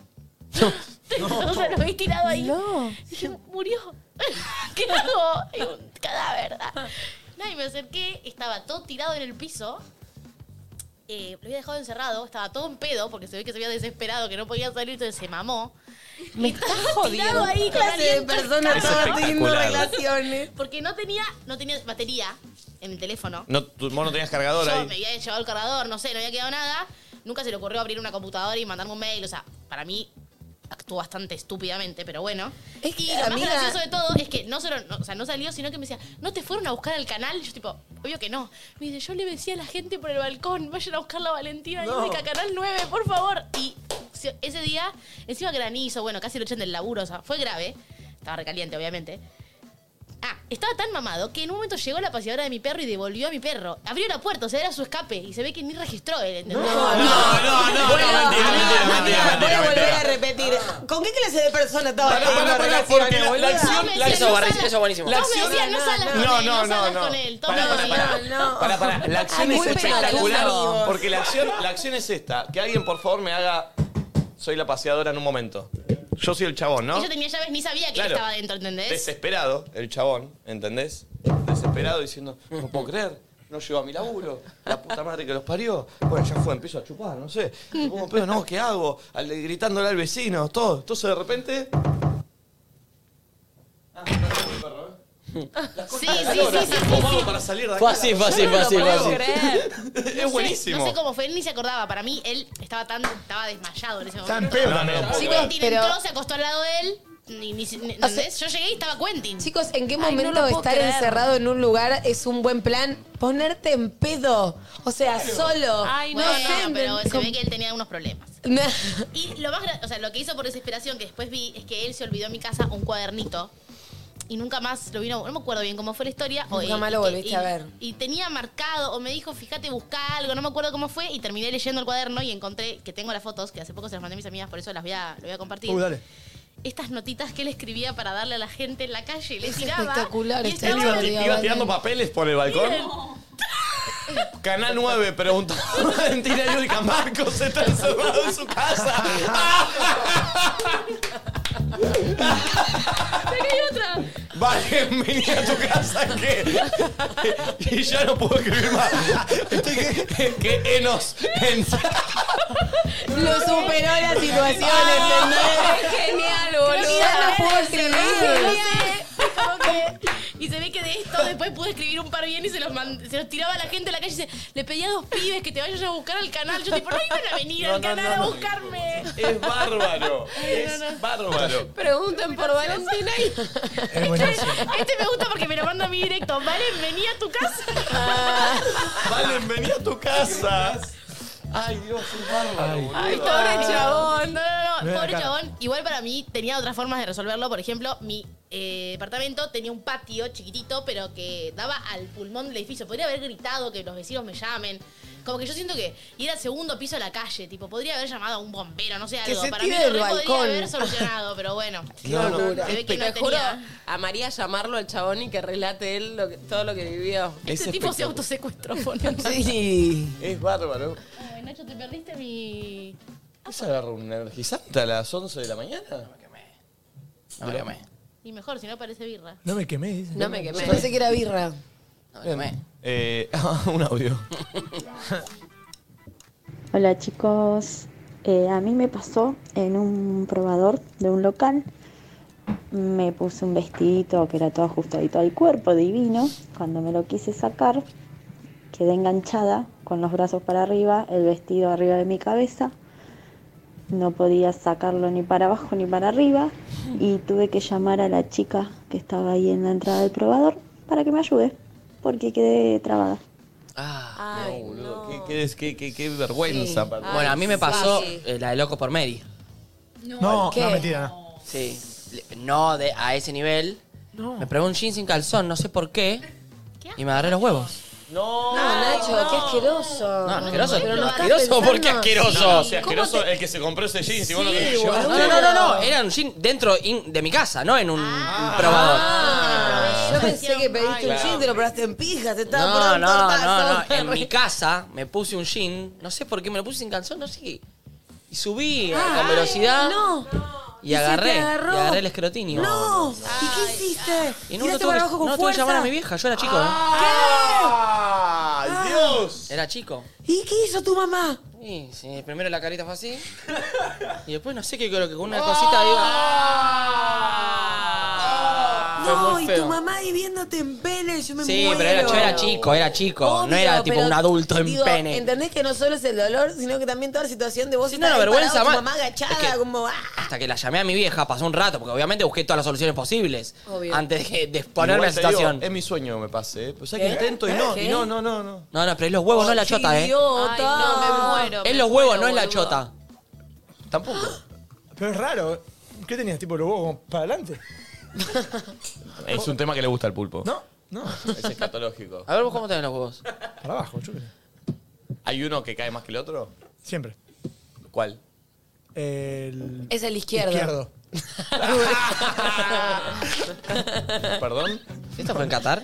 O sea, lo vi tirado ahí. No. Dije, murió. ¿Qué hago? Y un cadáver. No, y me acerqué, estaba todo tirado en el piso. Eh, lo había dejado encerrado, estaba todo en pedo porque se ve que se había desesperado, que no podía salir, entonces se mamó. Me estás jodiendo. ahí con Clase de alguien persona Es estaba teniendo espectacular. relaciones. Porque no tenía, no tenía batería en el teléfono. No, tú, vos no tenías cargador Yo ahí. me había llevado el cargador, no sé, no había quedado nada. Nunca se le ocurrió abrir una computadora y mandarme un mail. O sea, para mí actuó bastante estúpidamente, pero bueno. Es que, y lo amiga- más gracioso de todo es que no solo, no, o sea, no salió, sino que me decía, ¿no te fueron a buscar al canal? Y yo tipo, obvio que no. Me dice, yo le decía a la gente por el balcón, vayan a buscar la Valentina No. Yudica, Canal nueve, por favor. Y si- ese día, encima granizo, bueno, casi lo echan del laburo, o sea, fue grave. Estaba recaliente, obviamente. Ah, estaba tan mamado que en un momento llegó la paseadora de mi perro y devolvió a mi perro. Abrió la puerta, o sea, era su escape. Y se ve que ni registró él, ¿entendés? No, no, no, Bueno, no, mentira, mentira, amiga, mentira, voy a mentira, volver mentira. a repetir. ¿Con qué clase de persona estaba Pará, teniendo pará, pará, relaciones, porque la- la boluda? acción- Todos me la- decían, Eso no buenísimo, salas- eso buenísimo. Todos me acción- decían, no salas con No, él, no, no no, salas no. con él. Todos Pará, me pará, decían. pará. No. Pará, pará. La acción Ay, es muy espectacular. pegajoso. Porque la acción, la acción es esta. Que alguien, por favor, me haga... Soy la paseadora en un momento. Yo soy el chabón, ¿no? Y yo tenía llaves, ni sabía que Claro. él estaba dentro, ¿entendés? Desesperado, el chabón, ¿entendés? Desesperado diciendo, no puedo creer, no llegó a mi laburo, la puta madre que los parió. Bueno, ya fue, empiezo a chupar, no sé. Me pongo pedo, no, ¿qué hago? Al- gritándole al vecino, todo. Entonces de repente... Ah, está mi perro, ¿eh? Sí, sí, sí, sí, sí, ¿Cómo hago sí. para salir de acá? Fue así, fue así, Yo no fue lo así, fue puedo así. creer. No Es sé, buenísimo. No sé cómo fue, él ni se acordaba. Para mí, él estaba tan, estaba desmayado en ese Está en momento. pedo No, también. no, no. Sí, Chicos, Quentin pero- entró, se acostó al lado de él. Ni, ni, ni- ¿entendés? Yo llegué y estaba Quentin. Chicos, ¿en qué Ay, no momento lo puedo estar creer. encerrado en un lugar es un buen plan? Ponerte en pedo. O sea, solo. Ay, no, no no, sé, pero se como- ve que él tenía unos problemas. No. Y lo más, gra- o sea, lo que hizo por desesperación que después vi es que él se olvidó en mi casa un cuadernito y nunca más lo vino, no me acuerdo bien cómo fue la historia. o- Nunca y- más lo y que- volviste y- a ver. Y tenía marcado, o me dijo, fíjate, busca algo, no me acuerdo cómo fue, y terminé leyendo el cuaderno y encontré, que tengo las fotos, que hace poco se las mandé a mis amigas, por eso las voy a, lo voy a compartir. Uh, dale. Estas notitas que él escribía para darle a la gente en la calle, le tiraba. espectacular y esta estaba- historia. Iba tirando papeles por el balcón. Canal nueve preguntó Valentina Yudica, Marcos está encerrado en su casa. Acá hay otra. Vale, vení a tu casa que... Y ya no puedo escribir más. Que Enos... En... Lo superó la situación, ¿entendés? Genial, Creo que boludo. Ya no era puedo ese, escribir. no sé, como que- Y se ve que de esto después pude escribir un par bien y se los, mand- se los tiraba a la gente en la calle y dice, le pedí a dos pibes que te vayan a buscar al canal. Yo tipo, no iban a venir No, al no, canal no, a no. buscarme. Es bárbaro. Es bárbaro. Pregunten por Valentina y... Es buenísimo. Este me gusta porque me lo manda a mí directo. Vale, vení a tu casa. Valen, vení a tu casa. Ay, Dios, es bárbaro. boludo. Ay, pobre chabón. No, no, no. Mira la Pobre cara. chabón. Igual para mí tenía otras formas de resolverlo. Por ejemplo, mi eh, departamento tenía un patio chiquitito, pero que daba al pulmón del edificio. Podría haber gritado que los vecinos me llamen. Como que yo siento que ir al segundo piso de la calle, tipo, podría haber llamado a un bombero, no sé, Que algo. se Para tire mí lo del re podría balcón. haber solucionado, pero bueno. No, no. Se ve que no Te juro, tenía. amaría llamarlo al chabón y que relate él lo que- todo lo que vivió. Es Este tipo se espectacular. autosecuestró. poniendo- Sí. Es bárbaro. Ay, Nacho, te perdiste mi... ¿Qué se agarra un energizante a las once de la mañana? No me quemé. Y mejor, si no parece birra. No me quemé, dice. No me quemé. Pensé que era birra. No me quemé. Eh, un audio. Hola chicos, Eh, a mí me pasó en un probador de un local, me puse un vestidito que era todo ajustadito al cuerpo, divino, cuando me lo quise sacar quedé enganchada con los brazos para arriba, el vestido arriba de mi cabeza, no podía sacarlo ni para abajo ni para arriba y tuve que llamar a la chica que estaba ahí en la entrada del probador para que me ayude porque quedé trabada. Ah, no, boludo. Qué, qué, des- qué- qué- qué vergüenza. para- bueno, a mí me pasó eh, la de Loco por Mary. No, ¿Qué? no, mentira, no. Sí. Le- No de, a ese nivel. Me probé un jean sin calzón, no sé por qué. Y me agarré los huevos. No, No, Nacho, qué asqueroso. No, asqueroso. Pero no estás ¿Asqueroso? ¿Por qué pensando- asqueroso? No, o sea, asqueroso el que se compró ese jean. Si vos no Sí, querés boludo. llevarte. No, no, no, no, era un jean dentro in- de mi casa, no en un probador. Ah, yo pensé que pediste un Claro. jean, te lo probaste en pijas, te estaba por No, dar un no, tortazo. no, no. En mi casa me puse un jean, no sé por qué me lo puse sin calzón, no sé qué. Y subí eh, con velocidad No. y se agarré. te Y agarró? agarré el escrotinio. No. ¿Y qué hiciste? Y no, no ¿Tiraste tuve, para que- abajo con no tuve que fuerza? llamar a mi vieja, yo era chico. ¿eh? ¡Ah! ¡Dios! ¡Vamos! Era chico. ¿Y qué hizo tu mamá? Y sí, primero la carita fue así. Y después no sé qué, creo que con una cosita iba. Fue No, muy y feo. tu mamá ahí viéndote en pene, yo me Sí, muero. pero era, yo era chico, era chico. no Obvio, era tipo pero, un adulto en digo, pene. ¿Entendés que no solo es el dolor, sino que también toda la situación de vos Sí, estar no, no, ahí vergüenza parado, tu mal. mamá agachada, Es que- como... ¡ah! Hasta que la llamé a mi vieja, pasó un rato, porque obviamente busqué todas las soluciones posibles. Obvio. Antes de, de exponerme a Igual la te digo, situación. es mi sueño, me pase. ¿eh? Pues es que ¿Qué? intento y no, ¿Qué? y no, no, no, no. No, no, pero es los huevos, no es la chota, ¿eh? ¡Idiota! Ay, no, me muero. Es me los huevos, muero, no es la boludo. chota. Tampoco. Pero es raro. ¿Qué tenías? ¿Tipo los huevos como para adelante? Es un tema que le gusta al pulpo. No, no. Es escatológico. A ver vos cómo tenés los huevos. Para abajo, yo qué sé. ¿Hay uno que cae más que el otro? Siempre. ¿Cuál? El... Es el izquierdo. Izquierdo. ¿Perdón? ¿Esto fue en Qatar?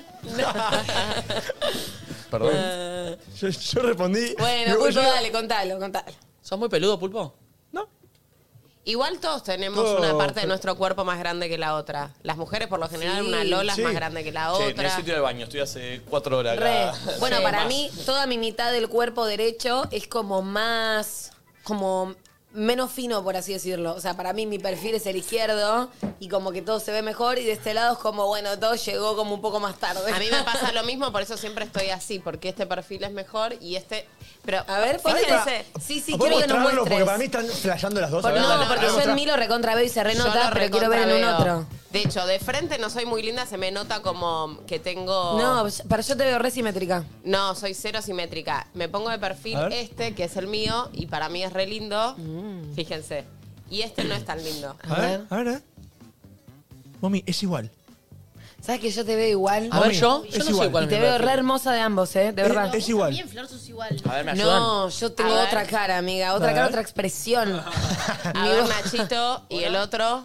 ¿Perdón? Yo, yo respondí... Bueno, yo- Pulpo, yo- dale, contalo, contalo. ¿Sos muy peludo, pulpo? Igual todos tenemos Todo, una parte de pero- nuestro cuerpo más grande que la otra. Las mujeres, por lo general, Sí, una lola sí. es más grande que la Che, otra. necesito ir al baño. Estoy hace cuatro horas Re. acá. Bueno, Sí. para Más. mí, toda mi mitad del cuerpo derecho es como más. como menos fino, por así decirlo. O sea, para mí mi perfil es el izquierdo y como que todo se ve mejor y de este lado es como, bueno, todo llegó como un poco más tarde. A mí me pasa lo mismo, por eso siempre estoy así, porque este perfil es mejor y este... Pero, A ver, Pará, fíjense. Sí, sí, quiero ¿podemos que nos mostrarlo? muestres. Porque para mí están flasheando las dos. Por- A ver, no, dale, porque dale, yo mostrá. en mí lo recontra veo y se yo renota, lo pero quiero ver en un recontra otro. veo. De hecho, de frente no soy muy linda, se me nota como que tengo... No, para yo te veo re simétrica. No, soy cero simétrica. Me pongo de perfil A ver. este, que es el mío, y para mí es re lindo. Mm. Fíjense. Y este no es tan lindo. A ver, a ver, a ver. Mami, es igual. ¿Sabes que yo te veo igual? A ver, Mami, yo, es yo no igual. sé cuál Y es te mi veo perfil. re hermosa de ambos, ¿eh? De verdad. Es igual. Bien, Flor, sos igual. A ver, me ayudan. No, yo tengo A ver. otra cara, amiga. Otra A cara, ver. otra expresión. A ver, Nachito, y el otro...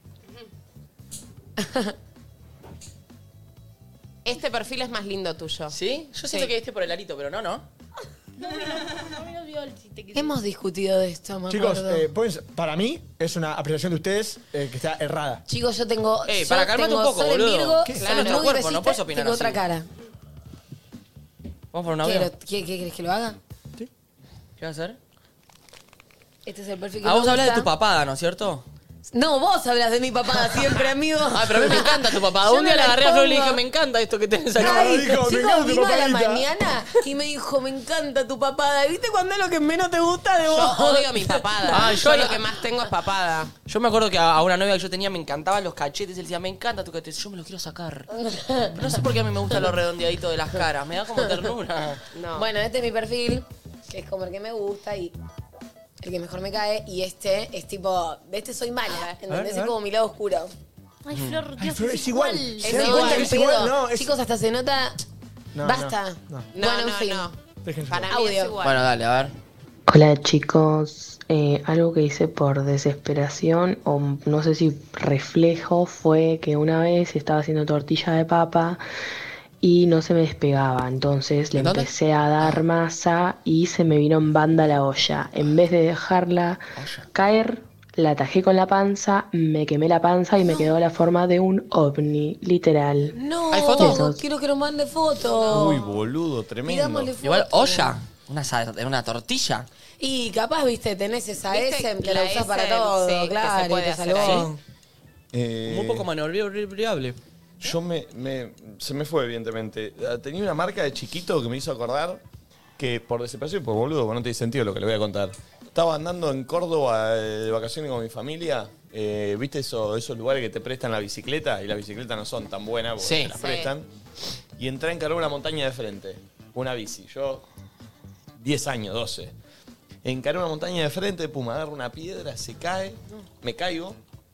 Este perfil es más lindo tuyo. ¿Sí? Yo siento Sí. que viste por el arito, pero no, ¿no? No me olvidó el chiste que Hemos discutido de esto, me Chicos, acuerdo. eh, pueden- para mí es una apreciación de ustedes eh, que está errada. Chicos, yo tengo. Eh, yo para calmarte tengo un poco, Sol en boludo. Virgo, ¿Qué? soy Claro, nuestro muy cuerpo, no racista, puedes opinar tengo así. otra cara. ¿Vamos por un ¿Qué, audio? lo- qué- qué querés que lo haga? ¿Qué vas a hacer? Este es el perfil que Ah, me vos hablas de gusta. tu papada, ¿no es cierto? No, vos hablas de mi papá siempre, amigo. Ay, pero a mí me encanta tu papada. Yo Un día no la agarré a Flor y le dije, pongo. me encanta esto que tenés acá. Ay, dijo, me chicos, encanta tu vino a la papadita. mañana y me dijo, me encanta tu papada. ¿Viste cuando es lo que menos te gusta de Yo vos? odio mi papada. Ah, yo yo lo la- que más tengo es papada. Yo me acuerdo que a a una novia que yo tenía me encantaban los cachetes. Él decía, me encanta tu cachete. Yo me los quiero sacar. Pero no sé por qué a mí me gusta lo redondeadito de las caras. Me da como ternura. No. Bueno, este es mi perfil, que es como el que me gusta y el que mejor me cae. Y este es tipo, de este soy mala, ¿entendés? a ver, a Es ver. como mi lado oscuro. Ay, Flor, Ay, Dios, Flor, es es igual. igual. ¿Se Es dan igual, cuenta que es pedo. igual? No, es- Chicos, hasta se nota... No, Basta. no, no. No, Bueno, en no, fin. no. Déjense. Para mí Audio. es igual. Bueno, dale, a ver. Hola chicos, Eh, algo que hice por desesperación o no sé si reflejo fue que una vez estaba haciendo tortilla de papa y no se me despegaba, entonces le ¿En dónde? empecé a dar masa y se me vino en banda la olla. En vez de dejarla caer, la atajé con la panza, me quemé la panza y me quedó la forma de un ovni, literal. No, ¿Hay fotos? Besos. quiero que nos mande fotos. Uy, boludo, tremendo. Pidámosle fotos. Igual, olla. Una, sa- una tortilla. Y capaz, viste, tenés esa ¿Viste? S que la, La usás para S, todo, sí, que se claro, y puede te hacer salvó. ahí. Eh, Muy poco maniobrable. Yo me, me- Se me fue, evidentemente. Ah, Tenía una marca de chiquito que me hizo acordar que por desesperación, por boludo, porque no tiene sentido lo que le voy a contar. Estaba andando en Córdoba eh, de vacaciones con mi familia. eh, ¿Viste eso, esos lugares que te prestan la bicicleta? Y las bicicletas no son tan buenas porque Sí. te las Sí. prestan. Y entré a encargar una montaña de frente. Una bici. Yo, diez años, doce. Encaré una montaña de frente, pum, agarro una piedra, se cae, me caigo.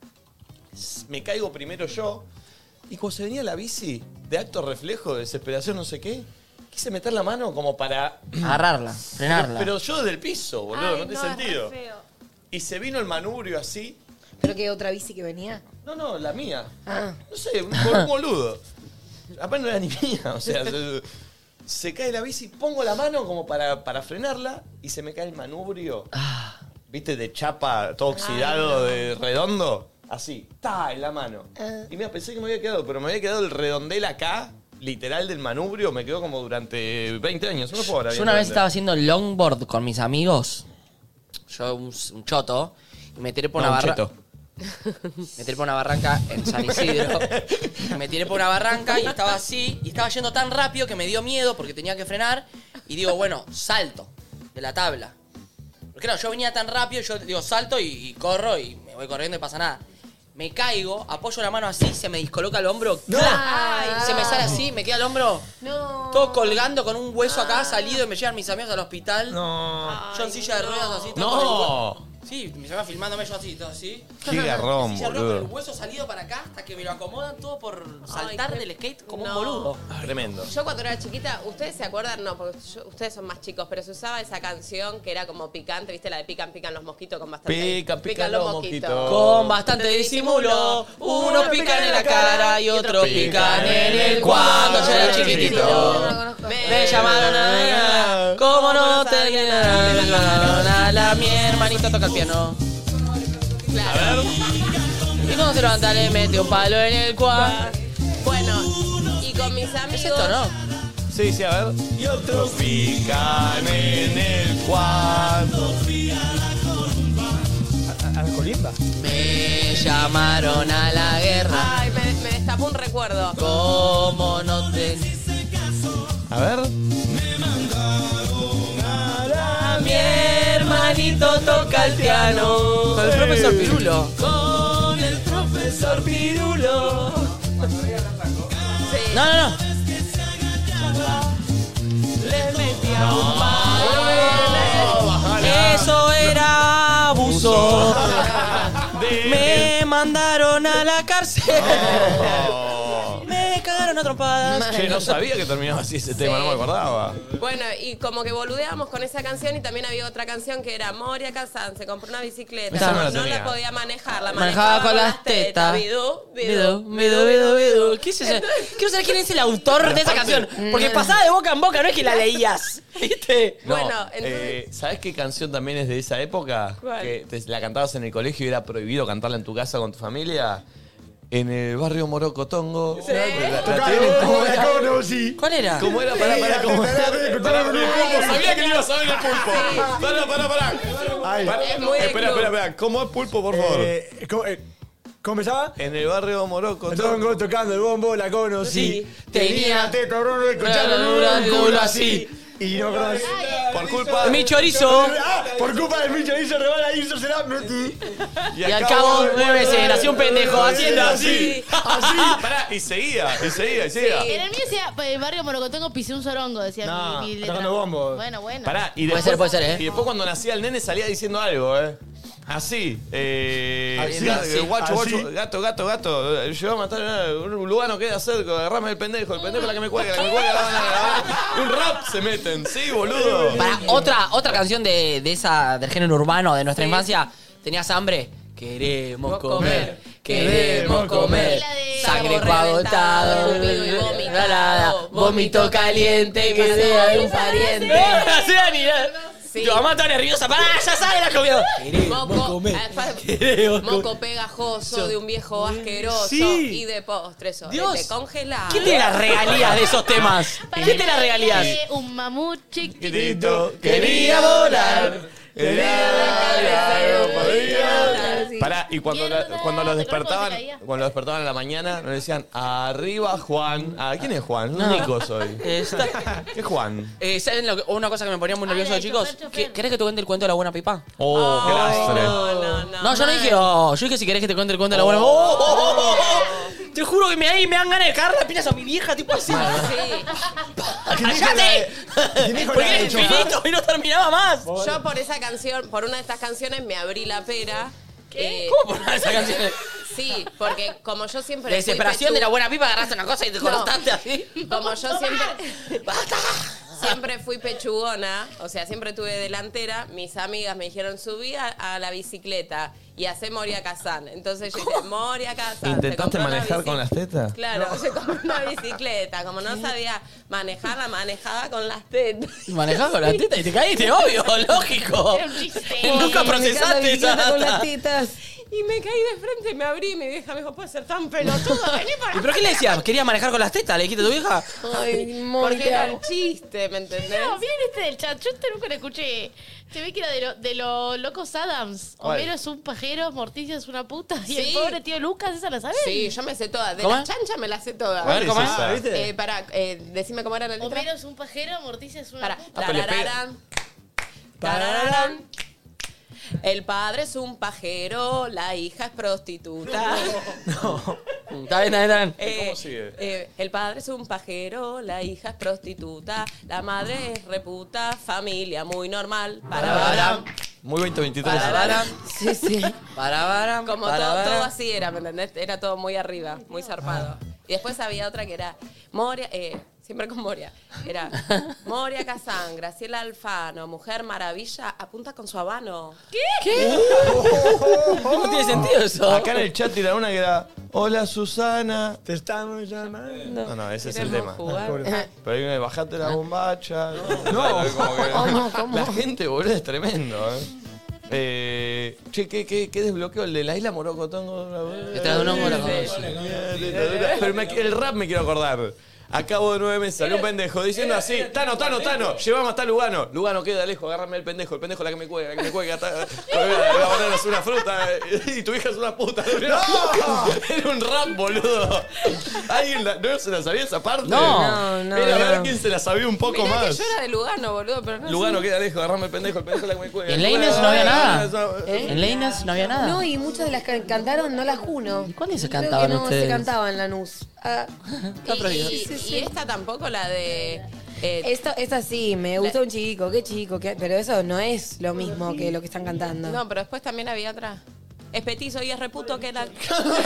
S- Me caigo primero yo. Y cuando se venía la bici, de acto reflejo, de desesperación, no sé qué, quise meter la mano como para... Agarrarla, frenarla. Pero yo desde el piso, boludo, Ay, no tiene no, es re sentido. feo. Y se vino el manubrio así. ¿Pero qué otra bici que venía? No, no, la mía. Ah. No sé, un, un boludo. Apenas no era ni mía, o sea, se, se cae la bici, pongo la mano como para, para frenarla y se me cae el manubrio. Ah. ¿Viste? De chapa, todo oxidado, de redondo. Así, ta, en la mano. Ah. Y mira, pensé que me había quedado, pero me había quedado el redondel acá, literal del manubrio me quedó como durante veinte años. No puedo Yo una vez estaba haciendo longboard con mis amigos. Yo, un, un choto. Y me tiré por No, una un barranca. Me tiré por una barranca en San Isidro. Me tiré por una barranca y estaba así. Y estaba yendo tan rápido que me dio miedo porque tenía que frenar. Y digo, bueno, salto de la tabla. Porque no, yo venía tan rápido, yo digo, salto y, y corro y me voy corriendo y pasa nada. Me caigo, apoyo la mano así, se me descoloca el hombro. No. Ay, se me sale así, me queda el hombro No. todo colgando con un hueso acá salido y me llevan mis amigos al hospital. No. Yo en silla de ruedas así. todo No. con el hueso. Sí, me llevan filmándome yo así, todo así. Qué garrón, En silla de ruedas con el boludo. hueso salido para acá hasta que me lo acomodan todo por saltar qué- del skate como No. un boludo. Tremendo. Yo cuando era chiquita, ¿ustedes se acuerdan? No, porque yo- ustedes son más chicos, pero se usaba esa canción que era como picante, ¿viste? La de pican, pican los mosquitos con bastante... Pican, pican los mosquitos. Con bastante disimulo, unos pican en la cara y otros pican en el cuando yo era chiquitito. Me llamaron a... ¿Cómo no te me llamaron a la mi hermanito toca el piano? Claro. Y cuando se levanta le mete un palo en el cual. Bueno, y con mis amigos... ¿Es esto, no? Sí, sí, a ver. Y otros pican en el cuarto. ¿A la colimba? Me llamaron a la guerra. Ay, me, me destapó un recuerdo. ¿Cómo no te...? A ver. Mi hermanito toca el piano. Con el profesor Pirulo. Con el profesor Pirulo. No, no, no. Les metía un Eso era abuso. Me mandaron a la cárcel. Me cagaron a trompadas. Che, no sabía que terminaba así ese tema, no me acordaba. Bueno, y como que boludeábamos con esa canción y también había otra canción que era Moria Kazan, se compró una bicicleta, Esa no no, la no tenía. la podía manejar, la Manejaba con las tetas. Bidú, Vidú, vidú, vidú, vidú. ¿Qué es eso? Quiero saber quién es el autor de esa canción. Porque pasaba de boca en boca, no es que la leías. ¿Viste? No, Bueno, entonces- eh, ¿sabés qué canción también es de esa época? ¿Cuál? Que te- la cantabas en el colegio y era prohibido cantarla en tu casa con tu familia. En el barrio Morocotongo. ¿Sí? La- la Tocaba tienen el como bombo, era. la conocí. ¿Cuál era? ¿Cómo era? Pará, pará, ¿cómo era? Pará, pará, pulpo, sabía que le ibas a ver el pulpo. Pará, pará, pará. Ay. Pará. Es muy de Espera, club. espera, espera. ¿Cómo es pulpo, por favor? Eh, ¿cómo, eh, ¿Cómo empezaba? En el barrio Morocotongo. Tongo tocando el bombo, la conocí. Sí. Tenía teta, bro, escuchando Una un culo así. Y no conocí. Por culpa Mi chorizo. Ah, por culpa del bicho hizo rebala hizo será metí. Y al cabo nueve veces nació un pendejo haciendo así. así. Así. Pará, y seguía, y seguía, y seguía. En el mío decía, el barrio Morocotongo pisé un sorongo, decía No, mi, mi está letra. tocando bombo. Bueno, bueno. Pará, y Puede después, ser, puede ser, ¿eh? Y después cuando nacía el nene salía diciendo algo, ¿eh? Así. Eh, Así, ga- así, guacho, así. guacho, gato, gato, gato. Yo voy a matar a un lugano, queda cerca, agarrame el pendejo, el pendejo es la que me cuelga, la que me cuelga, la, la, la, la. Un rap se meten, sí, boludo. Para otra, otra canción de, de esa, del género urbano de nuestra infancia. ¿Tenías hambre? Queremos comer, queremos comer. La de- Sangre Sabor agotado, reventado, y vomitado. nada, vómito caliente que sea de un pariente. No, sea ni Sí. Tu mamá está nerviosa, pará, ya sabe la comida. Moco, ah, Queremos moco comer. pegajoso de un viejo asqueroso Sí. y de postres Dios. de congelado. ¿Quién tiene las regalías de esos temas? ¿Quién tiene las regalías? Eh, Un mamut chiquitito. Chiquitito, quería volar. Pará, y cuando, la- cuando los despertaban, cuando los despertaban en la mañana, nos decían, arriba Juan. Ah, ¿quién es Juan? Un Nico soy. Está- ¿Qué es Juan? Eh, ¿Saben lo que- una cosa que me ponía muy nervioso Ah, de de chicos? chofer, chofer. ¿Qué- ¿Querés que te cuente el cuento de la buena pipa? Oh, qué lastre. No, no, no. No, yo no dije, oh, yo dije si querés que te cuente el cuento de la buena pipa. Oh, oh, oh, oh, oh. Te juro que me, ahí me dan ganas de cagar las piñas a mi vieja, tipo así. ¡Cállate! Porque era infinito y no terminaba más. Yo por esa canción, por una de estas canciones me abrí la pera. Eh, ¿Cómo por una de esas canciones? Sí, porque como yo siempre De fui desesperación pechu- de la buena pipa agarraste una cosa y te No. cortaste así. Como yo siempre siempre fui pechugona, o sea, siempre tuve delantera, mis amigas me dijeron, subí a, a la bicicleta y hacé Moria Kazan. Entonces yo dije, Moria Kazan. se ¿Intentaste compró una manejar bici- con las tetas? Claro, se compró una bicicleta. Como no sabía manejarla, manejaba con las tetas. Manejás con la teta y te caíste, obvio, lógico. Era un chiste. Nunca Me encanta procesaste bicicleta esa con las data. tetas. Y me caí de frente, me abrí y mi vieja me dijo, puede ser tan pelotudo, vení para ¿Y pero qué le decías? ¿Querías manejar con las tetas? ¿Le dijiste a tu vieja? Ay, Porque era un chiste, ¿me entendés? No, miren este del chat. Yo este nunca lo escuché. Se ve que era de, lo, de los locos Adams. ¿Cuál? Homero es un pajero, Morticia es una puta. Y Sí. el pobre tío Lucas, ¿esa la sabes? Sí, yo me sé todas. De ¿Cómo? las chanchas me las sé todas. A ver, ¿cómo es esa? ¿Viste? Eh, para, eh, decime cómo era la letra. Homero es un pajero, Morticia es una Para, puta. Ah, pero le pega. tarararán, tarararán. El padre es un pajero, la hija es prostituta. No. Está bien, está bien, está bien. Eh, ¿Cómo sigue? eh, el padre es un pajero, la hija es prostituta, la madre es reputa, familia muy normal. Para, para, Muy veinte veintitrés. para, para. Sí, sí. Para, para, Como para, todo, para. todo así era, ¿me entendés? Era todo muy arriba, muy zarpado. Y después había otra que era Moria, eh, siempre con Moria. Era Moria Kazan, Graciela Alfano, Mujer Maravilla, apunta con su habano. ¿Qué? ¿Qué? No tiene sentido eso. Acá en el chat tira una que era Hola Susana. Te estamos llamando. No, no, ese es el Queremos tema. jugar. Pero ahí me bajate la bombacha. No, No. como que- ¿Cómo, cómo? La gente, boludo, es tremendo, ¿eh? Eh, che, ¿qué, qué, ¿qué desbloqueo? El de la isla Morocotongo. Detrás de un hongo la conoce. Pero me- el rap me quiero acordar. Acabo de nueve meses, salió un pendejo diciendo así: Tano, Tano, Tano, llevamos hasta Lugano. Lugano queda lejos, agárrame el pendejo, el pendejo es la que me cuelga, la que me cuelga. ta- La banana es una fruta y tu hija es una puta. Era un rap, boludo. ¿Alguien la- no se la sabía esa parte? No. No, no, Era a ver no. quién se la sabía un poco Mirá que más. yo era de Lugano, boludo, pero no Lugano sé. queda lejos, agarrame el pendejo, el pendejo es la que me cuelga. ¿En Leines no había nada? ¿Eh? ¿En Leines no había nada? No, y muchas de las que cantaron no las juno. ¿Cuáles se Creo que cantaban no ustedes? se cantaba en Lanús. Ah, Está prohibido. Y, Sí, sí. y esta tampoco, la de... eh, esta, esta sí, me gusta un chico, qué chico, qué- pero eso no es lo mismo que lo que están cantando. no, pero después también había otra. Es petizo y es reputo que era... Che,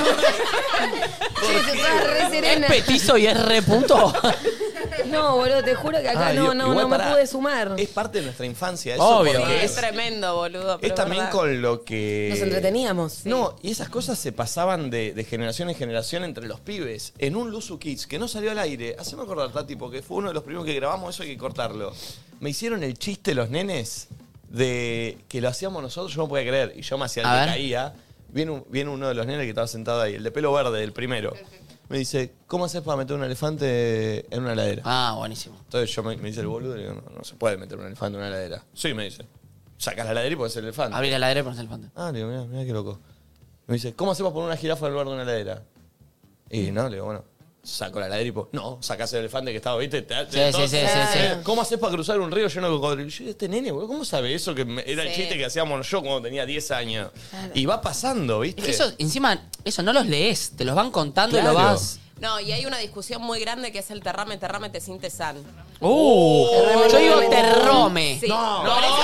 se estaba re ¿Es serena. petizo y es re punto? No, boludo, te juro que acá Ah, no, digo, no, igual no me pará. pude sumar. Es parte de nuestra infancia, eso. Obvio. porque Es es, tremendo, boludo. Pero es también verdad. con lo que. Nos entreteníamos. No, y esas cosas se pasaban de, de generación en generación entre los pibes. En un Luzu Kids que no salió al aire. Haceme acordar, Tati, porque fue uno de los primeros que grabamos, eso hay que cortarlo. Me hicieron el chiste los nenes de que lo hacíamos nosotros, yo no podía creer. Y yo me hacía el A que ver. caía. Viene, un- viene uno de los nenes que estaba sentado ahí, el de pelo verde, el primero. Me dice, ¿cómo haces para meter un elefante en una heladera? Ah, buenísimo. Entonces yo me, me dice el boludo y le digo, no, no se puede meter un elefante en una heladera. Sí, me dice. Sacas la heladera y pones el elefante. Abrir la heladera y pones el elefante. Ah, le digo, mira, mira qué loco. Me dice, ¿cómo hacemos poner una jirafa en lugar de una heladera? Y no, le digo, bueno, saco la heladera y pues, no, sacás el elefante que estaba, ¿viste? Te- te- Sí, todo- sí, sí, sí, sí. ¿Cómo haces para cruzar un río lleno de cocodrilos? Y yo, este nene, boludo, ¿cómo sabe eso? Que me- era el Sí. chiste que hacíamos yo cuando tenía diez años. Y va pasando, ¿viste? Es que eso, encima, eso no los lees, te los van contando y Claro. lo vas. No, y hay una discusión muy grande que es el terrame, terrame, te sin san. Uh, yo digo terrome. Sí. No, Por no, eso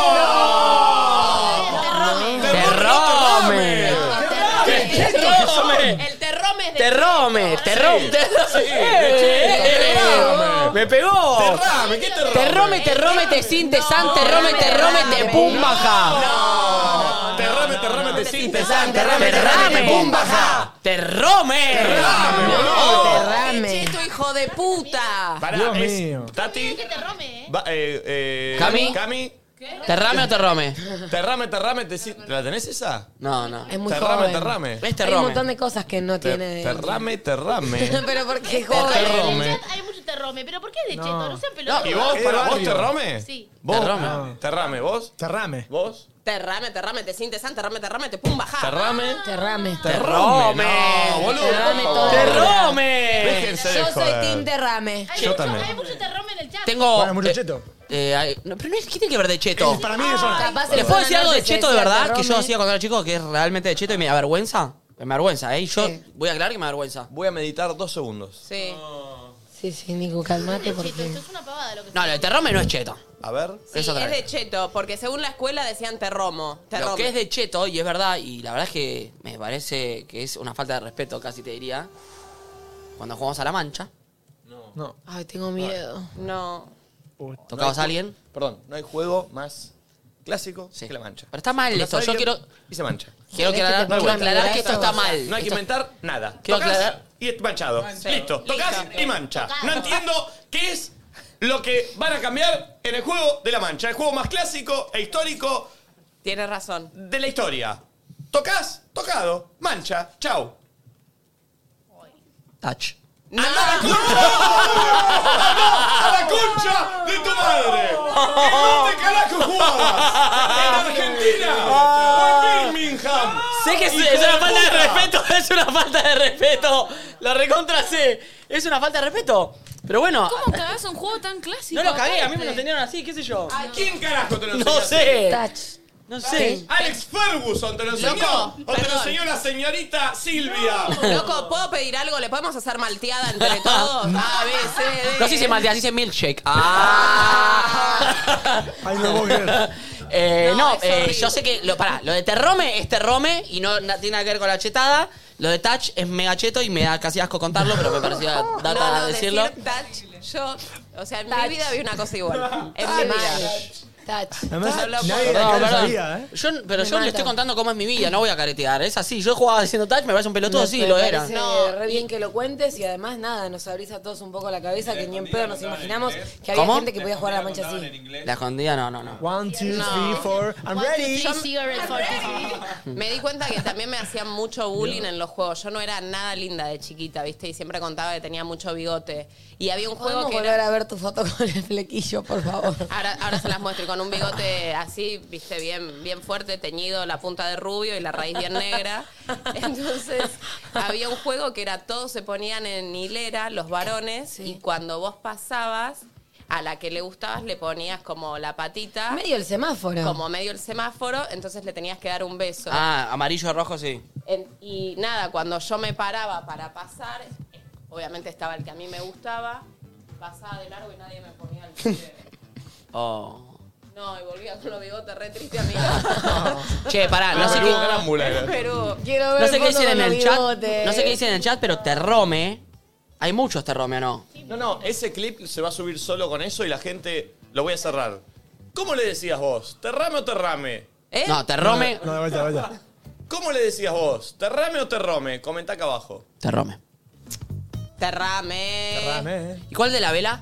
Terrome. Terrome. El terrome es de... Terrome. Terrome. Sí, Terrome. Me pegó. Terrame, ¿qué terrame? Terrome, terrome, te sin, te san, terrome, terrome, te pum, baja. Terrame, terrame, te sin, te San, terrame, terrame, pum, baja. Terrome. Derrame. Cheto, hijo de puta. Pará, Dios es- mío. Tati. Que te rome, ¿eh? Va, eh, eh, Cami. Cami. ¿Terrame o terrome? Terrame, terrame, te sin. ¿La tenés esa? No, no. Es muy Terrame, joven. terrame. Es Hay un terrome. montón de cosas que no Ter- tiene. Terrame, terrame. Pero porque es En joven. Terrome. el chat hay mucho terrome, pero ¿por qué de cheto? No sean pelotudos. ¿Y vos, ¿Qué para vos, barrio? terrame? Sí. ¿Vos? Terrame. Terrame, ¿vos? Terrame. ¿Vos? Terrame, terrame, te sin, te san, terrame, terrame, te pum, baja. Terrame. Terrame. Terrame. No, boludo. Terrame por todo. favor. Terrome. Déjense de Yo soy joder. Team Derrame. Hay Yo mucho- también. Hay mucho terrome en el chat. Tengo. Bueno, mucho eh, cheto. eh, hay- no, pero no es, ¿qué tiene que ver de cheto? Para mí eso no. Capaz ¿Les en puedo zona decir algo de norte se cheto de decía verdad? Que yo terrome. hacía cuando era chico, que es realmente de cheto y me avergüenza. Me avergüenza, ¿eh? Y yo Sí. voy a aclarar que me avergüenza. Voy a meditar dos segundos. Sí. Sí, sí, Nico, calmate Cheto, porque. esto es una pavada lo que No, lo de terrome no es cheto. A ver. Sí, Es es, otra vez. de cheto, porque según la escuela decían terromo. terrome. Lo que es de cheto, y es verdad, y la verdad es que me parece que es una falta de respeto, casi te diría, cuando jugamos a la mancha, No. Ay, tengo miedo. No. tocabas No a hay ju- alguien. Perdón, no hay juego más clásico Sí. que la mancha. Pero está mal Tocas esto, a yo alguien quiero, Y se mancha. quiero ¿Querés que aclarar, te quiero ponga aclarar mi que esto brazo? está mal. No hay que Esto- inventar nada. Quiero Tocas aclarar- y es manchado. Sí. Listo. Tocas Listo. y mancha. No entiendo qué es lo que van a cambiar en el juego de la mancha. El juego más clásico e histórico Tienes razón. de la historia. Tocas Tocado. Mancha. Chau. Touch. ¡No! ¡A la concha de tu madre! ¿En dónde carajo jugabas? ¿En Argentina? ¿O en Birmingham? Sé que es, es una falta de respeto, es una falta de respeto. Lo recontra sé. Es una falta de respeto. Pero bueno. ¿Cómo cagás un juego tan clásico? No lo cagué, a mí me lo enseñaron así, qué sé yo. ¿A quién carajo te lo No enseñaste? sé. Touch. No sé. Alex Ferguson te lo enseñó. Loco, o te lo perdón. enseñó la señorita Silvia. Loco, ¿puedo pedir algo? ¿Le podemos hacer malteada entre todos? A, B, C, D. No se dice malteada, se dice milkshake. Ah. Ay, no puedo creer. Eh, No, no, es eh, horrible. yo sé que. Lo, pará, lo de Terrome es Terrome y no na- tiene nada que ver con la chetada. Lo de Touch es mega cheto y me da casi asco contarlo, pero me parecía data No, no, decirlo. decir touch, yo, o sea, en Touch. mi vida vi una cosa igual. En mi vida. Touch. Además, No lo nadie puedo- acá Perdón, lo perdón. sabía, ¿eh? Yo, pero Me yo le mata. estoy contando cómo es mi vida, no voy a caretear. Es así, yo jugaba haciendo Touch, me parece un pelotudo, Me- sí, me lo era. parece No, re bien que lo cuentes y además nada, nos abrís a todos un poco la cabeza que ni en pedo nos imaginamos que había ¿Cómo? gente que podía jugar a la mancha así. La escondida, no, no, no. One, two, No. three, four. I'm ready. One, two, three, cigarette, four, two, three. Me di cuenta que también me hacían mucho bullying en los juegos. Yo no era nada linda de chiquita, ¿viste? Y siempre contaba que tenía mucho bigote. Y había un juego ¿Podemos que volver era... a ver tu foto con el flequillo, por favor? Ahora, ahora se las muestro y con un bigote así, viste, bien, bien fuerte, teñido, la punta de rubio y la raíz bien negra. Entonces, había un juego que era todos se ponían en hilera, los varones, y cuando vos pasabas, a la que le gustabas le ponías como la patita. Medio el semáforo. Como medio el semáforo, entonces le tenías que dar un beso. Ah, amarillo, rojo, sí. En- y nada, cuando yo me paraba para pasar, obviamente estaba el que a mí me gustaba, pasaba de largo y nadie me ponía el pie. Oh. No, y volvía con los bigotes re triste a mi casa. Che, pará, no sé Perú, qué. gran mula. Pero Quiero ver No sé qué fotos dicen en con el los chat. bigotes. No sé qué dicen en el chat, pero Terrome. Hay muchos Terrome, ¿o no? No, no, ese clip se va a subir solo con eso y la gente lo voy a cerrar. ¿Cómo le decías vos? ¿Terrame o terrame? ¿Eh? No, Terrome. No, de vuelta, de vuelta. ¿Cómo le decías vos? ¿Terrame o terrome? Comentá acá abajo. Terrome. Terrame. Cerrame, ¿eh? ¿Y cuál de la vela?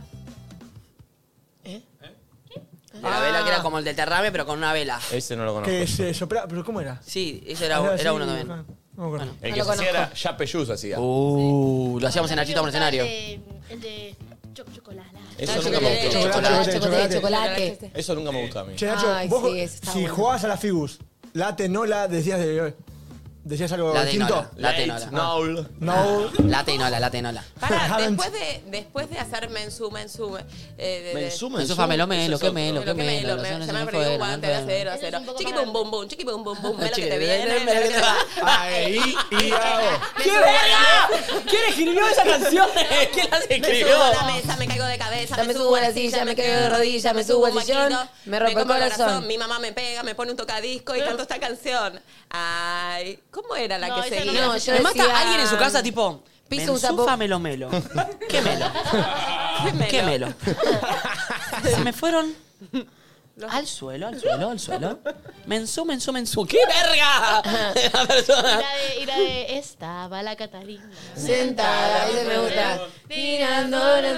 ¿Eh? De la vela que era como el del Terrame, pero con una vela. Ese no lo conozco. Que se sopla... ¿Pero cómo era? Sí, ese era, Ah, era sí, uno también. No, no me acuerdo. El No que lo se hacía conozco. era Yape Yus hacía. Uh, lo hacíamos en Nachito por el escenario. El de, el de cho- chocolate. Eso nunca me gustó. Chocolate, Chocolate, chocolate, chocolate, chocolate. Eso nunca me gustó a mí. Che, Nacho, Ay, vos sí, ese está si bueno. jugabas a la Figus, late, no la, decías de... ¿Decías algo La distinto? tenola. La tenola. Late, no. No. La tenola, la tenola. Pará, Haven't- después de, después de hacer mensú, mensú, eh, de- de- Mensú, Ensufa, melo, melo, que me melo, lo que que me melo. lo los me- sones se se me me perdió un fueron, guante de fueron. acero, Ese es acero. un poco Chiqui más bum bum bum, chiqui bum bum bum, me lo que Chiqui, te ven, viene, ven, me lo que ven, te va. Ahí, y hago. ¡Qué verga! ¿Quién escribió esa canción? ¿Quién las Me escribió? subo a la mesa, me caigo de cabeza, me subo a la silla, me caigo de rodillas, me subo al sillón, me rompo el como corazón. Mi mamá me pega, me pone un tocadisco y canto esta canción. Ay, ¿cómo era la No, que esa no seguía? No, yo Me mata decía- alguien en su casa, tipo. Piso un Mensufa, sapo. melo, melo. ¿Qué melo? Qué ¿Qué melo. melo? Se me fueron. Al suelo, al suelo, al suelo. Mensú, mensú, mensú. ¡Qué verga! La Y persona. la de, y la de estaba la Catalina. Sentada, ese me gusta. Mirando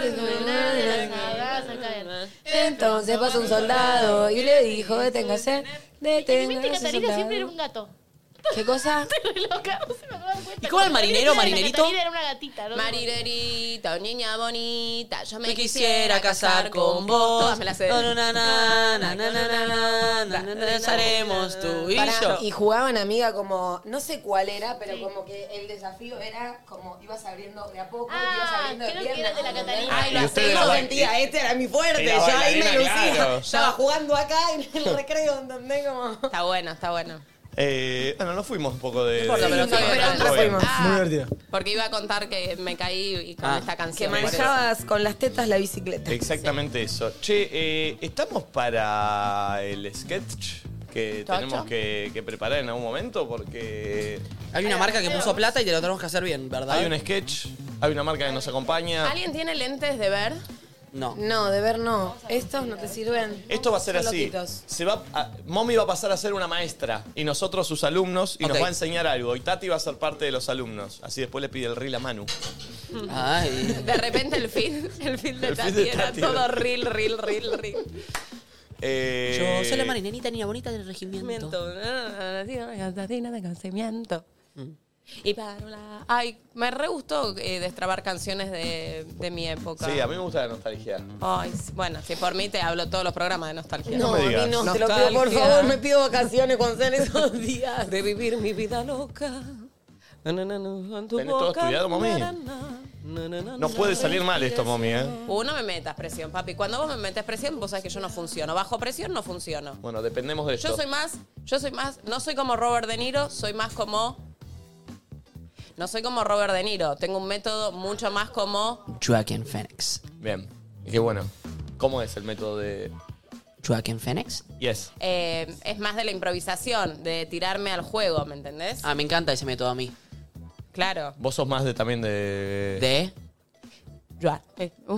Entonces pasó un soldado y le dijo, deténgase, deténgase, Viste, Catalina soldado. siempre era un gato. ¿Qué cosa? Estoy re loca, no se me acaba de dar cuenta. ¿Y cómo era el marinero, La marinerito? Catalina era una gatita, ¿no? Marinerita, niña bonita, yo me, Me quisiera casar con vos. Todas me las sé. No, no, na, na, na, na, na, na, na, na, na, na, Seremos tú y Pará, yo. y jugaban, amiga, como, no sé cuál era, pero como que el desafío era como ibas abriendo de a poco, Ah, ibas abriendo de creo que piernas. era de la ¿entendés? Catalina. Ay, Y lo ustedes hacía, yo la- sentía, este era mi fuerte, Y la yo ahí me bailarina, lucía. claro. Estaba jugando acá en el recreo, ¿entendés? Como... Está bueno, está bueno. Eh, bueno, nos fuimos un poco de. No importa, de- pero de- está bien, de- pero de- nos de- fuimos. Ah, Muy divertido. Porque iba a contar que me caí y con Ah. esta Que canción. manejabas con las tetas la bicicleta. Exactamente eso. Che, eh, ¿estamos para el sketch que ¿Tacho? tenemos que, que preparar en algún momento? Porque Hay una marca que puso plata y te lo tenemos que hacer bien, ¿verdad? hay un sketch, hay una marca que nos acompaña. ¿Alguien tiene lentes de ver? No. No, de ver no. Estos no te sirven. Esto va a ser Son así. loquitos. Se va a- Mommy va a pasar a ser una maestra y nosotros sus alumnos y nos Ok. va a enseñar algo. Y Tati va a ser parte de los alumnos. Así después le pide el reel a Manu. Ay. De repente el fin, el fin de El Tati fin de era Tati todo era- reel, reel, reel, reel. Eh, Yo soy la marinenita, niña bonita del regimiento. de conocimiento. Y para la... Ay, me re gustó eh, destrabar canciones de, de mi época. Sí, a mí me gusta la nostalgia. Ay, sí, bueno, si por mí te hablo todos los programas de nostalgia. No, me a digas. mí no, te lo pido, por favor, me pido vacaciones cuando sean esos días. De vivir mi vida loca. Na, na, na, na, en tu ¿Tenés todo boca, estudiado, mami? na, na, na, na, na, No puede salir mal esto, mami, ¿eh? Uh, no me metas presión, papi. Cuando vos me metes presión, vos sabés que yo no funciono. Bajo presión no funciono. Bueno, dependemos de esto. Yo soy más, yo soy más, no soy como Robert De Niro, soy más como... No soy como Robert De Niro, tengo un método mucho más como... Joaquin Phoenix. Bien. Qué bueno. ¿Cómo es el método de...? Joaquin Phoenix. Yes. eh, es más de la improvisación, de tirarme al juego, ¿me entendés? Ah, me encanta ese método a mí. Claro. Vos sos más de también de... ¿De? Joa- eh, uh.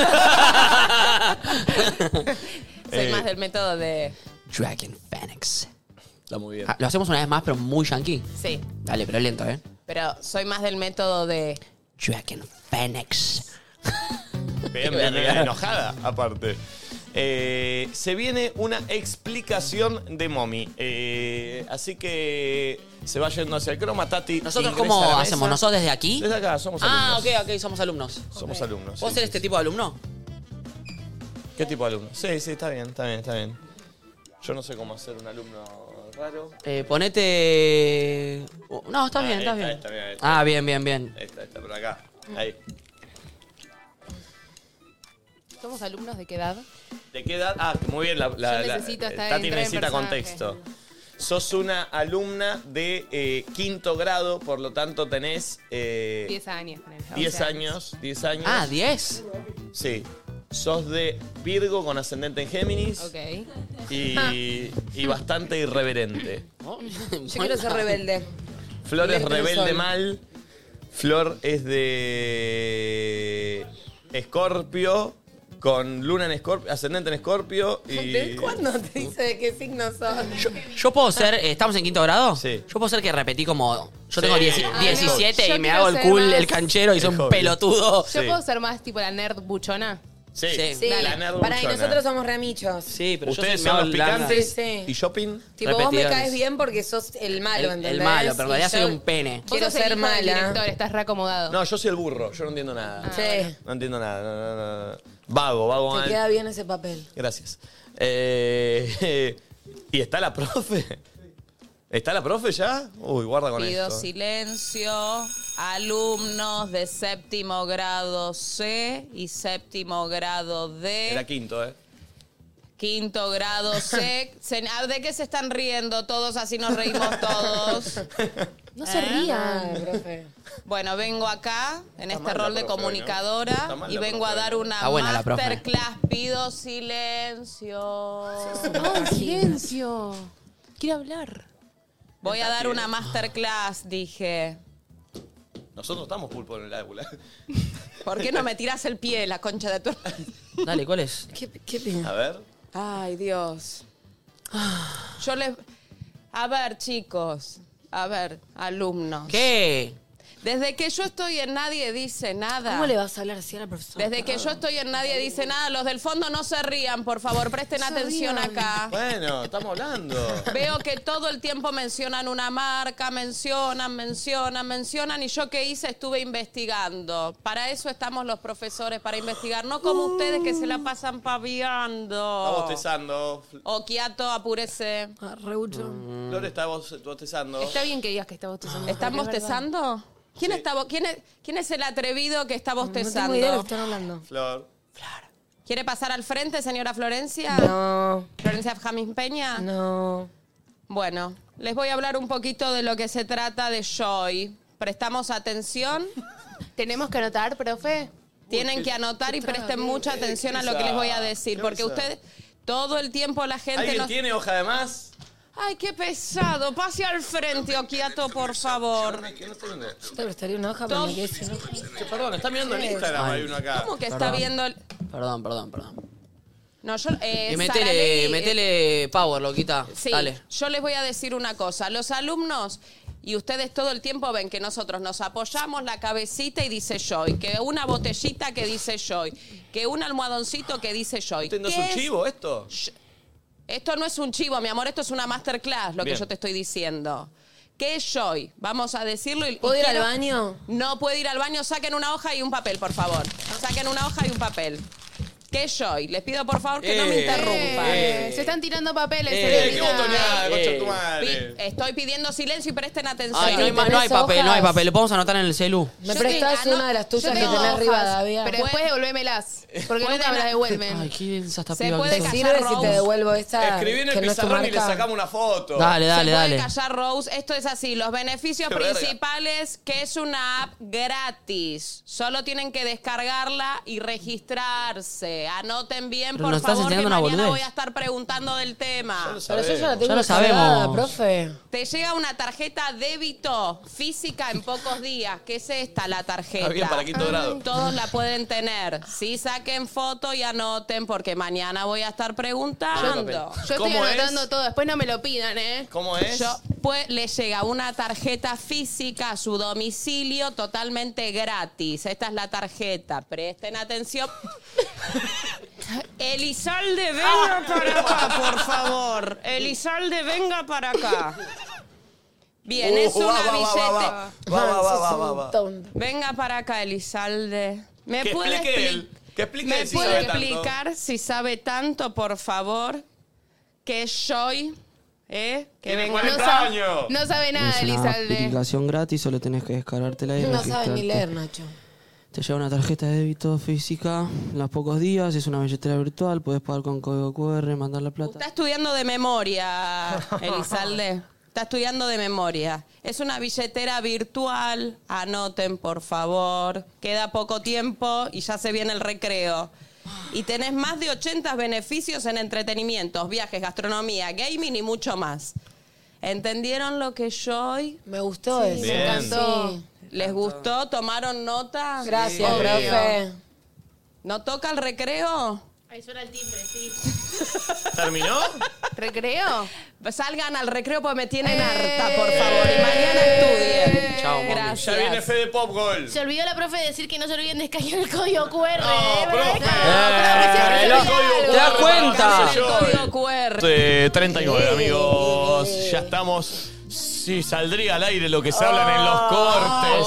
Soy Eh. más del método de... Joaquin Phoenix. Está muy bien. Ah, lo hacemos una vez más, pero muy yankee. Sí, Dale, pero lento, ¿eh? pero soy más del método de... Joaquin Phoenix. Bien, bien, bien, enojada, aparte. Eh, se viene una explicación de Momi. Eh, así que se va yendo hacia el croma, Tati. ¿Nosotros ingresa cómo a la hacemos? mesa. ¿Nosotros desde aquí? Desde acá, somos Ah, alumnos. ok, ok, somos alumnos. Somos alumnos. ¿Puedo sí, ser sí, este sí. tipo de alumno? ¿Qué tipo de alumno? Sí, sí, está bien, está bien, está bien. Yo no sé cómo hacer un alumno raro. Eh, ponete... Uh, No, está Ah, bien, ahí está está, bien. está bien, ahí está. Ah, bien, bien, bien. Ahí está, ahí está, por acá. Ahí. ¿Somos alumnos de qué edad? ¿De qué edad? Ah, muy bien. La, la, Yo la- necesito estar- Tati entrar en necesita personaje. contexto. Sos una alumna de eh, quinto grado, por lo tanto tenés... Eh, diez años. ponele, diez once años, diez años. Ah, diez. Sí. Sos de Virgo con ascendente en Géminis Ok. y, y bastante irreverente. Yo quiero ser rebelde. Flor es Electro rebelde Sol. mal. Flor es de Escorpio con luna en Escorpio, ascendente en Escorpio y ¿De cuándo te dice de qué signo son? Yo puedo ser... eh, ¿Estamos en quinto grado? Sí. Yo puedo ser que repetí como... Yo Sí. tengo diez- Ah, diecisiete yo y me quiero hago el ser cool, más- el canchero y soy El un hobby. pelotudo. ¿Yo Sí. puedo ser más tipo la nerd buchona? Sí, Sí. Sí, la nerd para y buchona. nosotros somos remichos. Sí, pero Ustedes yo soy son los me hago picantes Sí, sí. y shopping. Tipo, vos me Repetidores. caes bien porque sos el malo, el, ¿entendés? el malo, pero en Y realidad yo soy un pene. Quiero Vos sos el ser hijo del mala. director, estás reacomodado. No, yo soy el burro, yo no entiendo nada. Sí, No entiendo nada. no, no, no, no. Vago, vago te mal. queda bien ese papel. Gracias. Eh, ¿Y está la profe? ¿Está la profe ya? Uy, guarda con Pido esto. silencio. Alumnos de séptimo grado C y séptimo grado D. Era quinto, ¿eh? Quinto grado C. Se- ah, ¿De qué se están riendo todos? Así nos reímos todos. No se ¿Eh? rían. Ah, profe. Bueno, vengo acá en este mal la rol de profe, ¿no? comunicadora Está mal y la vengo profe, a dar ¿no? una Está buena la profe. masterclass. Pido silencio. ¡Ay, silencio! Quiero hablar. Voy a dar una masterclass, dije. Nosotros estamos pulpo en el aula. ¿Por qué no me tiras el pie, la concha de tu... Dale, ¿cuál es? ¿Qué, qué pena? A ver. Ay, Dios. Yo les... A ver, chicos. A ver, alumnos. ¿Qué? Desde que yo estoy en Nadie Dice Nada. ¿Cómo le vas a hablar así a la profesora? Desde que yo estoy en Nadie Dice Nada, los del fondo no se rían, por favor, presten Se atención rían. acá. Bueno, estamos hablando. Veo que todo el tiempo mencionan una marca, mencionan, mencionan, mencionan, y yo qué hice, estuve investigando. Para eso estamos los profesores, para investigar, no como ustedes que se la pasan Está paviando. bostezando. Okiato, apúrese. Ah, Reucho. Flor está bos- bostezando. Está bien que digas que está bostezando. ¿Están porque es verdad. bostezando? ¿Quién, Sí. está, bo- quién, es, ¿Quién es el atrevido que está No bostezando? tengo idea de lo que están hablando. Flor. ¿Quiere pasar al frente, señora Florencia? No, ¿Florencia Jamín Peña? no. Bueno, les voy a hablar un poquito de lo que se trata de Joy. ¿Prestamos atención? ¿Tenemos que anotar, profe? Tienen que anotar y presten mucha atención a lo que les voy a decir, ¿Qué porque pasa? ustedes, todo el tiempo la gente ¿Alguien nos... tiene hoja de más? Ay, qué pesado. Pase al frente, Okiato, por favor. ¿Qué no tiene? Yo te prestaría una hoja, pero me quedé sin hoja. Che, perdón, está mirando en Instagram. Ay. Hay uno acá. ¿Cómo que está Perdón. viendo? el- Perdón, perdón, perdón. No, yo... Eh, Y metele, Saralegui, eh, metele power, loquita. Sí, Dale. yo les voy a decir una cosa. Los alumnos, y ustedes todo el tiempo ven que nosotros nos apoyamos la cabecita y dice Joy, que una botellita que dice Joy, que un almohadoncito que dice Joy. ¿Este no es ¿Qué un chivo esto? Sh- Esto no es un chivo, mi amor, esto es una masterclass, lo Bien. que yo te estoy diciendo. ¿Qué es Joy? Vamos a decirlo. Y, ¿Puedo y ir al quiero- baño? No puede ir al baño. Saquen una hoja y un papel, por favor. Saquen una hoja y un papel. ¿Qué es Joy? Les pido, por favor, que no me Eh, interrumpan. Eh, se están tirando papeles. Eh, señorita. qué botoneada, concha de tu Pi- madre. Estoy pidiendo silencio y presten atención. Ay, no hay, ma- no hay ¿Tenés papel, no hay hojas? papel. Lo podemos anotar en el celu. ¿Me Yo prestás te- ah, no, una de las Yo tuyas que tengo tenés arriba, hojas, David? pero después devolvémelas. Porque Pueden nunca me las a- devuelven. Ay, qué densa esta Se piba puede que ¿Te sos. callar, sirve si Rose. te devuelvo esta Escribí en el que no es tu pizarrón y le marca? sacamos una foto. Dale, dale, Se puede dale. callar, Rose. Esto es así. Los beneficios Qué verga. principales, que es una app gratis. Solo tienen que descargarla y registrarse. Anoten bien, Pero por nos estás favor, que enseñando una mañana boludez. voy a estar preguntando del tema. Pero yo ya la tengo Ya lo descargada, sabemos. profe. Te llega una tarjeta débito física en pocos días. ¿Qué es esta, la tarjeta? Ah, bien, para quinto grado. Todos la pueden tener. Sí, saquen foto y anoten porque mañana voy a estar preguntando. Yo estoy ¿Cómo es? anotando todo. Después no me lo pidan, ¿eh? ¿Cómo es? Yo, pues, le llega una tarjeta física a su domicilio totalmente gratis. Esta es la tarjeta. Presten atención. Elizalde, venga para acá, por favor. Elizalde, venga para acá. Bien, es Uh, una va, va, va, billetera. va, va, va, va, va, va, va. Tonto. Venga para acá, Elizalde. ¿Me Que puede explique expli- él. Que explique ¿Me él si puede sabe tanto. explicar si sabe tanto, por favor? Que soy, ¿eh? Que Tiene venga. cuarenta No sabe, años. no sabe nada, Es una Elizalde. aplicación gratis, solo tenés que descargártela y No sabe registrarte. ni leer, Nacho. Te llega una tarjeta de débito física en los pocos días, es una billetera virtual, puedes pagar con código cu erre, mandar la plata. Está estudiando de memoria, Elizalde. Está estudiando de memoria. Es una billetera virtual. Anoten, por favor. Queda poco tiempo y ya se viene el recreo. Y tenés más de ochenta beneficios en entretenimientos, viajes, gastronomía, gaming y mucho más. ¿Entendieron lo que yo hoy? Me gustó Sí, eso. Bien. me encantó. Sí. ¿Les gustó? ¿Tomaron nota? Gracias, Obvio. profe. ¿No toca el recreo? Ahí suena el timbre, sí. ¿Terminó? ¿Recreo? Salgan al recreo porque me tienen Eh. harta, por favor. Y mañana estudien. Chao, mami. Gracias. Ya viene Fede Pop Goal. Se olvidó la profe de decir que no se olviden de escanear el código cu erre. No, ¿eh? profe. Eh, El lo- código ¿Te das cu erre, cuenta? para que El yo- código cu erre. Eh, treinta y nueve, amigos. Ya estamos. Sí, saldría al aire lo que se hablan en los cortes.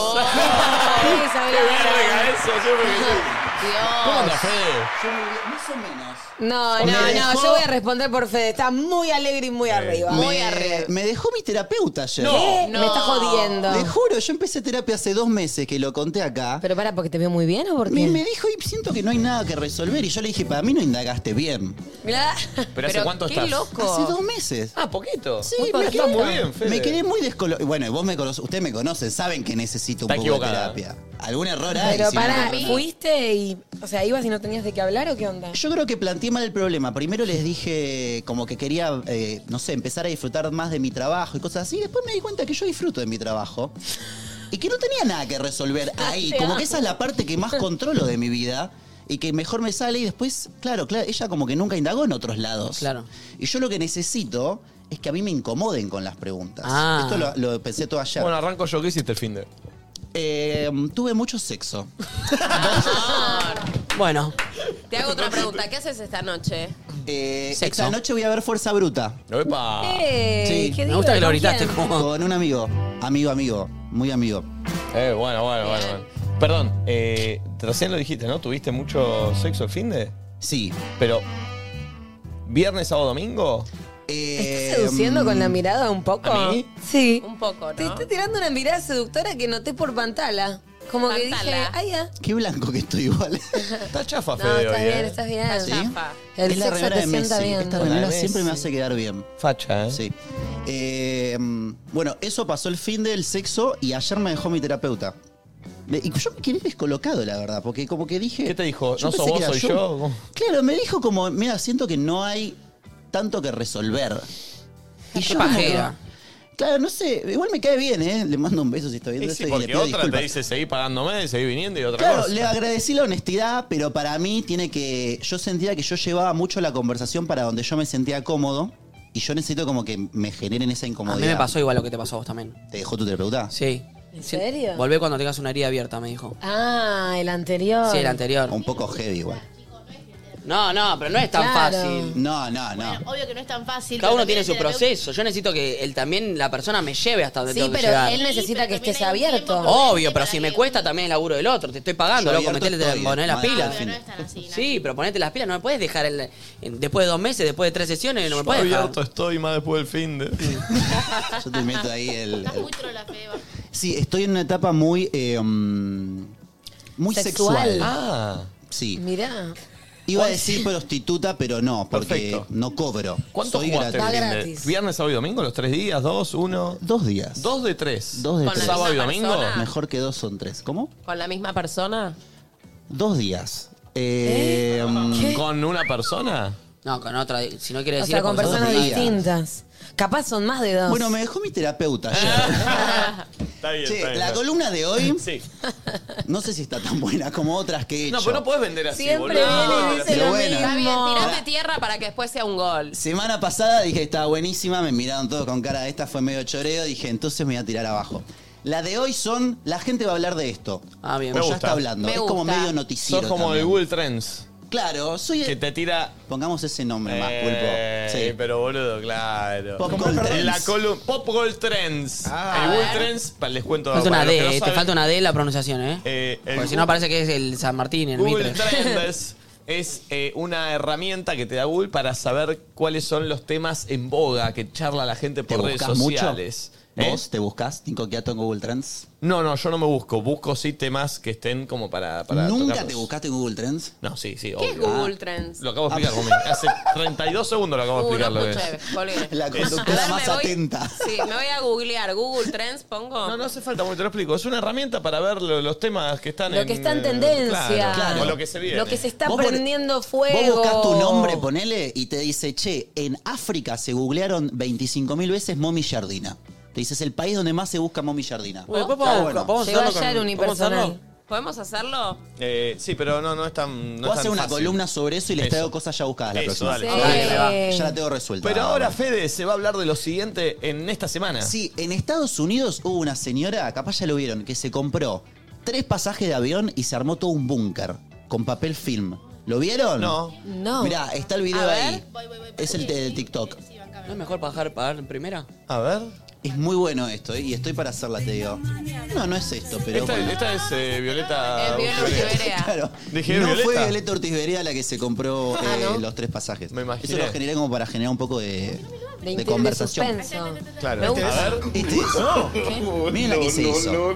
Sí, sabe Qué la verga verdad. eso, sí, porque- ¿Cómo anda, Fede? Más o menos. No, no, Me no, dejó- yo voy a responder por Fede. Está muy alegre y muy arriba. Muy me, arriba. me dejó mi terapeuta ayer. ¿Qué? No. Me está jodiendo. Le juro, yo empecé terapia hace dos meses, que lo conté acá. ¿Pero para, porque te veo muy bien o por qué? Me, me dijo, y siento que no hay nada que resolver. Y yo le dije, para mí no indagaste bien. Mirá. ¿Pero hace cuánto qué estás? loco. Hace dos meses. Ah, poquito. Sí, Muy me poquito. quedé, Está muy bien, Fede. me quedé muy descolocado. Bueno, vos me conocés, ustedes me conocen, saben que necesito un Está poco equivocada. de terapia. Algún error hay. Pero si no, para, no, no. ¿fuiste y, o sea, ibas y no tenías de qué hablar o qué onda? Yo creo que planteé mal el problema. Primero les dije como que quería, eh, no sé, empezar a disfrutar más de mi trabajo y cosas así. Después me di cuenta que yo disfruto de mi trabajo. Y que no tenía nada que resolver ahí. Como que esa es la parte que más controlo de mi vida. Y que mejor me sale y después, claro, claro, ella como que nunca indagó en otros lados. Claro. Y yo lo que necesito es que a mí me incomoden con las preguntas. Ah. Esto lo, lo pensé todo ayer. Bueno, arranco yo. ¿Qué hiciste el fin de? Eh, tuve mucho sexo. Bueno, Te hago otra pregunta. ¿Qué haces esta noche? Eh, Sexo. esta noche voy a ver Fuerza Bruta. ¡Epa! ¡Eh! Sí, ¿Qué me gusta que lo ¿Con gritaste quién? como... Con un amigo. Amigo, amigo. Muy amigo. Eh, bueno, bueno, bueno, bueno. Perdón, eh, recién lo dijiste, ¿no? ¿Tuviste mucho sexo el fin de? Sí. Pero, ¿viernes, sábado, domingo? Eh, ¿Estás seduciendo con la mirada un poco? ¿A mí? Sí. Un poco, Te ¿no? está tirando una mirada seductora que noté por pantalla. Como que dije, Pantala. ay, ya. Qué blanco que estoy igual. Está chafa, No, Fede, estás hoy, bien, ¿eh? estás bien. ¿Sí? Chafa. El es la sexo remera te de sienta Messi. bien. Esta La de remera Messi. siempre me hace quedar bien. Facha, ¿eh? Sí. Eh, bueno, eso pasó el fin del sexo y ayer me dejó mi terapeuta. Me- y yo me quedé descolocado, la verdad, porque como que dije... ¿Qué te dijo? yo ¿No sos pensé vos, que era soy yo? Claro, me dijo como, mira, siento que no hay tanto que resolver. Y Qué yo como- pajera. Claro, no sé, igual me cae bien, ¿eh? Le mando un beso si está viendo Y esto sí, y le porque pido otra disculpas. te dice seguir pagándome, seguir viniendo y otra Claro, cosa. le agradecí la honestidad, pero para mí tiene que... Yo sentía que yo llevaba mucho la conversación para donde yo me sentía cómodo y yo necesito como que me generen esa A incomodidad. mí me pasó igual lo que te pasó a vos también. ¿Te dejó tu terapeuta? Sí. ¿En serio? Volvé cuando tengas una herida abierta, me dijo. Ah, el anterior. Sí, el anterior. Un poco heavy igual. No, no, pero no es tan Claro. fácil. No, no, no. Bueno, obvio que no es tan fácil. Cada pero uno tiene también su el terapeuta- proceso. Yo necesito que él también, la persona me lleve hasta donde Sí, tengo que pero llegar. él necesita que estés abierto. Obvio, pero si me cuesta también el laburo del otro. Te estoy pagando, Yo loco, abierto metele, estoy, poner las no, pilas. no, no es tan así, Sí, pero ponete las pilas. No me puedes dejar el, en- después de dos meses, después de tres sesiones, no me Yo puedes dejar. abierto estoy más después del fin de... Yo te meto ahí el... Estás el- muy trola, Fede. va. Sí, estoy en una etapa muy... eh, um, muy Sexual. sexual. Ah, Sí. Mirá. Iba a decir prostituta, pero no, porque Perfecto. no cobro. ¿cuánto Soy jugaste gratuito. el fin de- gratis. ¿Viernes, sábado y domingo? ¿Los tres días? ¿Dos? ¿Uno? Dos días. ¿Dos de tres? Dos de Con tres. la ¿Sábado y misma domingo? persona. Mejor que dos son tres. ¿Cómo? ¿Con la misma persona? Dos días. Eh, um, ¿Con una persona? No, con otra. Si no quiere O decir. sea, con porque- personas días. distintas. Capaz son más de dos. Bueno, me dejó mi terapeuta ayer. Está bien, Che, está bien. la columna de hoy, Sí. no sé si está tan buena como otras que he hecho. No, pero no puedes vender así, Siempre boludo. viene y dice Pero lo bueno. Está bien, mismo. tirate tierra para que después sea un gol. Semana pasada dije que estaba buenísima, me miraron todos con cara de esta, fue medio choreo, dije entonces me voy a tirar abajo. La de hoy son, la gente va a hablar de esto. Ah, bien. O Me ya gusta. está hablando, Me es como gusta. medio noticiero Sos como también. el Google Trends. Claro, soy Que el... te tira... Pongamos ese nombre más, Eh, Pulpo. Sí. pero boludo, claro. Pop Gold Trends. La columna Pop Gold Trends. Ah. el Google Trends, pa- les cuento. Falta una para los que D, no te saben, falta una D en la pronunciación, ¿eh? eh, el Porque si no parece que es el San Martín, el Google Mitre. Trends es eh, una herramienta que te da Google para saber cuáles son los temas en boga que charla la gente ¿Te por redes buscas mucho? sociales. ¿Eh? ¿Vos te buscás Nico Quiato en Google Trends? No, no, yo no me busco. Busco sí temas que estén como para. para ¿Nunca tocarlos. te buscaste en Google Trends? No, sí, sí, ¿Qué es obvio. Google Ah. Trends? Lo acabo de explicar, Gomi. Hace treinta y dos segundos lo acabo de Uh, explicar no lo que es. escuché, colgué. La A conductora ver, más me voy- atenta. Sí, me voy a googlear. Google Trends, pongo. No, no hace falta mucho, te lo explico. Es una herramienta para ver lo- los temas que están Lo en. que está en eh, tendencia. Claro, Claro. O lo que se viene. Lo que se está Vos por- prendiendo fuego. Vos buscas tu nombre, ponele, y te dice, che, en África se googlearon veinticinco mil veces Momi Jardina. Te dice, es el país donde más se busca Momi Jardina. Bueno, después Está podemos, bueno. podemos Llegó hacerlo ayer con- unipersonal. ¿podemos hacerlo? ¿Podemos hacerlo? Eh, sí, pero no, no es tan. No Puedo es tan hacer una fácil. columna sobre eso y les Eso. traigo cosas ya buscadas la Eso, próxima. dale. Sí. Dale, Sí. va. Ya la tengo resuelta. Pero ahora, Fede, se va a hablar de lo siguiente en esta semana. Sí, en Estados Unidos hubo una señora, capaz ya lo vieron, que se compró tres pasajes de avión y se armó todo un búnker con papel film. ¿Lo vieron? No. No. Mirá, está el video A ahí. ver. Voy, voy, voy. Es el de TikTok. ¿No es mejor pagar, pagar en primera? A ver. Es muy bueno esto, ¿eh? Y estoy para hacerla, te digo. No, no es esto, pero Esta, bueno. esta es eh, Violeta. Es Violeta Urtiberea. Claro. Dije, no ¿Violeta? fue Violeta Ortiz Berea la que se compró Ah, eh, ¿no? los tres pasajes. Me imaginé. Eso lo generé como para generar un poco de, De, de inter- conversación. de suspenso. Claro. Me A gusta. ver. Este es. Miren la que se hizo.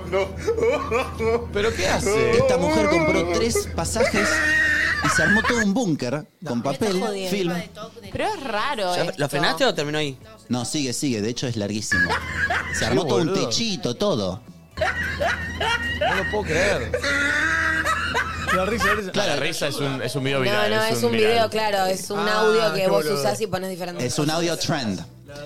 ¿Pero qué hace? Esta mujer compró tres pasajes y se armó todo un búnker con papel, jodiendo. film. Pero es raro ¿Ya- esto. ¿Lo frenaste o terminó ahí? No, sigue, sigue. De hecho, es larguísimo. Se armó todo un boludo. techito, todo. No lo puedo creer. La risa, la risa. La risa es un, es un video No, viral. no, es un viral. video, claro. Es un Ah, audio que qué vos boludo. usás y pones diferentes Es un cosas. audio trend.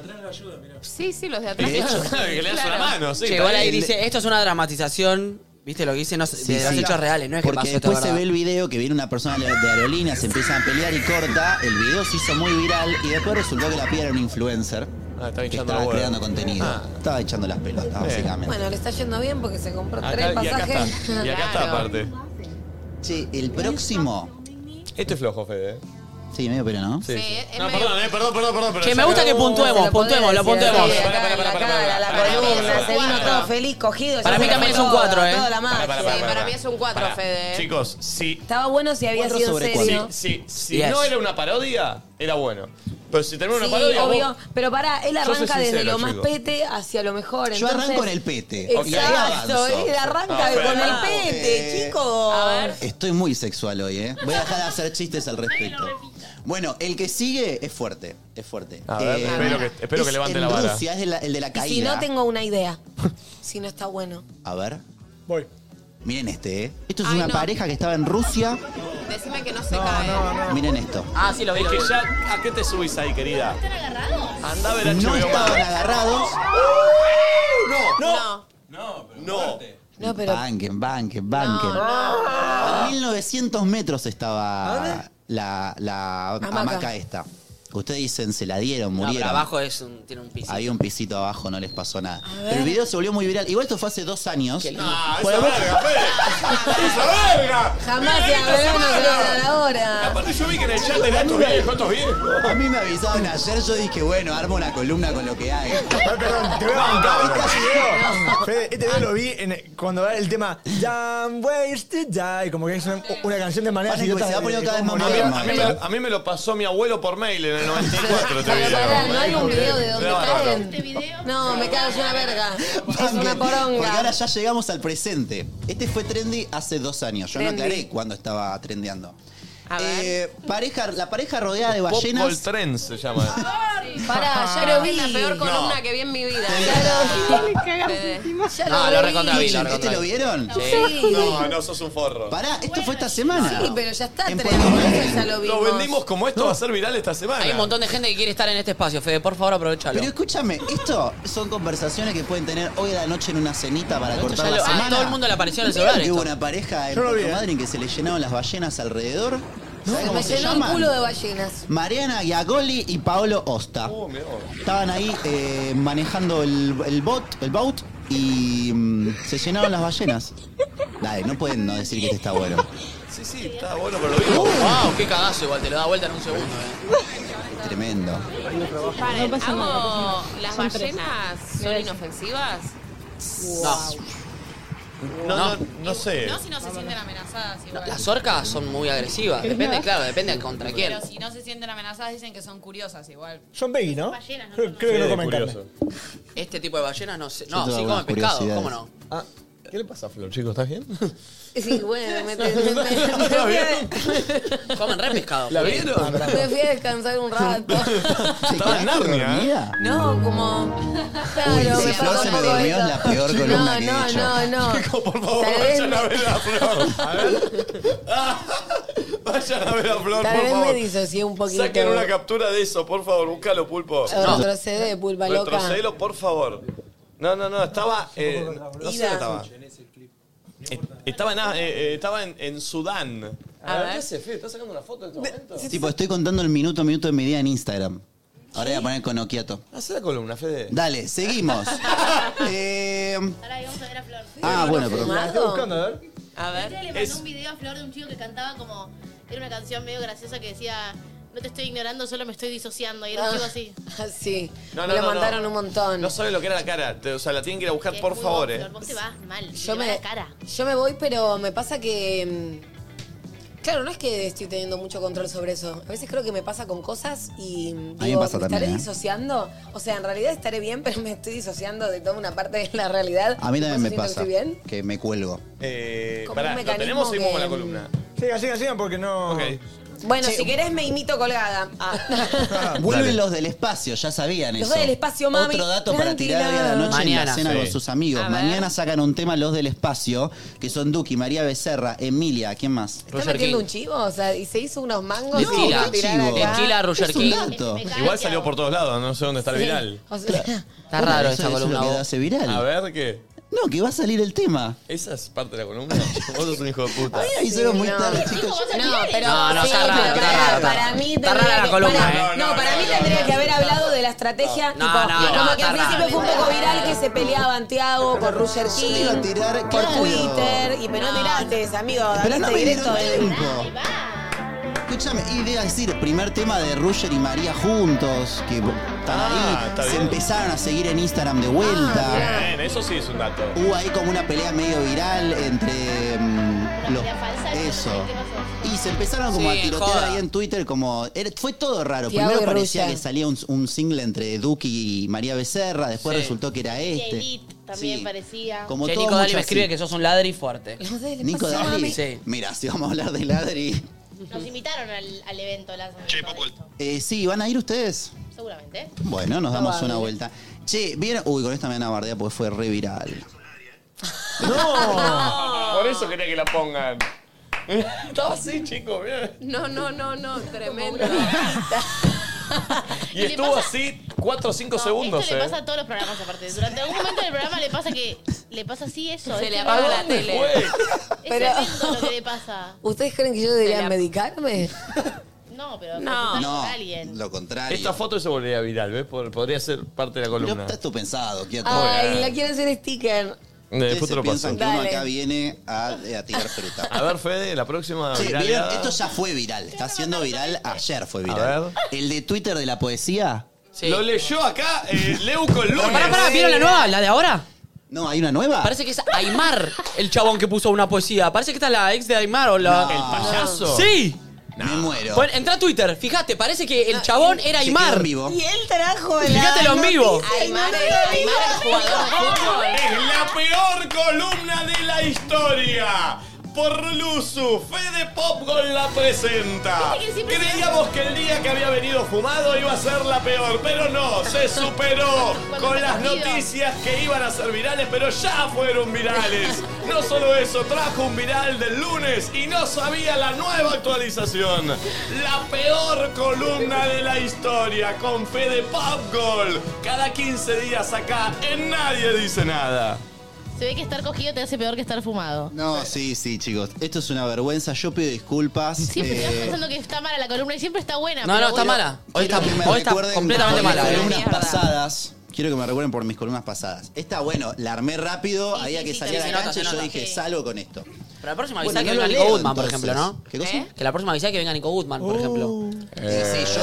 Sí, sí, los de atrás. De hecho, Claro, que le das una Claro. mano, sí. Che, está igual ahí bien. dice, esto es una dramatización, ¿viste lo que dice? No, sé, Sí, de los sí. hechos reales, no es que Porque pasó esto, después se ¿verdad? ve el video que viene una persona de de aerolínea, se empiezan a pelear y corta. El video se hizo muy viral y después resultó que la piba era un influencer Ah, estaba que hinchando estaba la creando hueá. contenido. Ah. Estaba echando las pelotas, Bien. básicamente. Bueno, le está yendo bien porque se compró Acá- tres y acá pasajes. está. Y acá está, Claro. aparte. Che, el próximo. Este es flojo, Fede. ¿eh? Sí, medio pero no. Sí. Sí, sí. es No, medio- perdón, eh, perdón, perdón, perdón. pero Che, ya me gusta que no- puntuemos, Se lo podés puntuemos, lo decir, puntuemos. sí, Pará, acá pará, en la pará, cara, pará, la pará, columna, pará, se vino pará. todo feliz, cogido. ya Para se mí fue también es un todo, cuatro, ¿eh? Toda la Pará, magia. pará, Sí, pará, para pará. mí es un cuatro, Pará. Fede. Chicos, si, Estaba bueno si había Cuatro sido sobre serio. si, si Yes. no era una parodia, era bueno. Pero si tenemos una Sí, parodia, vos- obvio. Pero pará, él Yo soy arranca desde sincero, lo más chicos. pete hacia lo mejor. Yo entonces- arranco en el pete. Y ahí Exacto, avanzo. él arranca Ah, con pero- el pete, Eh, chicos. A ver. Estoy muy sexual hoy, ¿eh? Voy a dejar de hacer chistes al respecto. Bueno, el que sigue es fuerte, es fuerte. A ver, espero que- espero que es levante en la vara. Rusia, es de la- el de la Y caída. si no, tengo una idea. Si no está bueno. A ver, Voy. miren este, ¿eh? Esto es Ay, una no. pareja que estaba en Rusia. Decime que no se cae. Miren esto. Ah, sí, lo vi, Es lo que vi. ya, ¿a qué te subís ahí, querida? Anda a ver H No B O estaban Max. agarrados. No. No. No, pero. Banquen, banquen, banquen. No, A mil novecientos metros estaba la, la Hamaca. hamaca esta. Ustedes dicen, se la dieron, No, pero murieron. abajo es un, tiene un piso. Había un pisito abajo, no les pasó nada. Pero el video se volvió muy viral. Igual esto fue hace dos años. Ah, Bueno, esa verga, Fede. ¡Esa verga! Jamás se habló, no se va a hablar ahora. Aparte Aparte yo vi que en el chat era estos viejos, estos viejos. A mí me avisaron ayer, yo dije, bueno, armo una columna con lo que hay. Perdón, te voy a bancar. ¿Viste ese video? Fede, este video lo vi en, cuando va el tema Young Ways to Die, como que es una, una canción de manera Pasa que se va poniendo cada vez más A mí, moderno. a mí me, a mí me lo pasó mi abuelo por mail en el noventa y cuatro. Este Pero video. pará, no hay un video de donde No, no, no. caen. No, me cago, es una verga. Es una Porque ahora poronga. ya llegamos al presente. Este fue trendy hace dos años. Yo Trendy. no aclaré cuándo estaba trendeando. A ver. Eh, pareja, la pareja rodeada de Popol ballenas. Trends se llama. Pará, ya lo vi. Es la peor columna No. que vi en mi vida. Fede. Ya No, lo lo vi. recontra vi, lo ¿Este recontra lo vi. vieron? Sí. No, no, sos un forro. Pará, esto fue esta semana. Sí, pero ya está En trending, Puerto eso Madryn. ya lo vimos. Lo vendimos como esto va a ser viral esta semana. Hay un montón de gente que quiere estar en este espacio, Fede. Por favor, aprovechalo. Pero escúchame, esto son conversaciones que pueden tener hoy a la noche en una cenita para Esto cortar ya la lo- ah, semana. todo el mundo le apareció en el celular Hubo esto. una pareja en Yo lo vi, Puerto eh. Madryn que se le llenaron las ballenas alrededor. ¿Sabes cómo Me se llenó el llaman? culo de ballenas. Mariana Giagoli y Paolo Osta. Oh, mirá. Estaban ahí eh, manejando el, el bot, el boat, y mm, se llenaron las ballenas. Dale, no pueden no decir que este está bueno. Sí, sí, está bueno, pero lo vimos. Wow, qué cagazo igual, te lo da vuelta en un segundo, eh. Tremendo. Paren, hago... ¿Las ballenas son inofensivas? No. No, no, no sé. No si no se sienten amenazadas igual. Las orcas son muy agresivas. Depende, claro, depende de contra quién. Pero si no se sienten amenazadas dicen que son curiosas igual. Son veggie, ¿no? Ballenas, ¿no? Creo, creo que no Sí, comen carne. curioso. Este tipo de ballenas no sé. Yo No, tengo sí algunas comen pescado, curiosidades. ¿cómo no? Ah, ¿qué le pasa a Flor, chicos? ¿Estás bien? Sí, bueno, me, me, me, me, me fui a, Comen re pescado. ¿La vieron? me fui a descansar un rato. Estaba en Narnia. ¿Dormida? No, como... Claro, Uy, me si pasó Flor un se me poco durmió eso. es la peor columna no, que he no, hecho. No, no, Chicos, por favor, Tal vez vayan a ver a Flor. A ver. Vayan a ver a Flor, Tal por vez me favor. disocié un poquito. Saquen una captura de eso, por favor. Búscalo, Pulpo. Retrocede, pulpa loca. Retrocedelo, por favor. No, no, no, estaba... eh, no sé Ida. dónde estaba. Eh, Estaba, en, eh, eh, estaba en, en Sudán. A ver. ¿Qué hace, Fede? ¿Estás sacando una foto en este momento? Tipo, estoy contando el minuto a minuto de mi día en Instagram. Ahora voy a poner con Okiato. Hacé la columna, Fede. Dale, seguimos. eh, Ahora vamos a ver a Flor. ah, bueno, pero... La estoy buscando, a ver. A Yo le ver. mandó Es- un video a Flor de un chico que cantaba como... Era una canción medio graciosa que decía... No te estoy ignorando, solo me estoy disociando. Y era un chico así. Sí, No, me no, lo no, mandaron no. un montón. No sabe lo que era la cara. Te- o sea, la tienen que ir a buscar, Es por muy favor, vos, eh. Flor, vos te vas mal. Yo te va me, la cara. yo me voy, pero me pasa que... mm, Claro, no es que estoy teniendo mucho control sobre eso. A veces creo que me pasa con cosas y mm, me digo, pasa ¿me estaré también, ¿eh? disociando? O sea, en realidad estaré bien, pero me estoy disociando de toda una parte de la realidad. A mí ¿Por también me eso siento pasa. que estoy bien? Que me cuelgo. Eh, Como pará, un ¿lo mecanismo tenemos o seguimos con la que- columna? Sigan, sigan, sigan porque no. Ok. Bueno, Che, si querés me imito colgada. Ah. Vuelven Dale. los del espacio, ya sabían Los eso. del espacio, mami. Otro dato para Tranquila. tirar hoy a la noche en Mañana, la cena sí. con sus amigos. A ver. Mañana sacan un tema los del espacio, que son Duki, María Becerra, Emilia, ¿quién más? ¿Estás Roger metiendo King. un chivo? O sea, y se hizo unos mangos. De y Esquila. quiero tirar Chivo. acá. Esquila, Roger Es un King. dato. Me cae Igual que salió hago. por todos lados, no sé dónde está el viral. O sea, Está raro Eso- esa eso es columna. lo que vos. hace viral. A ver, ¿qué? No, que va a salir el tema. ¿Esa es parte de la columna? Vos sos un hijo de puta. Ay, avisaron muy no. tarde, chicos. No, pero No, no, sí, está raro, pero está para, raro. para mí Está tendría rara la que- columna, para- ¿eh? No, para mí tendría que haber hablado de la estrategia. No, tipo, no, no, como que está al principio raro. fue un poco viral que se peleaban Tiago con Roger Yo le iba a King tirar, por claro. Twitter. Y pero no tiraste, amigo. Pero no David, me directo dieron del- tiempo. Ahí va. Escúchame, y iba a decir, primer tema de Roger y María juntos, que están Ah, está ahí, se bien. empezaron a seguir en Instagram de vuelta. Bien, eso sí es un dato. Hubo ahí como una pelea medio viral entre mm, los... pelea falsa, Eso. ¿qué pasó? Y se empezaron como Sí, a tirotear joda. ahí en Twitter, como... era- fue todo raro. Tiago Primero y parecía Rusia. que salía un, un single entre Duki y María Becerra, después Sí. resultó que era Y este. Elite también Sí. parecía. Como Che, todo Nico Dali mucho me escribe así. que sos un ladri fuerte. Los del Nico espacio, Dali. mami. Sí. Mira, si vamos a hablar de Ladri... Nos invitaron al, al evento las Eh, sí, ¿van a ir ustedes? Seguramente. Bueno, nos damos Probable. una vuelta. Che, ¿vieron? Uy, con esta me van a bardear porque fue re viral. No. Por eso quería que la pongan. Estaba así, chicos, bien. No, no, no, no, tremendo. Y le estuvo pasa- así cuatro o cinco No, segundos, esto le eh. pasa a todos los programas aparte. Durante algún momento del programa le pasa que le pasa así eso. Se es le que- apaga ¿A la dónde tele. fue? Es Pero- tremendo lo que le pasa. ¿Ustedes creen que yo debería Se la- medicarme? No, pero No. no. No, con alguien. lo contrario. Esta foto se volvería viral, ¿ves? Pod- Podría ser parte de la Pero columna. está esto pensado, quieto. Ay, bien. la quiero hacer sticker. Ustedes se futuro piensan pasado. que uno Dale. acá viene a, a tirar fruta. A ver, Fede, la próxima Sí, viralidad. ¿vieron? Esto ya fue viral. Está siendo viral. Ayer fue A viral. ver. El de Twitter de la poesía. Sí. Lo leyó acá eh, Leuco el lunes. Pero pará, pará, ¿vieron la nueva? ¿La de ahora? No, ¿hay una nueva? Parece que es Aymar el chabón que puso una poesía. Parece que está la ex de Aymar o la. No. ¿El payaso? ¡Sí! Me muero. Bueno, entra a Twitter, fíjate, parece que el chabón era Se quedó Aymar. en vivo. Y él trajo la Fíjatelo en vivo. noticia. Aymar es Aymar es jugador de fútbol. Es la peor columna de la historia. Por Luzu, Fede Popgol la presenta. Viste que siempre Creíamos que el día que había venido fumado iba a ser la peor, pero no, se superó con las noticias que iban a ser virales, pero ya fueron virales. No solo eso, trajo un viral del lunes y no sabía la nueva actualización. La peor columna de la historia con Fede Popgol. Cada quince días acá en Nadie Dice Nada. Se ve que estar cogido te hace peor que estar fumado. No, sí, sí, chicos. Esto es una vergüenza. Yo pido disculpas. Siempre Eh, estás pensando que está mala la columna y siempre está buena. No, pero no, está bueno. mala. Hoy está, quiero que me hoy está recuerden completamente por mis mala. eh. columnas Mierda. pasadas. Quiero que me recuerden por mis columnas pasadas. Esta, bueno, la armé rápido. Sí, ahí a sí, que sí, salía se la nota, cancha se y yo nota. dije, Sí. salgo con esto. Pero la próxima Bueno, avisa no que lo venga Nico leo, Goodman, por entonces. ejemplo, ¿no? ¿Qué cosa? ¿Eh? Que la próxima avisa que venga Nico Goodman, por ejemplo. Eh, sí, yo...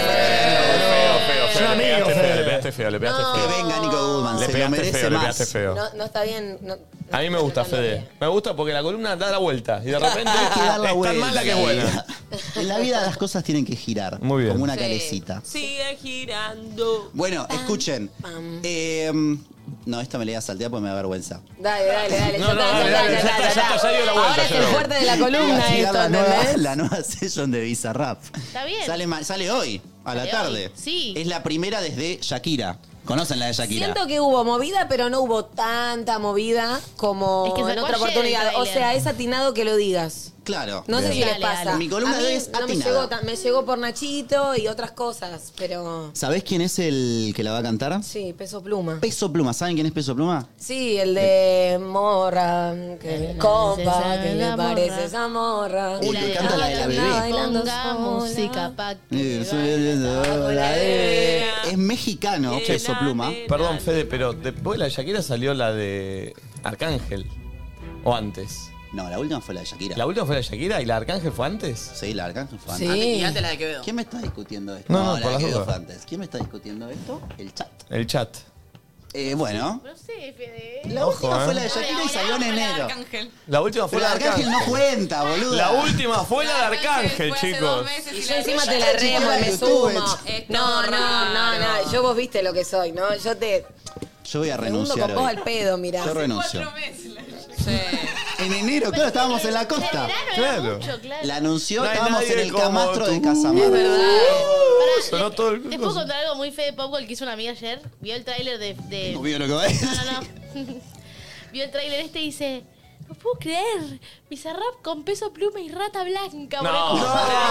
Feo, feo, feo. Son Le pegaste amigos, feo, Fede. le pegaste feo, le pegaste No. Que feo. venga Nico Goodman, Le se lo pegaste merece feo, le más. pegaste feo. No, no está bien. no- A mí me gusta, Fede. Me gusta porque la columna da la vuelta y de repente Hay que dar la es tan vuelta mala que es en la buena. vida. En la vida las cosas tienen que girar. Muy bien. Como una Sí. calecita. Sigue girando. Bueno, escuchen. pam. Eh, no, esta me la iba a saltear porque me da vergüenza. Dale, dale, dale. No, ya no, está, dale, ya dale, está, ya ya está, ya está, ya dio la vuelta, Ahora es ya el dio. fuerte de la columna Iba a esto, la, nueva, ¿entendés? la nueva session de Bizarrap. Está bien. Sale, ma- sale hoy, a la Sale tarde. hoy, sí. Es la primera desde Shakira. ¿Conocen la de Shakira? Siento que hubo movida, pero no hubo tanta movida como Es que en sacó otra ayer el oportunidad. O tráiler. sea, es atinado que lo digas. Claro. No sé Bien. si les Dale, pasa. dale. Mi columna a mí es no me atinada. llegó, tan- me llegó por Nachito y otras cosas, pero ¿Sabés quién es el que la va a cantar? sí, Peso Pluma. Peso Pluma. ¿Saben quién es Peso Pluma? Sí, el de Morra, que Eh, compa, esa que la le parece morra. esa morra. Uy, que canta la de la bebé. Bailando Ponga sola. música pa' que Eh, baile. la de- Es mexicano, Peso Pluma. Perdón, Fede, pero después de la de Shakira salió la de Arcángel. ¿O antes? No, la última fue la de Shakira. ¿La última fue la de Shakira y la de Arcángel fue antes? Sí, la de Arcángel fue Sí. antes. Antes- y antes la de Quevedo. ¿Quién me está discutiendo esto? No, no, la por de las Quevedo dudas. fue antes. ¿Quién me está discutiendo esto? El chat. El chat. Eh, bueno, No sé, Fede. la Ojo, última eh. fue la de Shakira y salió en enero. Arcángel. La última fue Pero la la de de Arcángel no cuenta, boludo. La última fue la de Arcángel, Fue hace dos chicos. meses Y y yo la- encima te la Chiquita remo y me de sumo. YouTube. Es No, todo no, no, raro. no. Yo vos viste lo que soy, ¿no? Yo te Yo voy a segundo renunciar con vos hoy. al pedo, mirá. Yo renuncio. Cuatro meses. la- En enero, claro, estábamos en la costa. Verano era Claro. mucho, claro. La anunció, No hay estábamos en nadie el como camastro de tú. Casamar. Es verdad. Pará, Sonó le- todo el- ¿Les puedo contar algo muy feo de Popcorn que hizo una amiga ayer? Vio el tráiler de... de- No vio lo que va a decir. No, no, no. Vio el tráiler este y dice... No puedo creer. Bizarrap con Peso Pluma y Rata Blanca. No. boludo.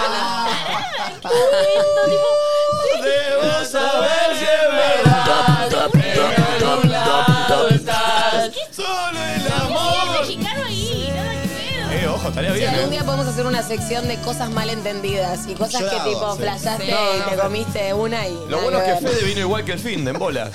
No. ¿Qué momento? Tipo, Debo saber si es verdad. En algún lado estás. Solo el ¿qué hacía el amor. mexicano ahí? Nada que ver. Eh, ojo, estaría Si bien. algún eh. día podemos hacer una sección de cosas mal entendidas y cosas Yo que la hago, tipo sí. flashaste Sí. y te comiste una y. Lo nada bueno es que ver. Fede vino igual que el fin, de en bolas.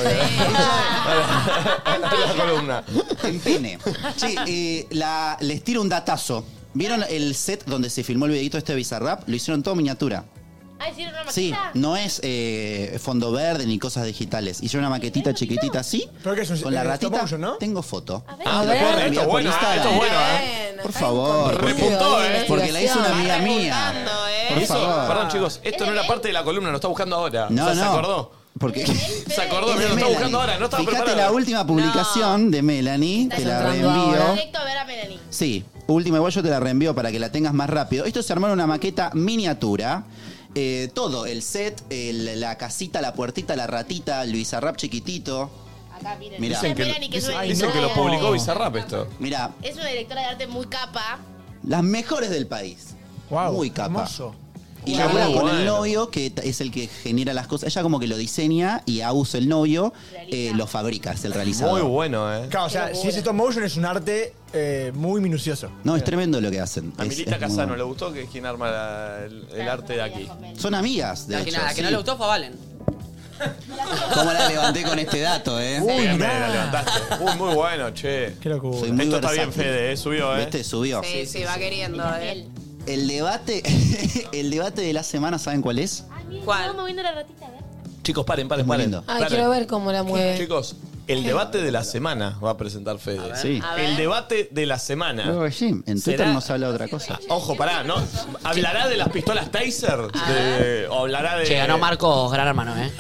La columna. En pene. Sí, eh, la, les tiro un datazo. ¿Vieron el set donde se filmó el videito este de Bizarrap? Lo hicieron todo miniatura. Ah, ¿hicieron una Sí, maqueta? no es eh, fondo verde ni cosas digitales. Hicieron una maquetita chiquitita así, ¿Pero qué es un- con la eh, ratita. stop motion, no? Tengo foto. A ver. Ah, A lo ver. puedo Enviar esto es por bueno, eh, Instagram. esto es bueno, ¿eh? Bueno, Por está favor. bien construido Repuntó, ahí la ¿eh? Porque la hizo una investigación. amiga mía. Repuntando, ¿eh? Por Eso, favor. perdón chicos, esto no era parte de la columna, lo está buscando ahora. No, O sea, no. ¿se acordó? Porque Se acordó, es mira, de lo está Melanie. buscando ahora, no estaba Fíjate preparado. la última publicación de Melanie, Está te la entrando reenvío. ahora. Directo a ver a Melanie. Sí, última, igual yo te la reenvío para que la tengas más rápido. Esto se armó en una maqueta miniatura. Eh, todo, el set, el- la casita, la puertita, la ratita, el Bizarrap chiquitito. Acá, miren. Mirá. Esta es Dicen que, Melanie, que es dicen, una dicen que lo directora- publicó Bizarrap esto. Mira, Es una directora de arte muy capa. las mejores del país. Wow, Muy capa. hermoso. Y Qué labura muy con el bueno. novio, que t- es el que genera las cosas. Ella como que lo diseña y Aus, el novio, eh, lo fabrica, es el realizador. Muy bueno, ¿eh? Claro, o sea, si es stop motion es un arte eh, muy minucioso. No, es tremendo lo que hacen. A Es- Milita es muy Casano bueno. le gustó, que es quien arma la- el, el arte de aquí. Son amigas, de La que, hecho, nada, que sí. no le gustó fue a Valen. ¿Cómo la levanté con este dato, eh? Uy, me la levantaste. Uy, muy bueno, che. Qué locura. Soy muy Esto está bien, versátil. Fede, ¿eh? Subió, ¿eh? ¿Viste? Subió. Sí, sí, va queriendo, ¿eh? El debate, el debate de la semana, ¿saben cuál es? ¿Cuál? Estamos moviendo la ratita, a ver. Chicos, paren, paren, Muy paren. lindo. Ay, Paren. quiero ver cómo la mueve. Chicos, el debate de la semana va a presentar Fede. Sí. A ver. El debate de la semana. Luego sí, en Twitter ¿Será? no se habla de otra cosa. Ojo, pará, ¿no? ¿Hablará de las pistolas Taser? De- ¿O hablará de...? Che, ganó Marcos, gran hermano, ¿eh?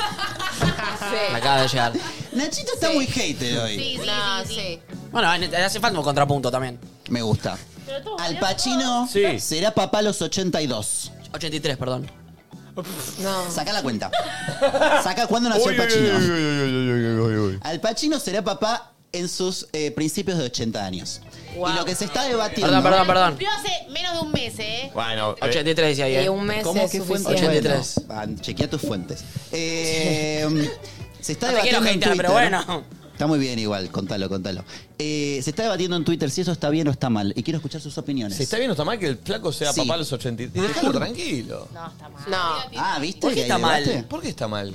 Me acaba de llegar. Nachito está muy hater hoy. Sí, sí, No, sí, sí. sí. Bueno, le hace falta un contrapunto también. Me gusta. Pero todo Al bien, Pacino Sí. será papá a los ochenta y dos. ochenta y tres, perdón. No. Saca la cuenta. Saca cuándo nació Uy, el uy, Pacino. uy, uy, uy, uy, uy, uy, uy. Al Pacino será papá en sus eh, principios de ochenta años. Wow. Y lo que se está debatiendo... Perdón, perdón, perdón. Cumplió hace menos de un mes, ¿eh? Bueno, eh, ochenta y tres decía ahí, Y ¿eh? un mes ¿Cómo es que fuente? suficiente. ochenta y tres. Bueno, ah, chequea tus fuentes. Eh, se está No te quiero debatiendo en hatear, Twitter. pero bueno. Está muy bien igual, contalo, contalo. Eh, se está debatiendo en Twitter si eso está bien o está mal. Y quiero escuchar sus opiniones. ¿se está bien o está mal que el flaco sea Sí. papá a los ochenta y tres? Déjalo tranquilo. No, está mal. No. Ah, ¿viste? ¿Por qué que hay está mal? debate? ¿Por qué está mal?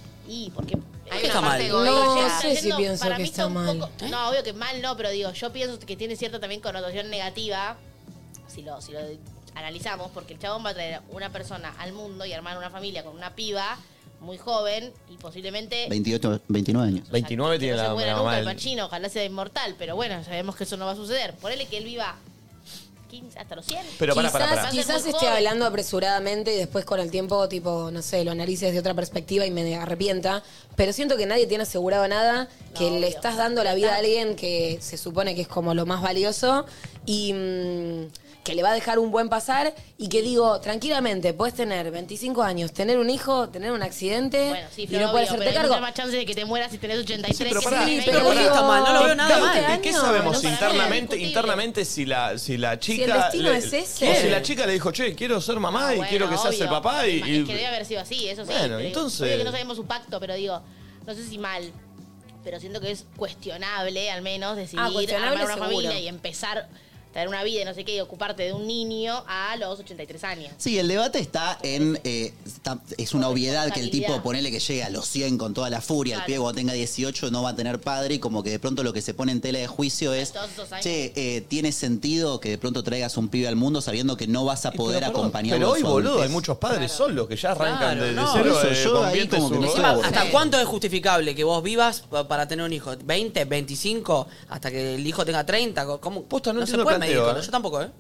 Y porque... Hay ¿Qué una está parte mal? egoísta. No Está sé si yendo- pienso para que mí está un mal. poco- No, obvio que mal no, pero digo, yo pienso que tiene cierta también connotación negativa, si lo, si lo analizamos, porque el chabón va a traer una persona al mundo y armar una familia con una piba muy joven y posiblemente... veintiocho, veintinueve años. veintinueve que tiene no se la, muera la nunca mamá el del- Pacino, ojalá sea inmortal, pero bueno, sabemos que eso no va a suceder. Ponele que él viva quince, hasta los cien. Pero pará, Quizás, pará, pará. Va a ser quizás muy esté joven. hablando apresuradamente y después con el tiempo, tipo, no sé, lo analice desde otra perspectiva y me arrepienta. Pero siento que nadie tiene asegurado nada, que No, le obvio. estás dando la vida a alguien que se supone que es como lo más valioso y mm, que le va a dejar un buen pasar y que digo, tranquilamente, puedes tener veinticinco años, tener un hijo, tener un accidente Bueno, sí, y pero no puedes obvio, hacerte pero hay cargo. muchas más chances de que te mueras si tenés ochenta y tres. pero que pará, si Sí, tenés pero veinte. ¿por qué está mal? No lo veo nada veinte mal. ¿Y qué años, sabemos no, para mí es internamente, discutible. internamente si la, si la chica... destino le- es ese. o si la chica le dijo, che, quiero ser mamá Ah, y bueno, quiero que seas el obvio. papá y... Es y- que debe haber sido así, eso sí. Bueno, pero entonces- obvio que no sabemos su pacto, pero digo, no sé si mal, pero siento que es cuestionable al menos decidir Ah, cuestionable armar una seguro. familia y empezar tener una vida y no sé qué y ocuparte de un niño a los ochenta y tres años. Sí, el debate está en... eh, está- es una obviedad que el tipo, Responsabilidad. ponele que llegue a los cien con toda la furia, el Claro. pibe cuando tenga dieciocho no va a tener padre y como que de pronto lo que se pone en tela de juicio es, Todos esos años. che, eh, tiene sentido que de pronto traigas un pibe al mundo sabiendo que no vas a poder Pero, perdón, acompañarlo pero en hoy, su boludo, adultez. hay muchos padres solos que ya arrancan Claro, de, de no. cero, Por eso eh, yo con ahí vientre como que no subrogado. sé. ¿Hasta cuánto es justificable que vos vivas pa- para tener un hijo? ¿veinte, veinticinco? ¿Hasta que el hijo tenga treinta? ¿Cómo? Posta, no no se entiendo puede el medir planteo, con- ¿eh? Yo tampoco, ¿eh?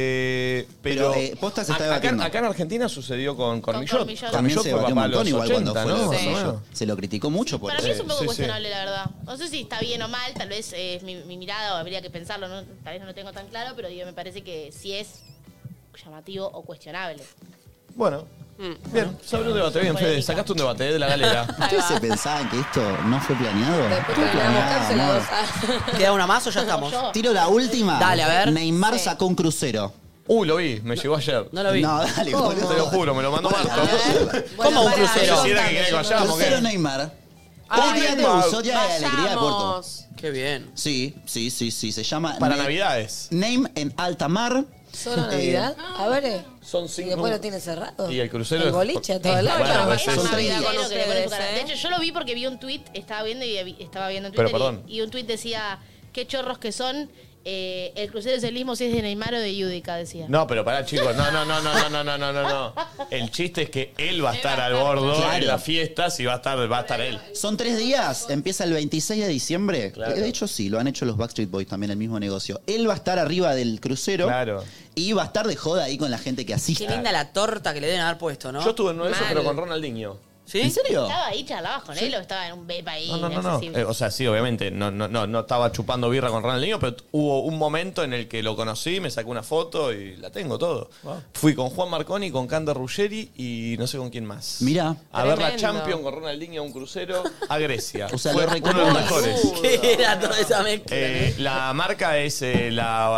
Eh, pero Pero, eh, posta se está a- acá, debatiendo. acá en Argentina sucedió con Cormillot. Cormillot. También Cormillot se fue debatió un papá a los montón igual cuando ochenta, fue ¿no? lo de Más o Cormillot. menos. Se lo criticó mucho por Para eso. mí es un poco sí, sí. cuestionable, la verdad. No sé si está bien o mal, tal vez eh, es mi, mi mirada o habría que pensarlo, ¿no? Tal vez no lo tengo tan claro, pero digo, me parece que sí es llamativo o cuestionable. Bueno, bien, sobre un debate. Bien, Fede, sacaste un debate eh, de la galera. ¿Ustedes se pensaban que esto no fue planeado? Después Fue terminamos planeado, cancelados. amor. ¿Queda una más o ya estamos? Yo. Tiro la última. Dale, a ver. Neymar sacó un crucero. Uy, lo vi, me llegó ayer. No lo vi. No, dale, ¿Cómo? boludo. Te lo juro, me lo mandó Marto. ¿Cómo un crucero? Quisiera que quede con vayamos, Crucero ¿qué? Neymar. Ah, Un día de Neymar. Usoria de alegría de Puerto. Vayamos. Qué bien. Sí, sí, sí, sí. Se llama Para Ne- Navidades. Name en alta mar. ¿Solo Eh, Navidad? A ver. eh. Son Y cinco. después lo tiene cerrado. Y el crucero El es- boliche a toda Es- la bueno, hora. es- Es son una tres vida días. con que le pone su cara. ustedes, De ¿eh? hecho, yo lo vi porque vi un tweet, estaba viendo y vi- estaba viendo en Pero, Twitter perdón. y, y un tweet decía, qué chorros que son, eh, el crucero es el mismo si es de Neymar o de Yudica, decía. No, pero pará, chicos. No, no, no, no, no, no, no, no, no, no. El chiste es que él va a estar al bordo Claro. en las fiestas y va a estar, va a estar él. Son tres días, empieza el veintiséis de diciembre. Claro. De hecho, sí, lo han hecho los Backstreet Boys también, el mismo negocio. Él va a estar arriba del crucero Claro. y va a estar de joda ahí con la gente que Qué asiste. linda la torta que le deben haber puesto, ¿no? Yo estuve en uno de esos, Mal. pero con Ronaldinho. ¿Sí? ¿En serio? ¿Estaba ahí, charlabas con él o estaba en un beba ahí? No, no, no, no. inaccesible? Eh, o sea, sí, obviamente. No, no, no, no estaba chupando birra con Ronaldinho, pero t- hubo un momento en el que lo conocí, me sacé una foto y la tengo todo. Fui con Juan Marconi, con Cande Ruggeri y no sé con quién más. Mirá. A ver la Tremendo. Champions con Ronaldinho a un crucero a Grecia. O sea, Fue lo uno de los reconoces. mejores. ¿Qué era toda esa mezcla? Eh, la marca es eh,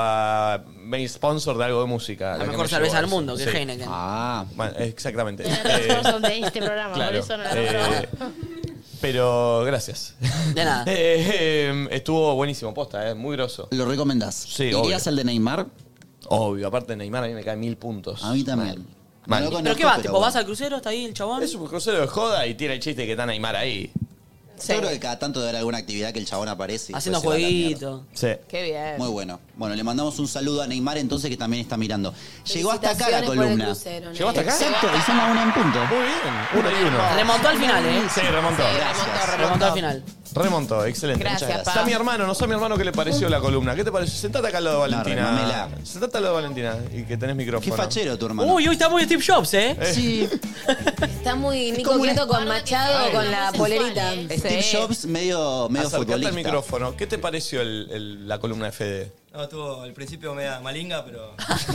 la uh, main sponsor de algo de música. La que mejor me cerveza llevó a del eso. mundo, que es Sí. Heineken. Ah, Bueno, exactamente. Era Eh, la sponsor de este programa, claro. por eso no la Eh, nombraba. pero gracias. De nada. Eh, eh, estuvo buenísimo, posta, eh, muy groso. ¿lo recomendás? Sí, ¿Irías obvio. al de Neymar? Obvio, aparte de Neymar a mí me cae mil puntos. A mí también. Mal. No lo ¿Pero conozco, qué va? pero ¿Tipo bueno. vas al crucero? ¿Está ahí el chabón? Es un crucero de joda y tiene el chiste que está Neymar ahí. Sí. Yo creo que cada tanto debe haber alguna actividad que el chabón aparece. y Haciendo después se va a la jueguitos. Sí. Qué bien. Muy bueno. Bueno, le mandamos un saludo a Neymar entonces que también está mirando. Llegó hasta acá la Felicitaciones por el columna. crucero, ¿Llegó hasta acá? Exacto, y son las una en punto. Muy bien. Uno y uno. Remontó al final, ¿eh? Sí, remontó. Gracias. Remontó al final. Remontó, excelente. Gracias, Muchas pa. Está mi hermano, no sé a mi hermano qué le pareció la columna. ¿Qué te pareció? Sentate acá al lado de Valentina. remámela. Sentate al lado de Valentina y que tenés micrófono. Qué fachero tu hermano. Uy, hoy está muy Steve Jobs, ¿eh? Sí, Está muy Nico como una Quieto con Machado con la polerita. Steve Jobs medio, medio Acercate futbolista. al micrófono. ¿Qué te pareció el- el- la columna de Fede? No, estuvo al principio media malinga, pero.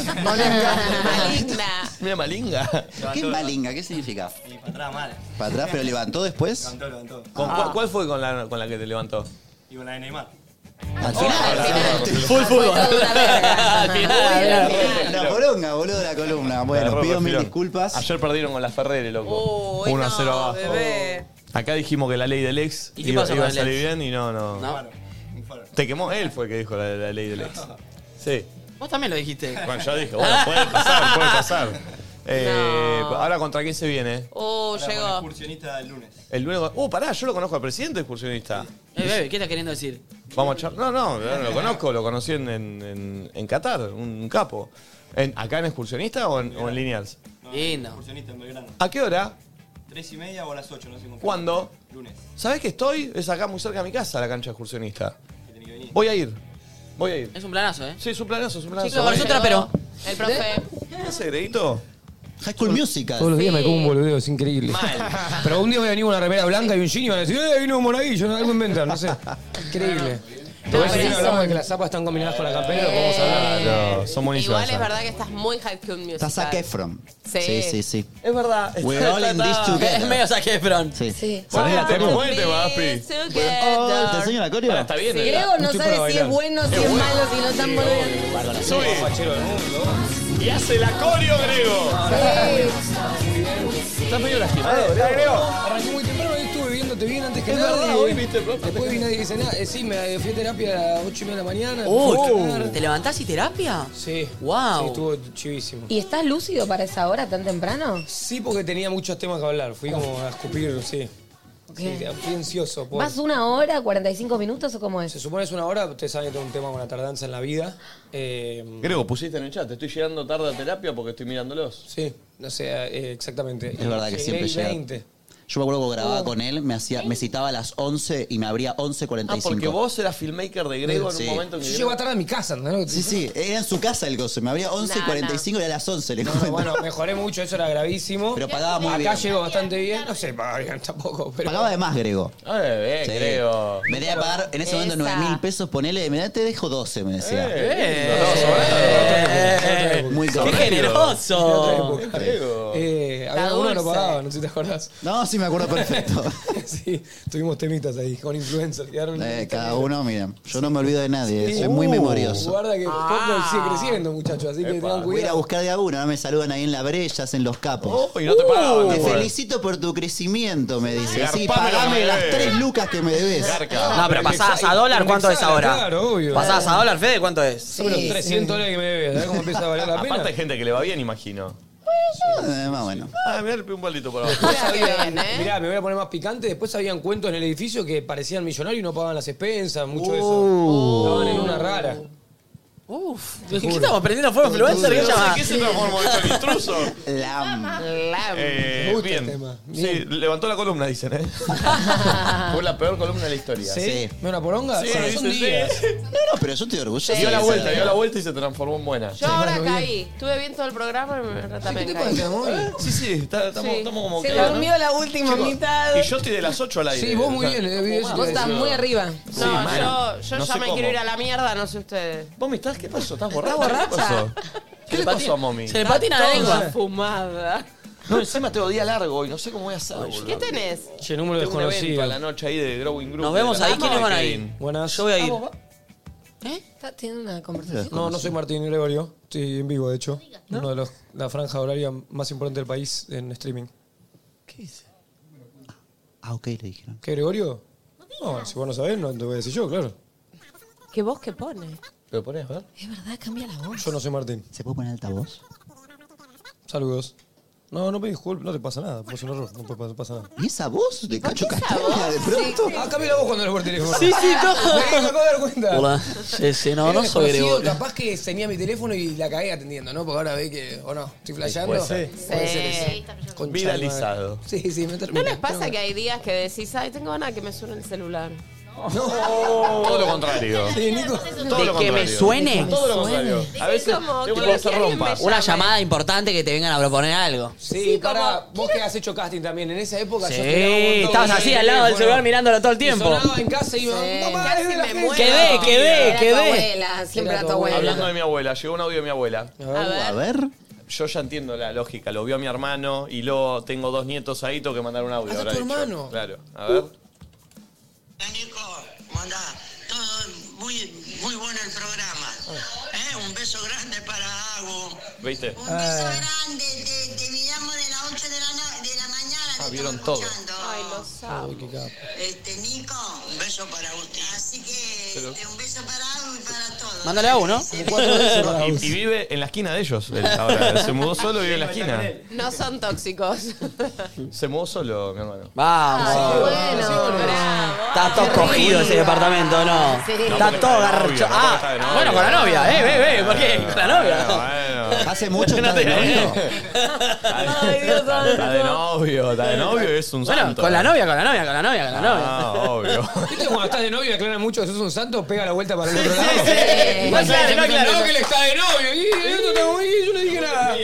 Maligna. Mira, malinga. ¿Qué es malinga? ¿Qué significa? Y para atrás mal. Para atrás, pero levantó después. Levantó, levantó. ¿Con Ah. cuál, cuál fue con la, con la que te levantó? Y con la de Neymar. Al final. Full fútbol. Al final. La poronga, boludo, la columna. Bueno, Agarró pido mil perfilón. disculpas. Ayer perdieron con la Ferrere, loco. Uy, uno a cero no, abajo. bebé. Acá dijimos que la ley del ex ¿Y qué iba, pasó iba con a el salir ex? bien y no, no. ¿No? Bueno, un faro. Te quemó él, fue el que dijo la, la ley del ex. Sí. Vos también lo dijiste. Bueno, yo dije, bueno, puede pasar, puede pasar. Eh, No. Ahora, ¿contra quién se viene? Uh, Ahora con el llegó. excursionista del lunes. El lunes. Uh, pará, yo lo conozco al presidente excursionista. Eh, bebé, ¿qué estás queriendo decir? Vamos a echar. No, no, no lo conozco, lo conocí en, en, en- en Qatar, un capo. En- ¿Acá en excursionista o en, o en Lineals? No, Lindo. Excursionista en Belgrano. ¿A qué hora? Tres y media o a las ocho, no sé con qué. ¿Cuándo? Lunes. ¿Sabés que estoy? Es acá muy cerca de mi casa, la cancha excursionista. Que tiene que venir. Voy a ir. Voy a ir. Es un planazo, ¿eh? Sí, es un planazo, es un planazo. Chicos, nosotros, pero. El profe. ¿Qué hace, Greguito? High School Musical. Todos los días Sí. me como un boludeo, es increíble. Pero un día voy a venir con una remera blanca y un jean y van a decir, ¡eh, vino un monaguillo! ¿no? Algo inventan, no sé. Increíble. Pero pero si son- hablamos de que las zapas están combinadas con la campera, lo podemos hablar. Claro, son buenísimos. Igual es verdad que estás muy High School Musical. Está Zac Efron. Sí. Sí, sí, sí. Es verdad. We're all in this together. Es medio Zac Efron. Sí. Sí. ¿Sabés la coreo? tema? Buen tema, Aspi. Oh, ¿te enseño la coreo? Pará, está bien. Sí, ¿eh? Grego no estoy sabe para si es bailar. bueno, si es malo, si lo están volviendo. Sube. Fachero del mundo. Y hace la coreo, Grego. Estás medio lastimado, Grego. Arranqué muy temprano y estuve viéndote bien antes que Es nada. verdad, y- hoy viste, profe. Después vi nadie dice nada. Eh, sí, me fui a terapia a las ocho y media de la mañana. Uh, fui a cenar. ¿te levantás y terapia? Sí. Wow. Sí, estuvo chivísimo. ¿Y estás lúcido para esa hora tan temprano? Sí, porque tenía muchos temas que hablar. Fui como a escupir, sí. Ok. Sí, fui ansioso. por- ¿Vas una hora, cuarenta y cinco minutos o cómo Se es? supone que es una hora, ustedes saben que tengo un tema con la tardanza en la vida. Eh, Grego, pusiste en el chat, estoy llegando tarde a terapia porque estoy mirándolos. sí, no sé, eh, exactamente. Es verdad que Llegué siempre y llega. veinte. Yo me acuerdo que grababa Oh. con él, me, hacía, me citaba a las once y me abría once cuarenta Ah, y cinco. porque vos eras filmmaker de Grego en Sí. un momento en que Yo Grego- llego tarde a mi casa, ¿no? Sí, sí, era en su casa el gozo. Me abría once y cuarenta y cinco y era a las once, le No, cuento. bueno, mejoré mucho, eso era gravísimo. Pero pagaba muy Acá bien. llegó bastante bien, no sé, pagaba bien tampoco, pero... Pagaba de más, Grego. Eh, bien, Sí. Grego. Me debía pagar en ese momento Esa. nueve mil pesos, ponele, me da, te dejo doce, me decía. Eh, eh, Muy ¡Qué correcto. generoso! Grego. Eh, Está había uno que no dulce. pagaba, no sé si te acordás. No, sí me acuerdo perfecto. Sí, tuvimos temitas ahí con influencers. quedaron- Eh, cada uno, miren, yo no me olvido de nadie, Sí. soy muy Uh, memorioso. Guarda que Popol sigue creciendo, muchachos, así que tengan Voy a ir a cuidado. buscar de a uno, no me saludan ahí en la brecha, en los capos. Oh, y no te pagaban. Te después. felicito por tu crecimiento, me dice. Sí, Garpame lo pagame que me las debes. tres lucas que me debes. Garca. No, pero pasadas a dólar, ¿cuánto es ahora? Claro, obvio. ¿Pasadas a dólar, Fede? ¿Cuánto es? Son los trescientos dólares que me debes, ¿sabes cómo empieza a valer la pena? Aparte hay gente que le va bien, imagino. Eh, más bueno. Ah, mirá, le pego un baldito por abajo. Después Mira qué habían- bien, ¿eh? Mirá, me voy a poner más picante. Después habían cuentos en el edificio que parecían millonarios y no pagaban las expensas, mucho de Uh. eso. Estaban en una rara. Uf, ¿qué estamos prendiendo fuego influencer? ¿Qué No sé llama? qué se transformó esto en intruso. Lam. Eh, Me gusta el bien. tema. Sí, levantó la columna, dicen, ¿eh? Fue la peor columna de la historia. ¿Sí? Sí. ¿Me una poronga? Sí, Bueno, son dice, días. sí. No, no, pero yo estoy orgulloso. Dio la de vuelta, ser- dio la vuelta y se transformó en buena. Yo ahora bueno, caí. Estuve bien todo el programa y me ¿Qué también te caí. pasa, Moy? Sí, sí, está- estamos, Sí. estamos como Se que, ¿no? durmió la última Chicos, mitad. Y yo estoy de las ocho al aire. Sí, vos muy O sea, bien, eh, vi eso. Vos estás muy arriba. Sí, No, mal. yo, yo No ya sé me cómo. quiero ir a la mierda, no sé ustedes. ¿Vos me estás? ¿Qué pasó? ¿Estás borracha? ¿Estás ¿Qué borracha? pasó? ¿Qué le pasó a Mommy? Se le patina la Toda lengua. fumada. No, encima tengo día largo y no sé cómo voy a hacer, boludo. ¿Qué tenés? Che, número Tengo un evento a desconocido. la noche ahí de Growing Group. Nos vemos de la- ahí. ¿Quiénes van a Kevin. ir? Buenas. Yo voy a ir. ¿Estás teniendo una conversación? No, no soy Martín Gregorio. Estoy en vivo, de hecho. Uno de los, la franja horaria más importante del país en streaming. ¿Qué dice? Ah, ok, le dijeron. ¿Qué, Gregorio? No, si vos no sabés, no te voy a decir yo, claro. ¿Qué voz que pone? ¿Pero ponés, a ver? Es verdad, cambia la voz. Yo no soy Martín. ¿Se puede poner altavoz? Saludos. No, no pedí disculpas, no te pasa nada, fue un error, no puede- no pasa nada. ¿Y esa voz de Cacho Castaña de pronto? Ah, cambié la voz cuando le por teléfono. Sí, sí, todo. Me, me acabo de dar cuenta. Hola. Sí, sí, no, Era no soy desconocido, Gregorio. capaz que tenía mi teléfono y la cagué atendiendo, ¿no? Porque ahora ve que, o no, estoy flasheando. Puede ser. Puede Sí. ser eso. Concha de Viralizado. madre. Sí, sí, me terminé. ¿No les pasa que hay días que decís, ay, tengo ganas de que me suene el celular? Todo lo contrario. Sí, Nico. Todo ¿De lo que me contrario. suene? Todo lo contrario. A veces como tengo que- que se que alguien rompa. me Una llamada importante que te vengan a proponer algo. Sí, para vos que has hecho casting también. En esa época Sí, yo esperaba un montón estabas de así al lado del teléfono. celular mirándolo todo el tiempo. Y sonaba en casa y iba, mamá, Casi es de la me gente. muero. Quedé, quedé, Era tu quedé. abuela, siempre Era a tu tu abuela. Hablando de mi abuela, llegó un audio de mi abuela. A ver. Yo ya entiendo la lógica, lo vio a mi hermano y luego tengo dos nietos ahí, tengo que mandar un audio. ¿Ah, habrá tu dicho. hermano? Claro, a ver. Nico, manda todo muy, muy bueno el programa. ¿Eh? Un beso grande para Agu. ¿Viste? Un beso grande, te, te miramos de las ocho de la, no- de la mañana. Ah, te vieron estamos todo. escuchando. Ay, lo sabe. Uy, qué capo. Este, Nico, un beso para usted. Así que Pero- este, un beso para Agu y para todos. Mándale a uno. Cuatro veces para Y, vos. y vive en la esquina de ellos. él ahora. Se mudó solo y vive en la esquina. No son tóxicos. Se mudó solo, mi hermano. Vamos. Bueno, Está todo cogido ese departamento, ¿no? Sí. No, Está porque todo está de novio, garcho. no, porque está Ah, de novio. bueno, con la novia. Eh, ve, ve, ¿por qué? Con la novia. Bueno, bueno. ¿Hace mucho está de novio? Ay, Dios santo. Está de novio, está de novio y es un Bueno, santo. con la novia, con la novia, con la novia, con la novia. Ah, obvio. ¿Viste cuando estás de novio y aclaran mucho que sos un santo, pega la vuelta para el otro lado? Sí. No, claro, no, claro. No, que él está de novio. Y esto está muy bien, yo no dije nada.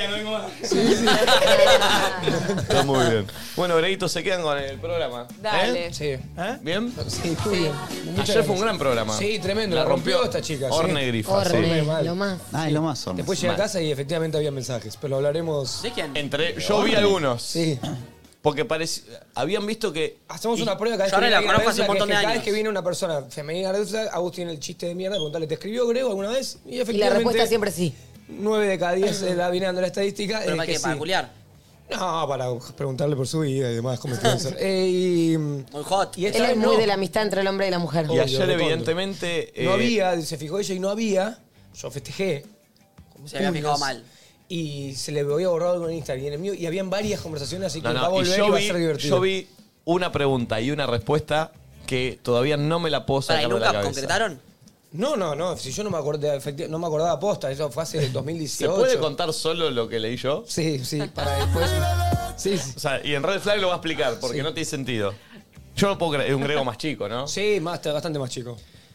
Está muy bien. Bueno, Greguito, se quedan con el programa. Dale. ¿Eh? Sí. ¿Eh? ¿Bien? Sí, muy bien. Muchas Ayer fue un gracias. gran programa. Sí, tremendo. La rompió esta chica. sí. Orne Grifa. sí. Orne, mal. lo más. Ah, es lo más horno. Después llegué a casa y efectivamente había mensajes, pero lo hablaremos. ¿De quién? Entre, yo vi algunos. Sí. Porque parecía, habían visto que. Hacemos y- una prueba cada vez Yo que ahora la viene conozco alguien hace a un Red Flag, montón que de Cada años. vez que viene una persona femenina a Red Flag, Agus tiene el chiste de mierda, preguntarle, ¿te escribió Grego alguna vez? Y Y la efectivamente. respuesta siempre sí. nueve de cada diez se la viene dando la estadística. ¿Pero es para que qué? ¿Para sí. culiar? No, para preguntarle por su vida y demás, como influencer. eh, y, Muy hot. y esta Él es vez muy no. de la amistad entre el hombre y la mujer. Y Obvio, ayer, recontra. evidentemente. No eh, había, se fijó ella y no había. Yo festejé. Se había Uñas. fijado mal. Y se le había borrado algo en Instagram y en el mío. Y habían varias conversaciones, así que No, va a no, y volver y, yo va a vi, ser divertido. yo vi una pregunta y una respuesta que todavía no me la puedo Para, sacar ¿y de la nunca cabeza. concretaron? No, no, no. Si yo no me acordaba, efecti- no me acordaba posta. Eso fue hace dos mil ¿Se dieciocho. puede contar solo lo que leí yo? Sí, sí, para después. Sí, sí. O sea, y en Red Flag lo va a explicar porque Sí. no tiene sentido. Yo no puedo creer, es un Grego más chico, ¿no? Sí, más, bastante más chico.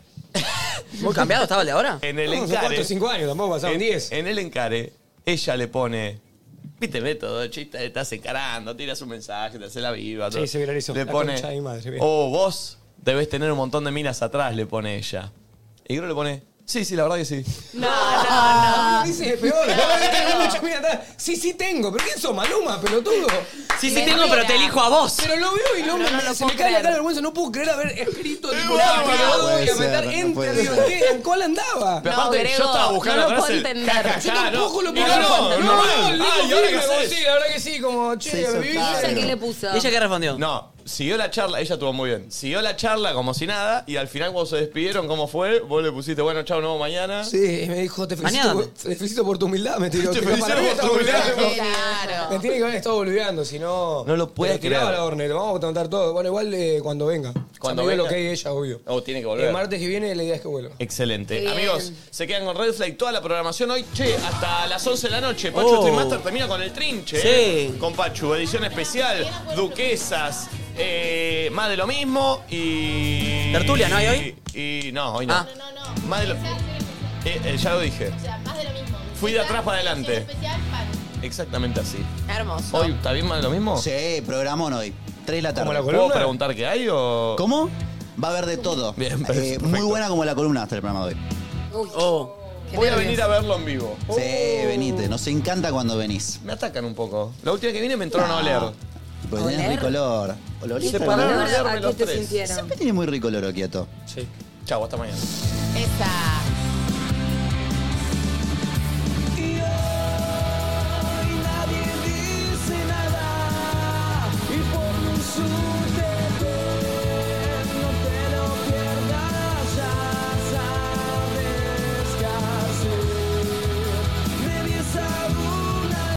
¿Muy cambiado estaba el de ahora? En el No, son encare. cuatro o cinco años, tampoco pasaron en, diez. en el encare, ella le pone. Viste, método, chiste, estás encarando, tiras un mensaje, te hace la viva. Sí, todo. se viralizó. Le La pone. concha de mi madre, bien. Oh, vos debes tener un montón de minas atrás, le pone ella. Y Grego le pone. Sí, sí, la verdad que sí. No, no, no. Dice, peor. No, tengo mucha mira atrás. Sí, sí tengo. ¿Pero quién sos, Maluma, pelotudo? Sí, sí tengo, pero te elijo a vos. Pero lo veo y no, me, no lo se me puedo cae la creer. cara de vergüenza. No puedo creer haber escrito tipo bárbaro. privado Puede y apretar ser, no enter. puede Digo, ser. ¿qué? ¿En cuál andaba? Pero No, aparte, Grego, yo estaba buscando no lo atrás puedo el- entender. Ja, ja, Yo ja, tampoco lo y puedo no, no, entender. no, No, no, no, Ay, lindo ¿y ahora qué firme, como haces? sí, la verdad que sí, como, che, Se hizo viví. tarde. ¿Ella qué le puso? ¿Y ella qué respondió? No, siguió la charla, ella estuvo muy bien. Siguió la charla como si nada y al final cuando se despidieron, ¿cómo fue? Vos le pusiste, bueno, chao, nos vemos mañana. Sí, y me dijo, te felicito, Mañana. por, te felicito por tu humildad. Me tiró, Te que felicito para mí por está tu humildad. boludeando. Claro. Me tiene que haber estado boludeando, si no... No lo puede Te tiraba creer. la horne, lo vamos a contar todo. Bueno, igual eh, cuando venga. Cuando Ya me dio venga. lo que hay ella, obvio. Oh, tiene que volver. El martes que viene la idea es que vuelva. Excelente. Qué bien. Amigos, se quedan con Red Flag toda la programación hoy. Che, hasta las once de la noche. Pachu Oh. Stream Master termina con el trinche. Sí. ¿eh? Con Pachu, edición especial, duquesas, eh, más de lo mismo y... ¿Tertulia no hay hoy? Y, y- no, hoy no. Ah. No, no, no. Más de lo... Eh, eh, ya lo dije. O sea, más de lo mismo. Fui de atrás para adelante. Especial, pan. Exactamente así. Hermoso. ¿Hoy está bien más de lo mismo? Sí, programón hoy. tres de la tarde. la ¿Puedo columna? preguntar qué hay o...? ¿Cómo? Va a haber de todo. Bien, Eh, perfecto. muy buena como la columna hasta el programa de hoy. Uy, Oh. qué Voy a nervios. venir a verlo en vivo. Sí, venite. Nos encanta cuando venís. Me atacan un poco. La última que vine me entraron a oler. Porque tenés ¿Oler? rico olor. ¿Olorista? Se pararon a Ahora, olerme ¿a qué los te tres. sintieron? Siempre tiene muy rico olor, Quieto. Sí. Chau, hasta mañana. Esa.